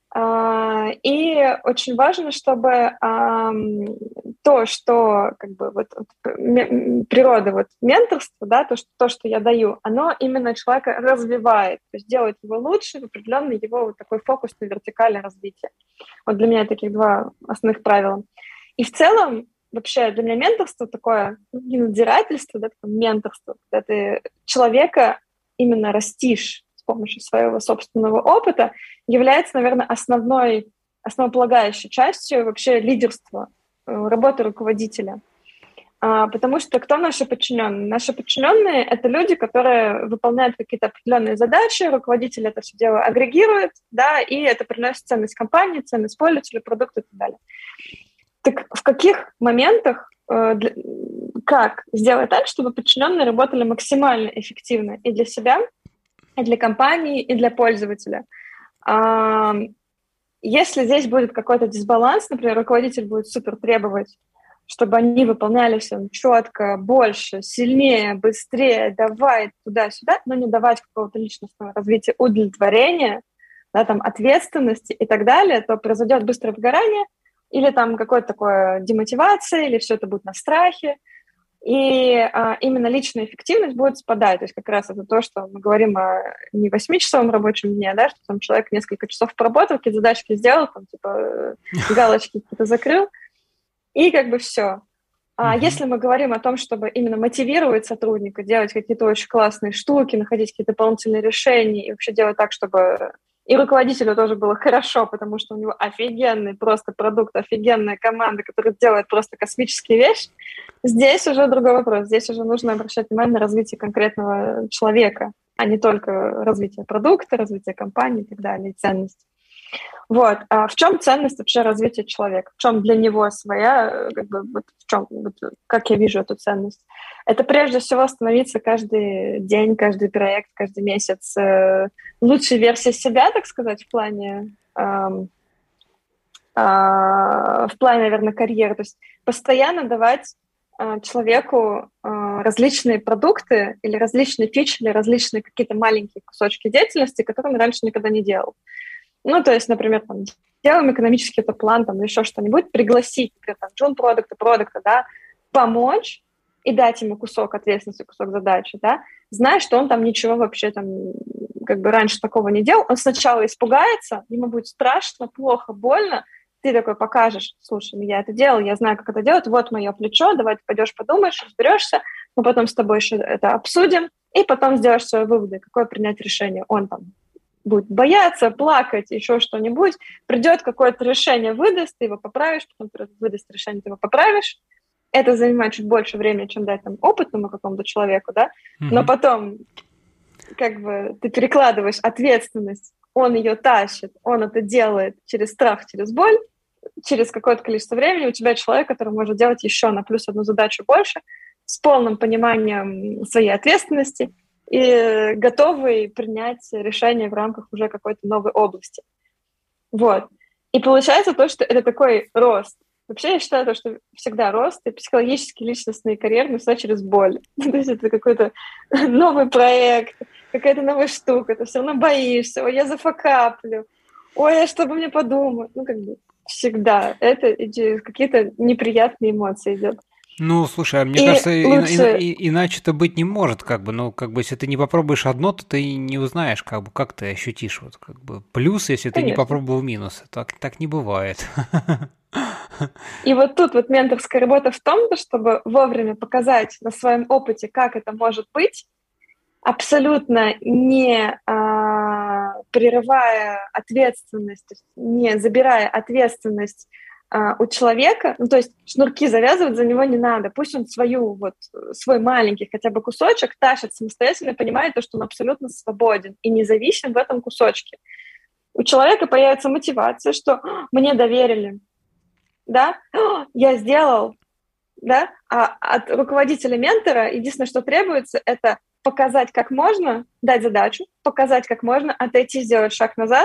И очень важно, чтобы то, что как бы вот природа вот менторства, да, то, что, то, что я даю, оно именно человека развивает, то есть делает его лучше в определенный его вот такой фокус на вертикальное развитие. Вот для меня таких два основных правила. И в целом вообще для меня менторство такое, не надзирательство, да, такое менторство, когда ты человека именно растишь с помощью своего собственного опыта, является, наверное, основной, основополагающей частью вообще лидерства, работы руководителя. А, потому что кто наши подчиненные? Наши подчиненные — это люди, которые выполняют какие-то определенные задачи, руководитель это все дело агрегирует, да, и это приносит ценность компании, ценность пользователя, продукта и так далее. Так в каких моментах, э, для, как сделать так, чтобы подчиненные работали максимально эффективно и для себя, и для компании, и для пользователя? А, если здесь будет какой-то дисбаланс, например, руководитель будет супер требовать, чтобы они выполняли все четко, больше, сильнее, быстрее, давай туда-сюда, но не давать какого-то личностного развития, удовлетворения, да, там, ответственности и так далее, то произойдет быстрое выгорание или там какое-то такое демотивация, или все это будет на страхе. И а, именно личная эффективность будет спадать. То есть как раз это то, что мы говорим о не восьмичасовом рабочем дне, да, что там человек несколько часов поработал, какие-то задачки сделал, там типа галочки какие-то закрыл, и как бы все. А mm-hmm. если мы говорим о том, чтобы именно мотивировать сотрудника, делать какие-то очень классные штуки, находить какие-то дополнительные решения и вообще делать так, чтобы и руководителю тоже было хорошо, потому что у него офигенный просто продукт, офигенная команда, которая делает просто космические вещи, здесь уже другой вопрос. Здесь уже нужно обращать внимание на развитие конкретного человека, а не только развитие продукта, развитие компании и так далее, и ценности. Вот. А в чем ценность вообще развития человека? В чем для него своя, как бы, вот в чем, вот, как я вижу эту ценность? Это прежде всего становиться каждый день, каждый проект, каждый месяц э, лучшей версией себя, так сказать, в плане, э, э, в плане, наверное, карьеры. То есть постоянно давать э, человеку э, различные продукты или различные фичи, или различные какие-то маленькие кусочки деятельности, которые он раньше никогда не делал. Ну, то есть, например, там, делаем экономический это план, там, еще что-нибудь, пригласить, например, там, джун продукта, продукта, да, помочь и дать ему кусок ответственности, кусок задачи, да, зная, что он там ничего вообще там, как бы раньше такого не делал, он сначала испугается, ему будет страшно, плохо, больно, ты такой покажешь, слушай, я это делал, я знаю, как это делать, вот мое плечо, давай ты пойдешь подумаешь, разберешься, мы потом с тобой еще это обсудим, и потом сделаешь свои выводы, какое принять решение, он там будет бояться, плакать, еще что-нибудь, придет какое-то решение, выдаст, ты его поправишь, потом выдаст решение, ты его поправишь, это занимает чуть больше времени, чем дать там опытному какому-то человеку, да, mm-hmm. но потом как бы ты перекладываешь ответственность, он ее тащит, он это делает через страх, через боль, через какое-то количество времени у тебя человек, который может делать еще на плюс одну задачу больше, с полным пониманием своей ответственности и готовый принять решение в рамках уже какой-то новой области. Вот. И получается то, что это такой рост. Вообще я считаю, то, что всегда рост и психологический, личностный, карьерный всегда через боль. То есть это какой-то новый проект, какая-то новая штука, ты все равно боишься, ой, я зафакаплю, ой, а что обо мне подумают? Ну, как бы всегда это какие-то неприятные эмоции идет. Ну, слушай, а мне и кажется, лучше... и, и, иначе это быть не может, как бы, ну, как бы, если ты не попробуешь одно, то ты не узнаешь, как бы, как ты ощутишь, вот, как бы, плюс, если Конечно. Ты не попробовал минусы, так, так не бывает. И вот тут вот менторская работа в том, чтобы вовремя показать на своем опыте, как это может быть, абсолютно не а, прерывая ответственность, не забирая ответственность а, у человека, ну, то есть шнурки завязывать за него не надо, пусть он свою, вот, свой маленький хотя бы кусочек тащит самостоятельно, понимает то, что он абсолютно свободен и независим в этом кусочке. У человека появится мотивация, что мне доверили, да, я сделал, да, а от руководителя-ментора единственное, что требуется, это показать, как можно, дать задачу, показать, как можно отойти, сделать шаг назад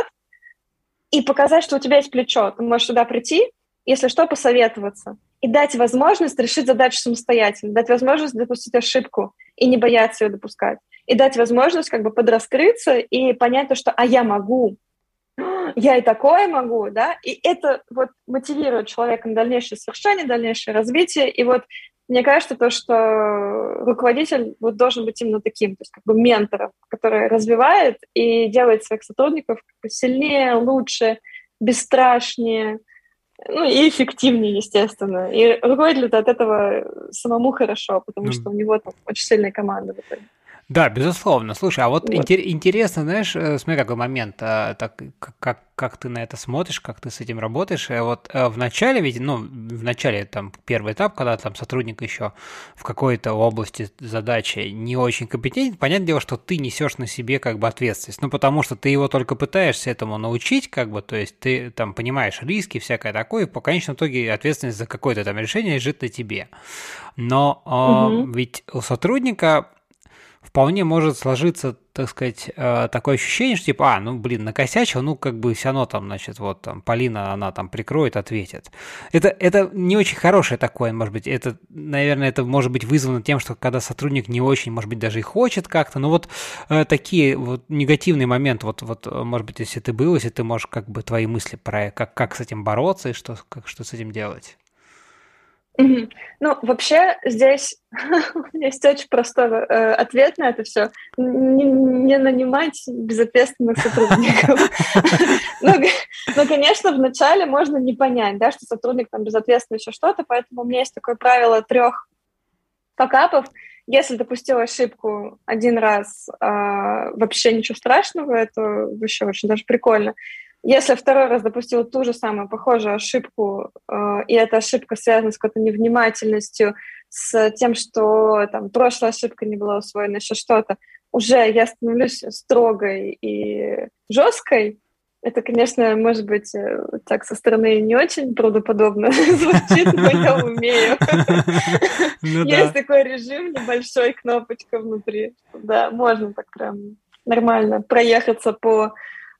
и показать, что у тебя есть плечо. Ты можешь сюда прийти, если что, посоветоваться. И дать возможность решить задачу самостоятельно, дать возможность допустить ошибку и не бояться ее допускать. И дать возможность как бы подраскрыться и понять то, что «а я могу», я и такое могу, да, и это вот мотивирует человека на дальнейшее совершение, дальнейшее развитие, и вот мне кажется, то, что руководитель вот должен быть именно таким, то есть как бы ментором, который развивает и делает своих сотрудников как бы сильнее, лучше, бесстрашнее, ну и эффективнее, естественно. И руководителю от этого самому хорошо, потому mm. что у него там очень сильная команда в итоге. Да, безусловно. Слушай, а вот, вот. Интер- интересно, знаешь, смотри, какой момент, а, так, как, как ты на это смотришь, как ты с этим работаешь. Вот а, в начале, ведь, ну, в начале, там, первый этап, когда там сотрудник еще в какой-то области задачи не очень компетентен, понятное дело, что ты несешь на себе как бы ответственность, ну, потому что ты его только пытаешься этому научить, как бы, то есть ты там понимаешь риски, всякое такое, и по конечном итоге ответственность за какое-то там решение лежит на тебе. Но а, угу. ведь у сотрудника вполне может сложиться, так сказать, такое ощущение, что типа, а, ну, блин, накосячил, ну, как бы все равно там, значит, вот там Полина, она там прикроет, ответит. Это, это не очень хорошее такое, может быть, это, наверное, это может быть вызвано тем, что когда сотрудник не очень, может быть, даже и хочет как-то, но вот э, такие вот негативные моменты, вот, вот, может быть, если ты был, если ты можешь как бы твои мысли про как, как с этим бороться и что, как, что с этим делать. Mm-hmm. Ну, вообще здесь у меня есть очень простой э, ответ на это все. Не, не нанимать безответственных сотрудников. Ну, конечно, вначале можно не понять, да, что сотрудник там безответственный еще что-то, поэтому у меня есть такое правило трех факапов. Если допустил ошибку один раз, вообще ничего страшного, это вообще очень даже прикольно. Если второй раз допустил ту же самую похожую ошибку, э, и эта ошибка связана с какой-то невнимательностью, с тем, что там прошлая ошибка не была усвоена, еще что-то, уже я становлюсь строгой и жесткой. Это, конечно, может быть, так со стороны не очень правдоподобно звучит, но я умею. Есть такой режим, небольшой, кнопочка внутри. Да, можно так прям нормально проехаться по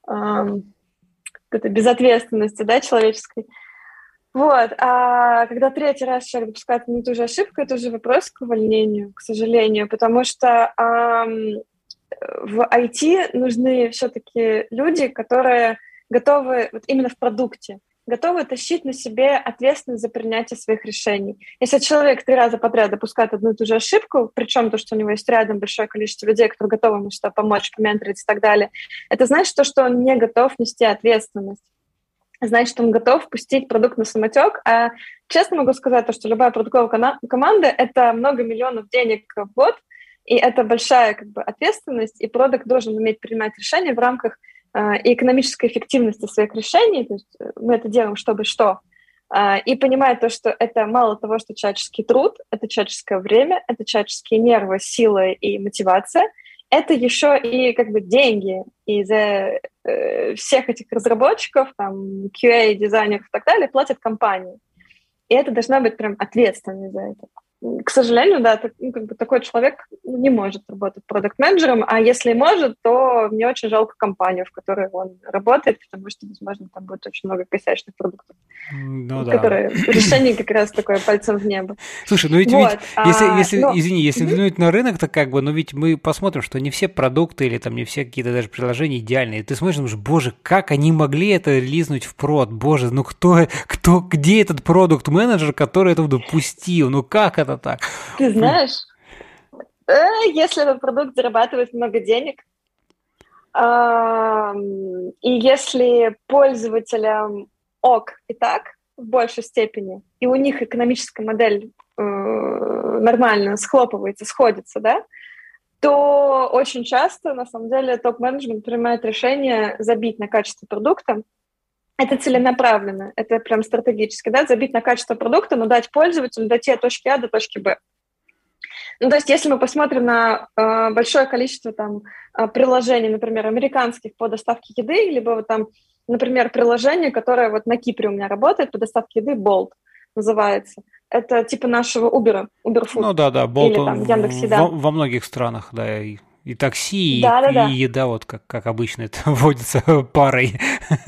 какой-то безответственности, да, человеческой. Вот. А когда третий раз человек допускает одну и ту же ошибку, это уже вопрос к увольнению, к сожалению, потому что эм, в ай ти нужны все-таки люди, которые готовы, вот именно в продукте, готовы тащить на себе ответственность за принятие своих решений. Если человек три раза подряд допускает одну и ту же ошибку, причем то, что у него есть рядом большое количество людей, которые готовы ему что-то помочь, поменторить и так далее, это значит то, что он не готов нести ответственность. Значит, он готов пустить продукт на самотек. А честно могу сказать, то, что любая продуктовая команда — это много миллионов денег в год, и это большая как бы ответственность, и продукт должен уметь принимать решения в рамках и экономической эффективности своих решений, то есть мы это делаем, чтобы что? и понимает то, что это мало того, что человеческий труд, это человеческое время, это человеческие нервы, силы и мотивация, это еще и как бы деньги. И за э, всех этих разработчиков, там, кью эй, дизайнеров и так далее платят компании. И это должна быть прям ответственность за это. К сожалению, да, так, ну, как бы такой человек не может работать продакт-менеджером, а если может, то мне очень жалко компанию, в которой он работает, потому что, возможно, там будет очень много косячных продуктов, ну, которые да. решение как раз такое пальцем в небо. Слушай, ну ведь, вот, ведь а, если, если но... извини, если mm-hmm. взглянуть на рынок, то как бы, ну ведь мы посмотрим, что не все продукты или там не все какие-то даже приложения идеальные. Ты смотришь, думаешь, боже, как они могли это релизнуть в прод? Боже, ну кто, кто, где этот продукт-менеджер, который это допустил? Ну как это так? Ты знаешь, если этот продукт зарабатывает много денег, и если пользователям ок и так в большей степени, и у них экономическая модель нормально схлопывается, сходится, да, то очень часто, на самом деле, топ-менеджмент принимает решение забить на качество продукта. Это целенаправленно, это прям стратегически, да, забить на качество продукта, но дать пользователю дойти от точки А до точки Б. Ну, то есть, если мы посмотрим на э, большое количество там приложений, например, американских по доставке еды, либо вот там, например, приложение, которое вот на Кипре у меня работает по доставке еды, Bolt называется. Это типа нашего Uber, Uber Food. Ну да, да, Bolt или там Яндекс.Еда. Во, во многих странах, да, и, и такси, да, и, да, и да. еда, вот как, как обычно это водится парой.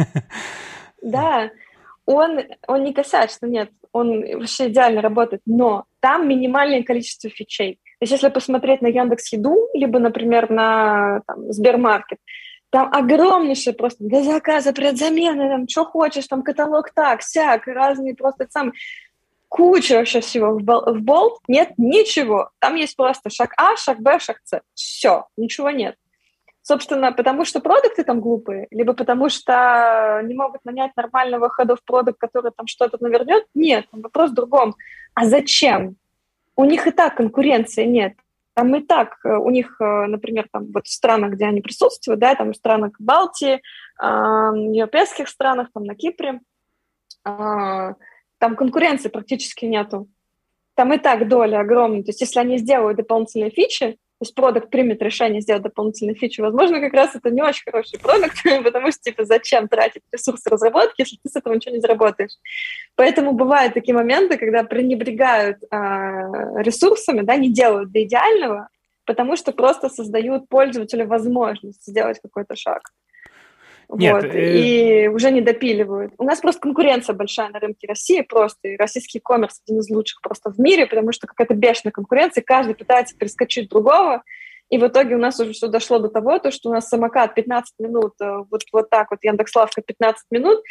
Да, он, он не косячный, нет, он вообще идеально работает, но там минимальное количество фичей. То есть если посмотреть на Яндекс.Еду, либо, например, на там, Сбермаркет, там огромнейшее просто для заказа, предзамены, там, что хочешь, там каталог так, сяк, разные просто самые... Куча вообще всего. В Bolt нет ничего. Там есть просто шаг А, шаг Б, шаг С. Все, ничего нет. Собственно, потому что продукты там глупые, либо потому что не могут нанять нормального хода в продукт, который там что-то навернет. Нет, вопрос в другом. А зачем? У них и так конкуренции нет. Там и так, у них, например, там вот в странах, где они присутствуют, да, там в странах Балтии, в европейских странах, там на Кипре, там конкуренции практически нету. Там и так доля огромная. То есть если они сделают дополнительные фичи, то есть продукт примет решение сделать дополнительные фичи, возможно, как раз это не очень хороший продукт, потому что, типа, зачем тратить ресурсы разработки, если ты с этого ничего не заработаешь. Поэтому бывают такие моменты, когда пренебрегают э, ресурсами, да, не делают до идеального, потому что просто создают пользователю возможность сделать какой-то шаг. Нет, вот, э... и уже не допиливают. У нас просто конкуренция большая на рынке России просто, и российский коммерс один из лучших просто в мире, потому что какая-то бешеная конкуренция, каждый пытается перескочить другого, и в итоге у нас уже все дошло до того, то, что у нас самокат пятнадцать минут, вот, вот так вот, Яндекс.Лавка пятнадцать минут,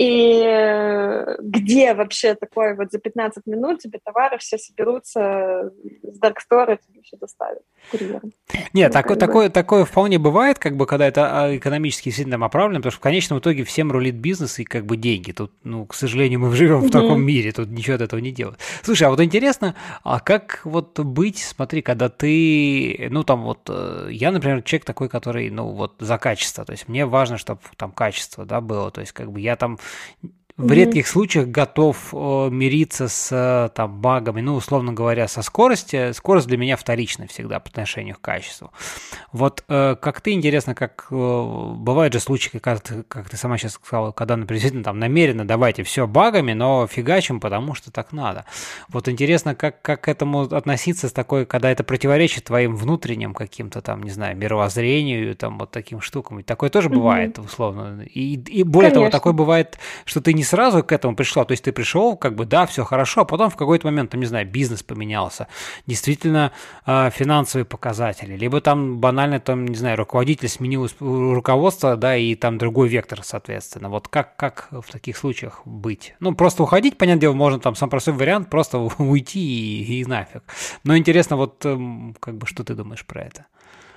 и где вообще такое вот за пятнадцать минут тебе товары все соберутся с даркстора, тебе все доставят курьером. Нет, ну, такое, такое, такое вполне бывает, как бы, когда это экономически сильно оправдано, потому что в конечном итоге всем рулит бизнес и как бы деньги. Тут, ну, к сожалению, мы живем в mm-hmm. таком мире, тут ничего от этого не делают. Слушай, а вот интересно, а как вот быть, смотри, когда ты, ну, там вот, я, например, человек такой, который, ну, вот за качество, то есть мне важно, чтобы там качество, да, было, то есть как бы я там... В mm-hmm. редких случаях готов э, мириться с там, багами, ну, условно говоря, со скоростью. Скорость для меня вторична всегда по отношению к качеству. Вот э, как ты, интересно, как э, бывают же случаи, как ты, как ты сама сейчас сказала, когда, например, действительно там намеренно давайте все багами, но фигачим, потому что так надо. Вот интересно, как, как к этому относиться с такой, когда это противоречит твоим внутренним каким-то там, не знаю, мировоззрению, там вот таким штукам. И такое тоже mm-hmm. бывает, условно. И, и более Конечно. того, такое бывает, что ты не сразу к этому пришла, то есть ты пришел, как бы, да, все хорошо, а потом в какой-то момент, там, не знаю, бизнес поменялся, действительно э, финансовые показатели, либо там банально, там, не знаю, руководитель сменил руководство, да, и там другой вектор, соответственно. Вот как, как в таких случаях быть? Ну, просто уходить, понятное дело, можно там сам простой вариант, просто уйти и, и нафиг. Но интересно, вот, э, как бы, что ты думаешь про это?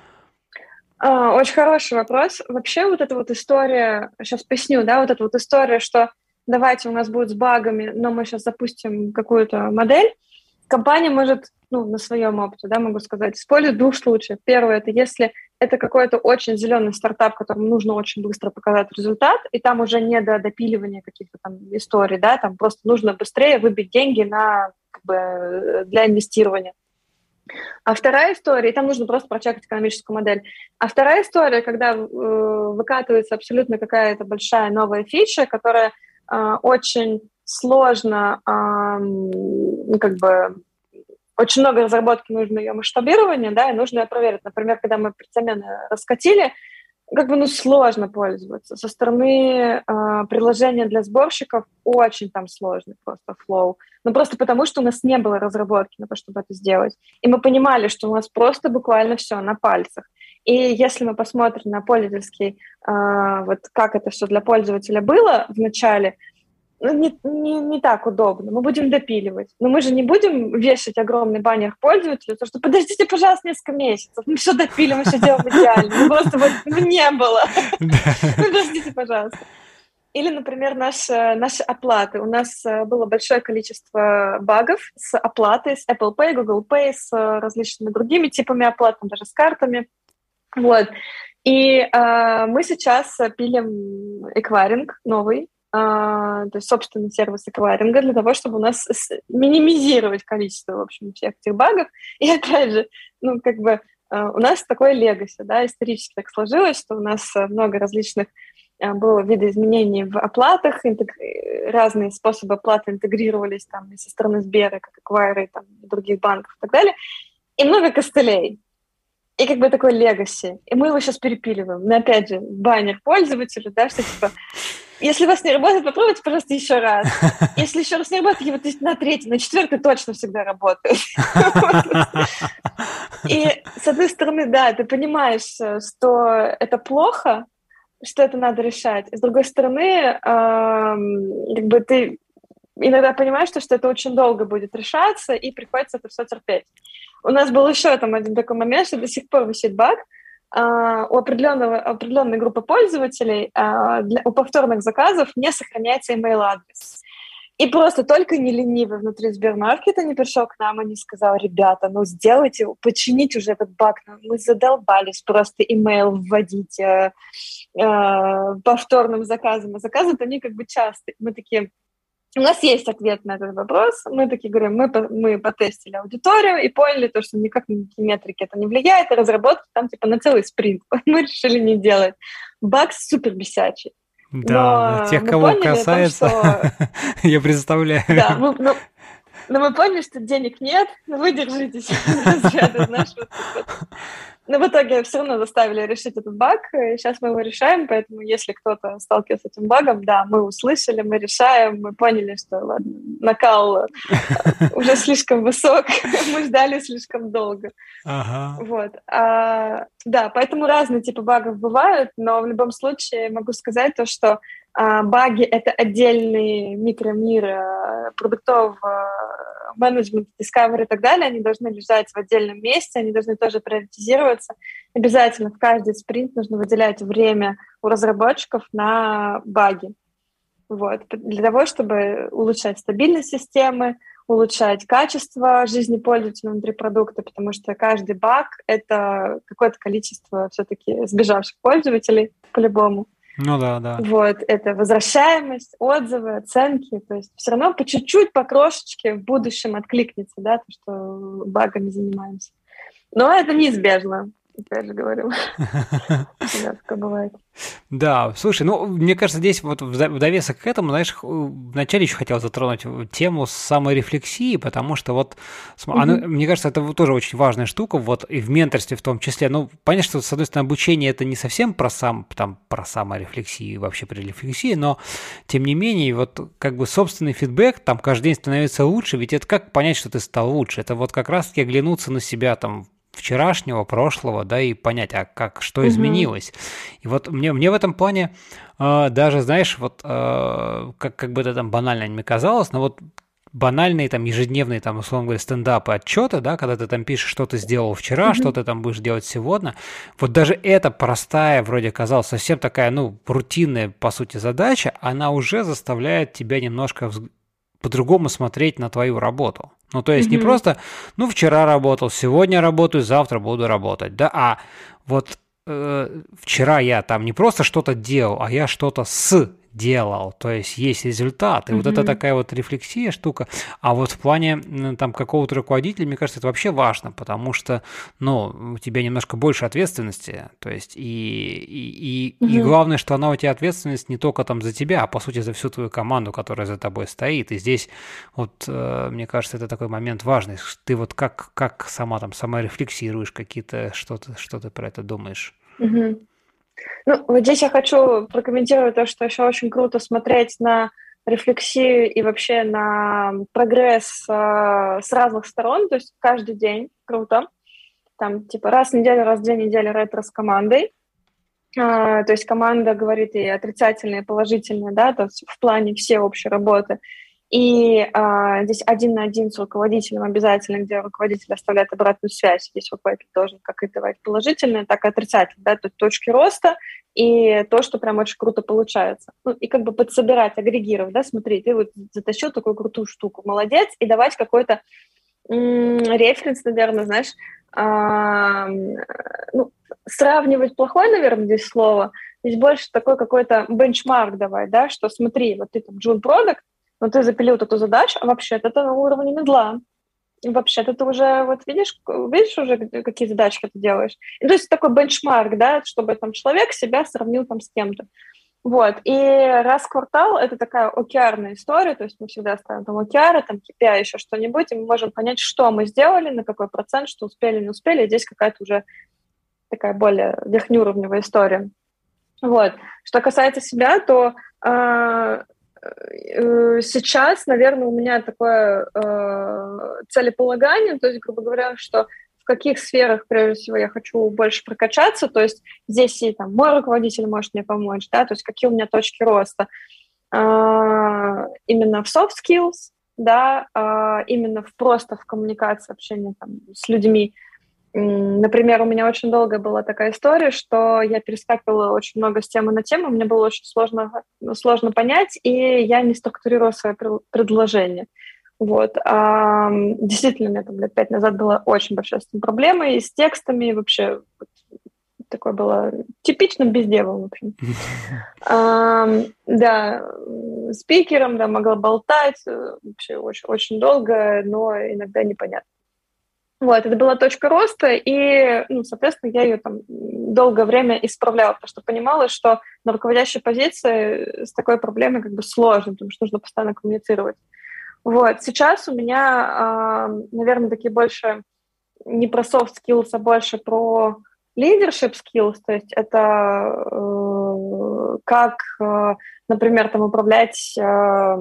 Очень хороший вопрос. Вообще вот эта вот история, сейчас поясню, да, вот эта вот история, что давайте у нас будет с багами, но мы сейчас запустим какую-то модель, компания может ну, на своем опыте, да, могу сказать, использую в двух случаях. Первое, это если это какой-то очень зеленый стартап, которому нужно очень быстро показать результат, и там уже не до допиливания каких-то там историй, да, там просто нужно быстрее выбить деньги на, как бы, для инвестирования. А вторая история, и там нужно просто прочекать экономическую модель. А вторая история, когда э, выкатывается абсолютно какая-то большая новая фича, которая э, очень сложно, э, ну, как бы, очень много разработки, нужно ее масштабирование, да, и нужно ее проверить. Например, когда мы предзамены раскатили, как бы, ну, сложно пользоваться. Со стороны э, приложения для сборщиков очень там сложный просто флоу. Ну, просто потому, что у нас не было разработки на то, чтобы это сделать. И мы понимали, что у нас просто буквально все на пальцах. И если мы посмотрим на пользовательский, э, вот как это все для пользователя было в начале, ну, не, не, не так удобно. Мы будем допиливать. Но мы же не будем вешать огромный баннер пользователю, потому что подождите, пожалуйста, несколько месяцев. Мы все допилим, мы все делаем идеально. Ну, просто вот ну, не было. Подождите, пожалуйста. Или, например, наши, наши оплаты. У нас было большое количество багов с оплатой, с Apple Pay, Google Pay, с различными другими типами оплат, даже с картами. Вот. И э, мы сейчас пилим эквайринг новый, Uh, то есть собственный сервис эквайринга для того, чтобы у нас минимизировать количество, в общем, всех этих багов. И опять же, ну, как бы uh, у нас такое легаси, да, исторически так сложилось, что у нас много различных uh, было видоизменений в оплатах, интег... разные способы оплаты интегрировались там и со стороны Сбера, как эквайры, там, и других банков и так далее, и много костылей. И как бы такой легаси. И мы его сейчас перепиливаем. Но опять же, баннер пользователю, да, что типа если у вас не работает, попробуйте, пожалуйста, еще раз. Если еще раз не работает, вот на третий, на четвертый точно всегда работает. И, с одной стороны, да, ты понимаешь, что это плохо, что это надо решать. С другой стороны, как бы ты иногда понимаешь, что это очень долго будет решаться, и приходится это все терпеть. У нас был еще там один такой момент, что до сих пор висит баг, Uh, у определенного, определенной группы пользователей uh, для, у повторных заказов не сохраняется email-адрес. И просто только не ленивый внутри Сбермаркета не пришел к нам и не сказал: ребята, ну сделайте, почините уже этот баг, мы задолбались просто email вводить uh, uh, повторным заказом. А заказы-то они как бы часто. Мы такие... У нас есть ответ на этот вопрос. Мы такие говорим, мы, мы потестили аудиторию и поняли, то, что никак на метрики это не влияет, и разработки там типа на целый спринт. Мы решили не делать. Баг супер бесячий. Да, но тех, кого касается, том, что... я представляю. Да, мы, ну, но мы поняли, что денег нет, но вы держитесь. Но в итоге все равно заставили решить этот баг, и сейчас мы его решаем, поэтому если кто-то сталкивается с этим багом, да, мы услышали, мы решаем, мы поняли, что ладно, накал уже слишком высок, мы ждали слишком долго. Ага. Вот. А, да, поэтому разные типы багов бывают, но в любом случае могу сказать то, что а, баги — это отдельный микромир а, продуктов, а, менеджмент, discovery и так далее, они должны лежать в отдельном месте, они должны тоже приоритизироваться. Обязательно в каждый спринт нужно выделять время у разработчиков на баги. Вот. Для того, чтобы улучшать стабильность системы, улучшать качество жизни пользователя внутри продукта, потому что каждый баг — это какое-то количество все-таки сбежавших пользователей по-любому. Ну да, да. Вот, это возвращаемость, отзывы, оценки, то есть все равно по чуть-чуть, по крошечке в будущем откликнется, да, то, что багами занимаемся. Но это неизбежно, опять же говорю. Да, такое бывает. Да, слушай, ну, мне кажется, здесь вот в довесок к этому, знаешь, вначале еще хотел затронуть тему саморефлексии, потому что вот, mm-hmm. она, мне кажется, это тоже очень важная штука, вот и в менторстве в том числе. Ну, понятно, что, с одной стороны, обучение это не совсем про, сам, там, про саморефлексию, вообще про рефлексию, но, тем не менее, вот как бы собственный фидбэк, там, каждый день становится лучше, ведь это как понять, что ты стал лучше? Это вот как раз-таки оглянуться на себя, там, вчерашнего, прошлого, да, и понять, а как, что uh-huh. изменилось. И вот мне, мне в этом плане э, даже, знаешь, вот э, как, как бы это там банально не казалось, но вот банальные там ежедневные, там, условно говоря, стендапы, отчеты, да, когда ты там пишешь, что ты сделал вчера, uh-huh. что ты там будешь делать сегодня, вот даже эта простая, вроде казалось, совсем такая, ну, рутинная, по сути, задача, она уже заставляет тебя немножко вз... по-другому смотреть на твою работу. Ну, то есть mm-hmm. не просто, ну, вчера работал, сегодня работаю, завтра буду работать, да, а вот э, вчера я там не просто что-то делал, а я что-то сделал, то есть есть результат, и mm-hmm. вот это такая вот рефлексия штука, а вот в плане там какого-то руководителя, мне кажется, это вообще важно, потому что, ну, у тебя немножко больше ответственности, то есть и, и, и, mm-hmm. и главное, что она у тебя ответственность не только там за тебя, а по сути за всю твою команду, которая за тобой стоит, и здесь вот, э, мне кажется, это такой момент важный, ты вот как, как сама там, сама рефлексируешь какие-то, что ты, что ты про это думаешь? Mm-hmm. Ну, вот здесь я хочу прокомментировать то, что еще очень круто смотреть на рефлексию и вообще на прогресс э, с разных сторон, то есть каждый день круто. Там типа раз в неделю, раз в две недели ретро с командой. Э, то есть команда говорит и отрицательное, и положительное, да, то есть в плане всей общей работы. И а, здесь один на один с руководителем обязательно, где руководитель оставляет обратную связь. Здесь руководитель должен как и давать положительное, так и отрицательное, да, то есть точки роста и то, что прям очень круто получается. Ну, и как бы подсобирать, агрегировать, да, смотри, ты вот затащил такую крутую штуку, молодец, и давать какой-то м- референс, наверное, знаешь, а, ну, сравнивать плохое, наверное, здесь слово, здесь больше такой какой-то бенчмарк давать, да, что смотри, вот ты там June Product, но ты запилил вот эту задачу, а вообще-то это на уровне медла. И вообще-то ты уже, вот видишь, видишь уже, какие задачки ты делаешь. И то есть такой бенчмарк, да, чтобы там человек себя сравнил там с кем-то. Вот. И раз в квартал это такая океарная история, то есть мы всегда ставим там океары, там кей пи ай, еще что-нибудь, и мы можем понять, что мы сделали, на какой процент, что успели, не успели. И здесь какая-то уже такая более верхнеуровневая история. Вот. Что касается себя, то э, сейчас, наверное, у меня такое э, целеполагание, то есть, грубо говоря, что в каких сферах, прежде всего, я хочу больше прокачаться, то есть здесь и там мой руководитель может мне помочь, да, то есть какие у меня точки роста э, именно в soft skills, да, э, именно в, просто в коммуникации, общении там, с людьми. Например, у меня очень долго была такая история, что я перескакивала очень много с темы на тему, мне было очень сложно, сложно понять, и я не структурировала свое предложение. Вот. А, действительно, у меня там лет пять назад была очень большая с этим проблема, и с текстами, и вообще вот, такое было типичным бездевом, в общем. а, да, спикером, да, могла болтать, вообще очень, очень долго, но иногда непонятно. Вот, это была точка роста, и, ну, соответственно, я ее там долгое время исправляла, потому что понимала, что на руководящей позиции с такой проблемой как бы сложно, потому что нужно постоянно коммуницировать. Вот, сейчас у меня, наверное, такие больше не про soft skills, а больше про leadership skills, то есть это э, как, э, например, там управлять э,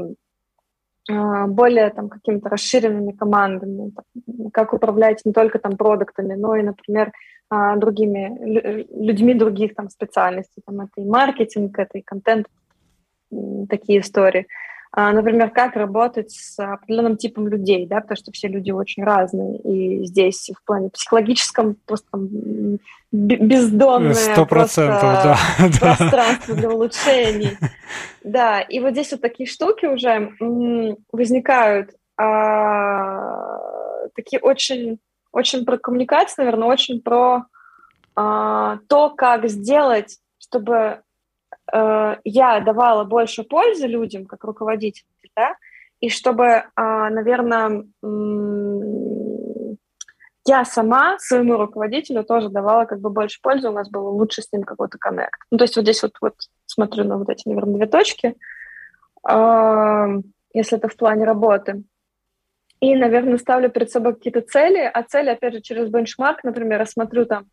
более там какими-то расширенными командами, там, как управлять не только там продуктами, но и, например, другими людьми других там специальностей, там это и маркетинг, это и контент, такие истории. Например, как работать с определенным типом людей, да, потому что все люди очень разные, и здесь в плане психологическом просто там бездонное просто да, пространство да. для улучшений. Да, и вот здесь вот такие штуки уже м, возникают, а, такие очень, очень про коммуникацию, наверное, очень про а, то, как сделать, чтобы я давала больше пользы людям, как руководитель, да, и чтобы, наверное, я сама своему руководителю тоже давала как бы больше пользы, у нас был лучше с ним какой-то коннект. Ну, то есть вот здесь вот, вот смотрю на вот эти, наверное, две точки, если это в плане работы. И, наверное, ставлю перед собой какие-то цели, а цели, опять же, через бенчмарк, например, я смотрю там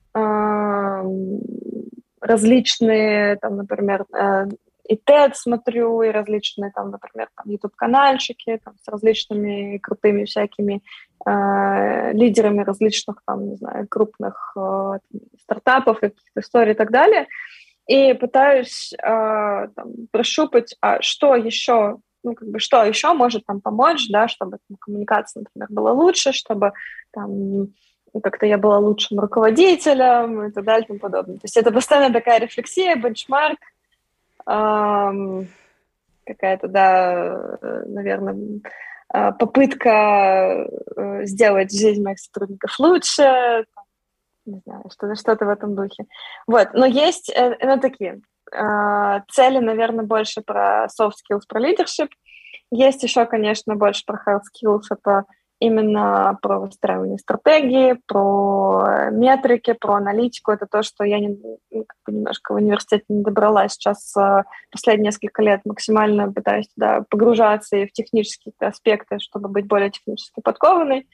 различные, там, например, и тед смотрю, и различные, там, например, там, YouTube-канальчики там, с различными крутыми всякими э, лидерами различных, там, не знаю, крупных э, стартапов, каких-то историй и так далее. И пытаюсь э, там, прощупать, а что еще, ну, как бы, что еще может там помочь, да, чтобы там, коммуникация, например, была лучше, чтобы там как-то я была лучшим руководителем и так далее и тому подобное. То есть это постоянно такая рефлексия, бенчмарк, эм, какая-то, да, наверное, попытка сделать жизнь моих сотрудников лучше, не знаю, что-то, что-то в этом духе. Вот, но есть, ну, такие цели, наверное, больше про soft skills, про leadership. Есть еще, конечно, больше про hard skills, это именно про выстраивание стратегии, про метрики, про аналитику. Это то, что я не, как бы немножко в университете не добрала. Сейчас последние несколько лет максимально пытаюсь туда погружаться и в технические аспекты, чтобы быть более технически подкованной.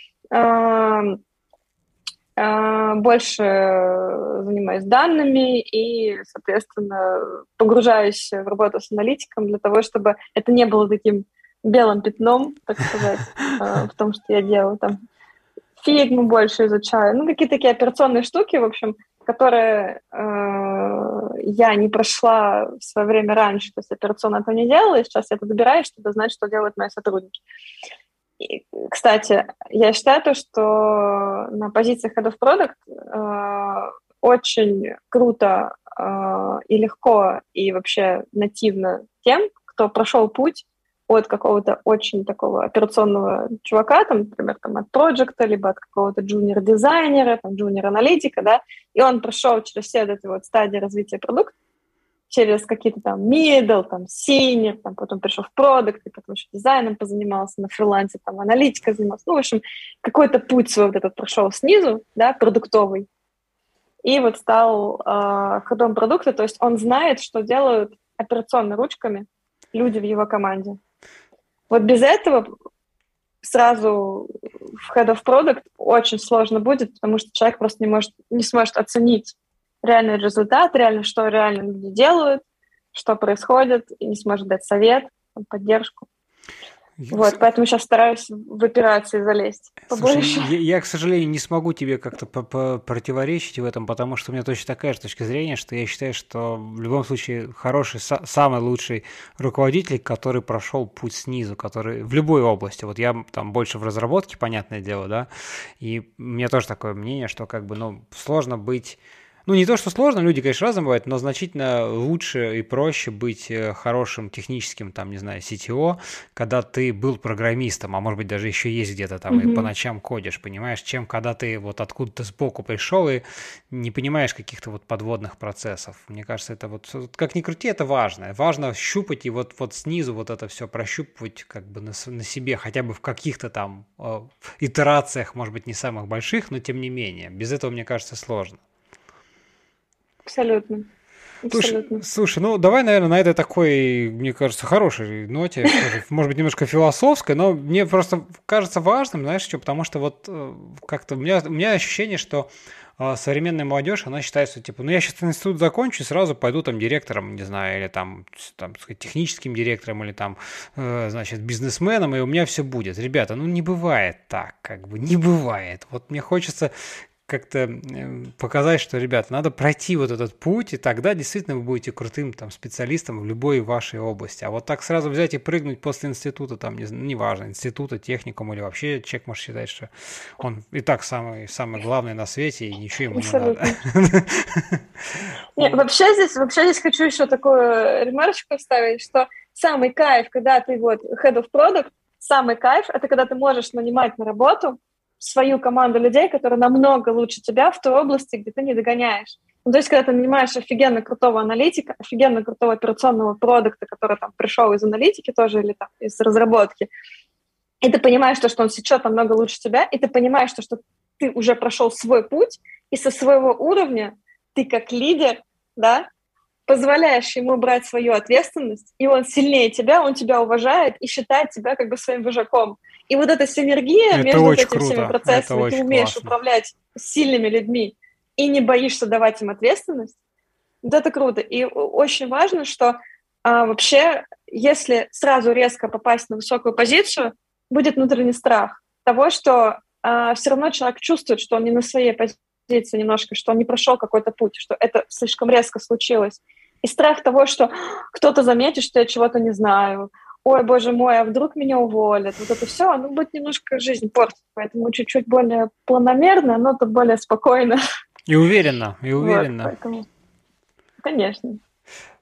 Больше занимаюсь данными и, соответственно, погружаюсь в работу с аналитиком для того, чтобы это не было таким белым пятном, так сказать, в том, что я делаю. Там фигму больше изучаю. Ну, какие-то такие операционные штуки, в общем, которые я не прошла в свое время раньше, то есть операционно этого не делала, и сейчас я это добираюсь, чтобы знать, что делают мои сотрудники. И, кстати, я считаю, то, что на позиции Head of Product э, очень круто э, и легко, и вообще нативно тем, кто прошел путь от какого-то очень такого операционного чувака, там, например, там, от проекта, либо от какого-то джуниор-дизайнера, там, джуниор-аналитика, да, и он прошел через все эти вот стадии развития продукта, через какие-то там middle, там senior, там потом пришел в продукт, и потом еще дизайном позанимался на фрилансе, там аналитикой занимался. Ну, в общем, какой-то путь свой вот этот прошел снизу, да, продуктовый, и вот стал э, ходом продукта, то есть он знает, что делают операционными ручками люди в его команде. Вот без этого сразу в Head of Product очень сложно будет, потому что человек просто не может, не сможет оценить реальный результат, реально, что реально люди делают, что происходит, и не сможет дать совет, поддержку. Я, вот, поэтому сейчас стараюсь в операции залезть побольше. Слушай, я, я, к сожалению, не смогу тебе как-то противоречить в этом, потому что у меня точно такая же точка зрения, что я считаю, что в любом случае хороший, самый лучший руководитель, который прошел путь снизу, который в любой области. Вот я там больше в разработке, понятное дело, да, и у меня тоже такое мнение, что как бы, ну, сложно быть... Ну, не то, что сложно, люди, конечно, разные бывают, но значительно лучше и проще быть хорошим техническим, там, не знаю, си ти о, когда ты был программистом, а может быть, даже еще есть где-то там mm-hmm. и по ночам кодишь, понимаешь, чем когда ты вот откуда-то сбоку пришел и не понимаешь каких-то вот подводных процессов. Мне кажется, это вот, как ни крути, это важно. Важно щупать и вот, вот снизу вот это все прощупывать как бы на, на себе, хотя бы в каких-то там э, итерациях, может быть, не самых больших, но тем не менее. Без этого, мне кажется, сложно. Абсолютно. Абсолютно. Слушай, слушай, ну давай, наверное, на этой такой, мне кажется, хорошей ноте, может быть, немножко философской, но мне просто кажется важным, знаешь, что, потому что вот как-то у меня, у меня ощущение, что современная молодежь, она считает, что типа, ну я сейчас институт закончу, сразу пойду там директором, не знаю, или там, там сказать, техническим директором, или там, э, значит, бизнесменом, и у меня все будет. Ребята, ну не бывает так, как бы, не бывает. Вот мне хочется как-то показать, что, ребята, надо пройти вот этот путь, и тогда действительно вы будете крутым там специалистом в любой вашей области. А вот так сразу взять и прыгнуть после института, там, не, неважно, института, техникум или вообще человек может считать, что он и так самый, самый главный на свете, и ничего ему Абсолютно. не надо. Нет, вообще здесь, вообще здесь хочу еще такую ремарочку вставить, что самый кайф, когда ты вот head of product, самый кайф, это когда ты можешь нанимать на работу свою команду людей, которые намного лучше тебя в той области, где ты не догоняешь. Ну, то есть, когда ты нанимаешь офигенно крутого аналитика, офигенно крутого операционного продукта, который там пришел из аналитики тоже или там из разработки, и ты понимаешь, что, что он сечет намного лучше тебя, и ты понимаешь, что, что ты уже прошел свой путь, и со своего уровня ты как лидер, да, позволяешь ему брать свою ответственность, и он сильнее тебя, он тебя уважает и считает тебя как бы своим вожаком. И вот эта синергия это между вот этими круто. Всеми процессами, ты умеешь классно. Управлять сильными людьми и не боишься давать им ответственность, вот это круто. И очень важно, что а, вообще, если сразу резко попасть на высокую позицию, будет внутренний страх того, что а, все равно человек чувствует, что он не на своей позиции немножко, что он не прошел какой-то путь, что это слишком резко случилось. И страх того, что кто-то заметит, что я чего-то не знаю, ой, боже мой, а вдруг меня уволят? Вот это все, оно будет немножко жизнь портить, поэтому чуть-чуть более планомерно, но то более спокойно. И уверенно, и уверенно. Вот, поэтому, конечно.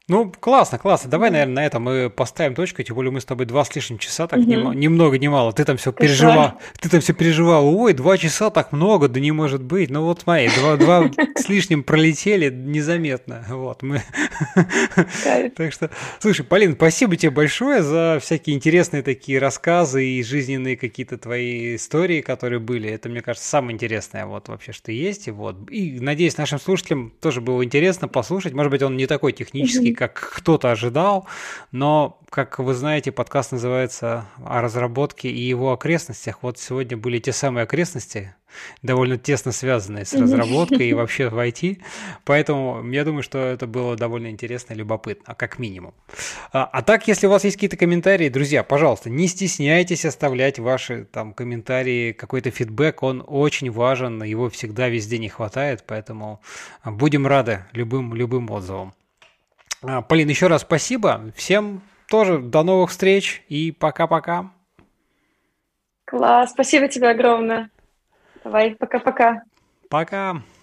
Ну, классно, классно. Давай, наверное, на этом мы поставим точку, тем более мы с тобой два с лишним часа, так угу. ни, ни много, ни мало. Ты там все переживал, ты там все переживал, ой, два часа так много, да не может быть. Ну вот смотри, два, два с лишним пролетели незаметно. Вот мы. Так что, слушай, Полин, спасибо тебе большое за всякие интересные такие рассказы и жизненные какие-то твои истории, которые были. Это, мне кажется, самое интересное вот вообще, что есть. И вот. И надеюсь, нашим слушателям тоже было интересно послушать. Может быть, он не такой технический, как кто-то ожидал, но, как вы знаете, подкаст называется «О разработке и его окрестностях». Вот сегодня были те самые окрестности, довольно тесно связанные с разработкой и вообще в ай ти, поэтому я думаю, что это было довольно интересно и любопытно, как минимум. А, а так, если у вас есть какие-то комментарии, друзья, пожалуйста, не стесняйтесь оставлять ваши там комментарии, какой-то фидбэк, он очень важен, его всегда везде не хватает, поэтому будем рады любым, любым отзывам. Полин, еще раз спасибо. Всем тоже до новых встреч и пока-пока. Класс, спасибо тебе огромное. Давай, пока-пока. Пока.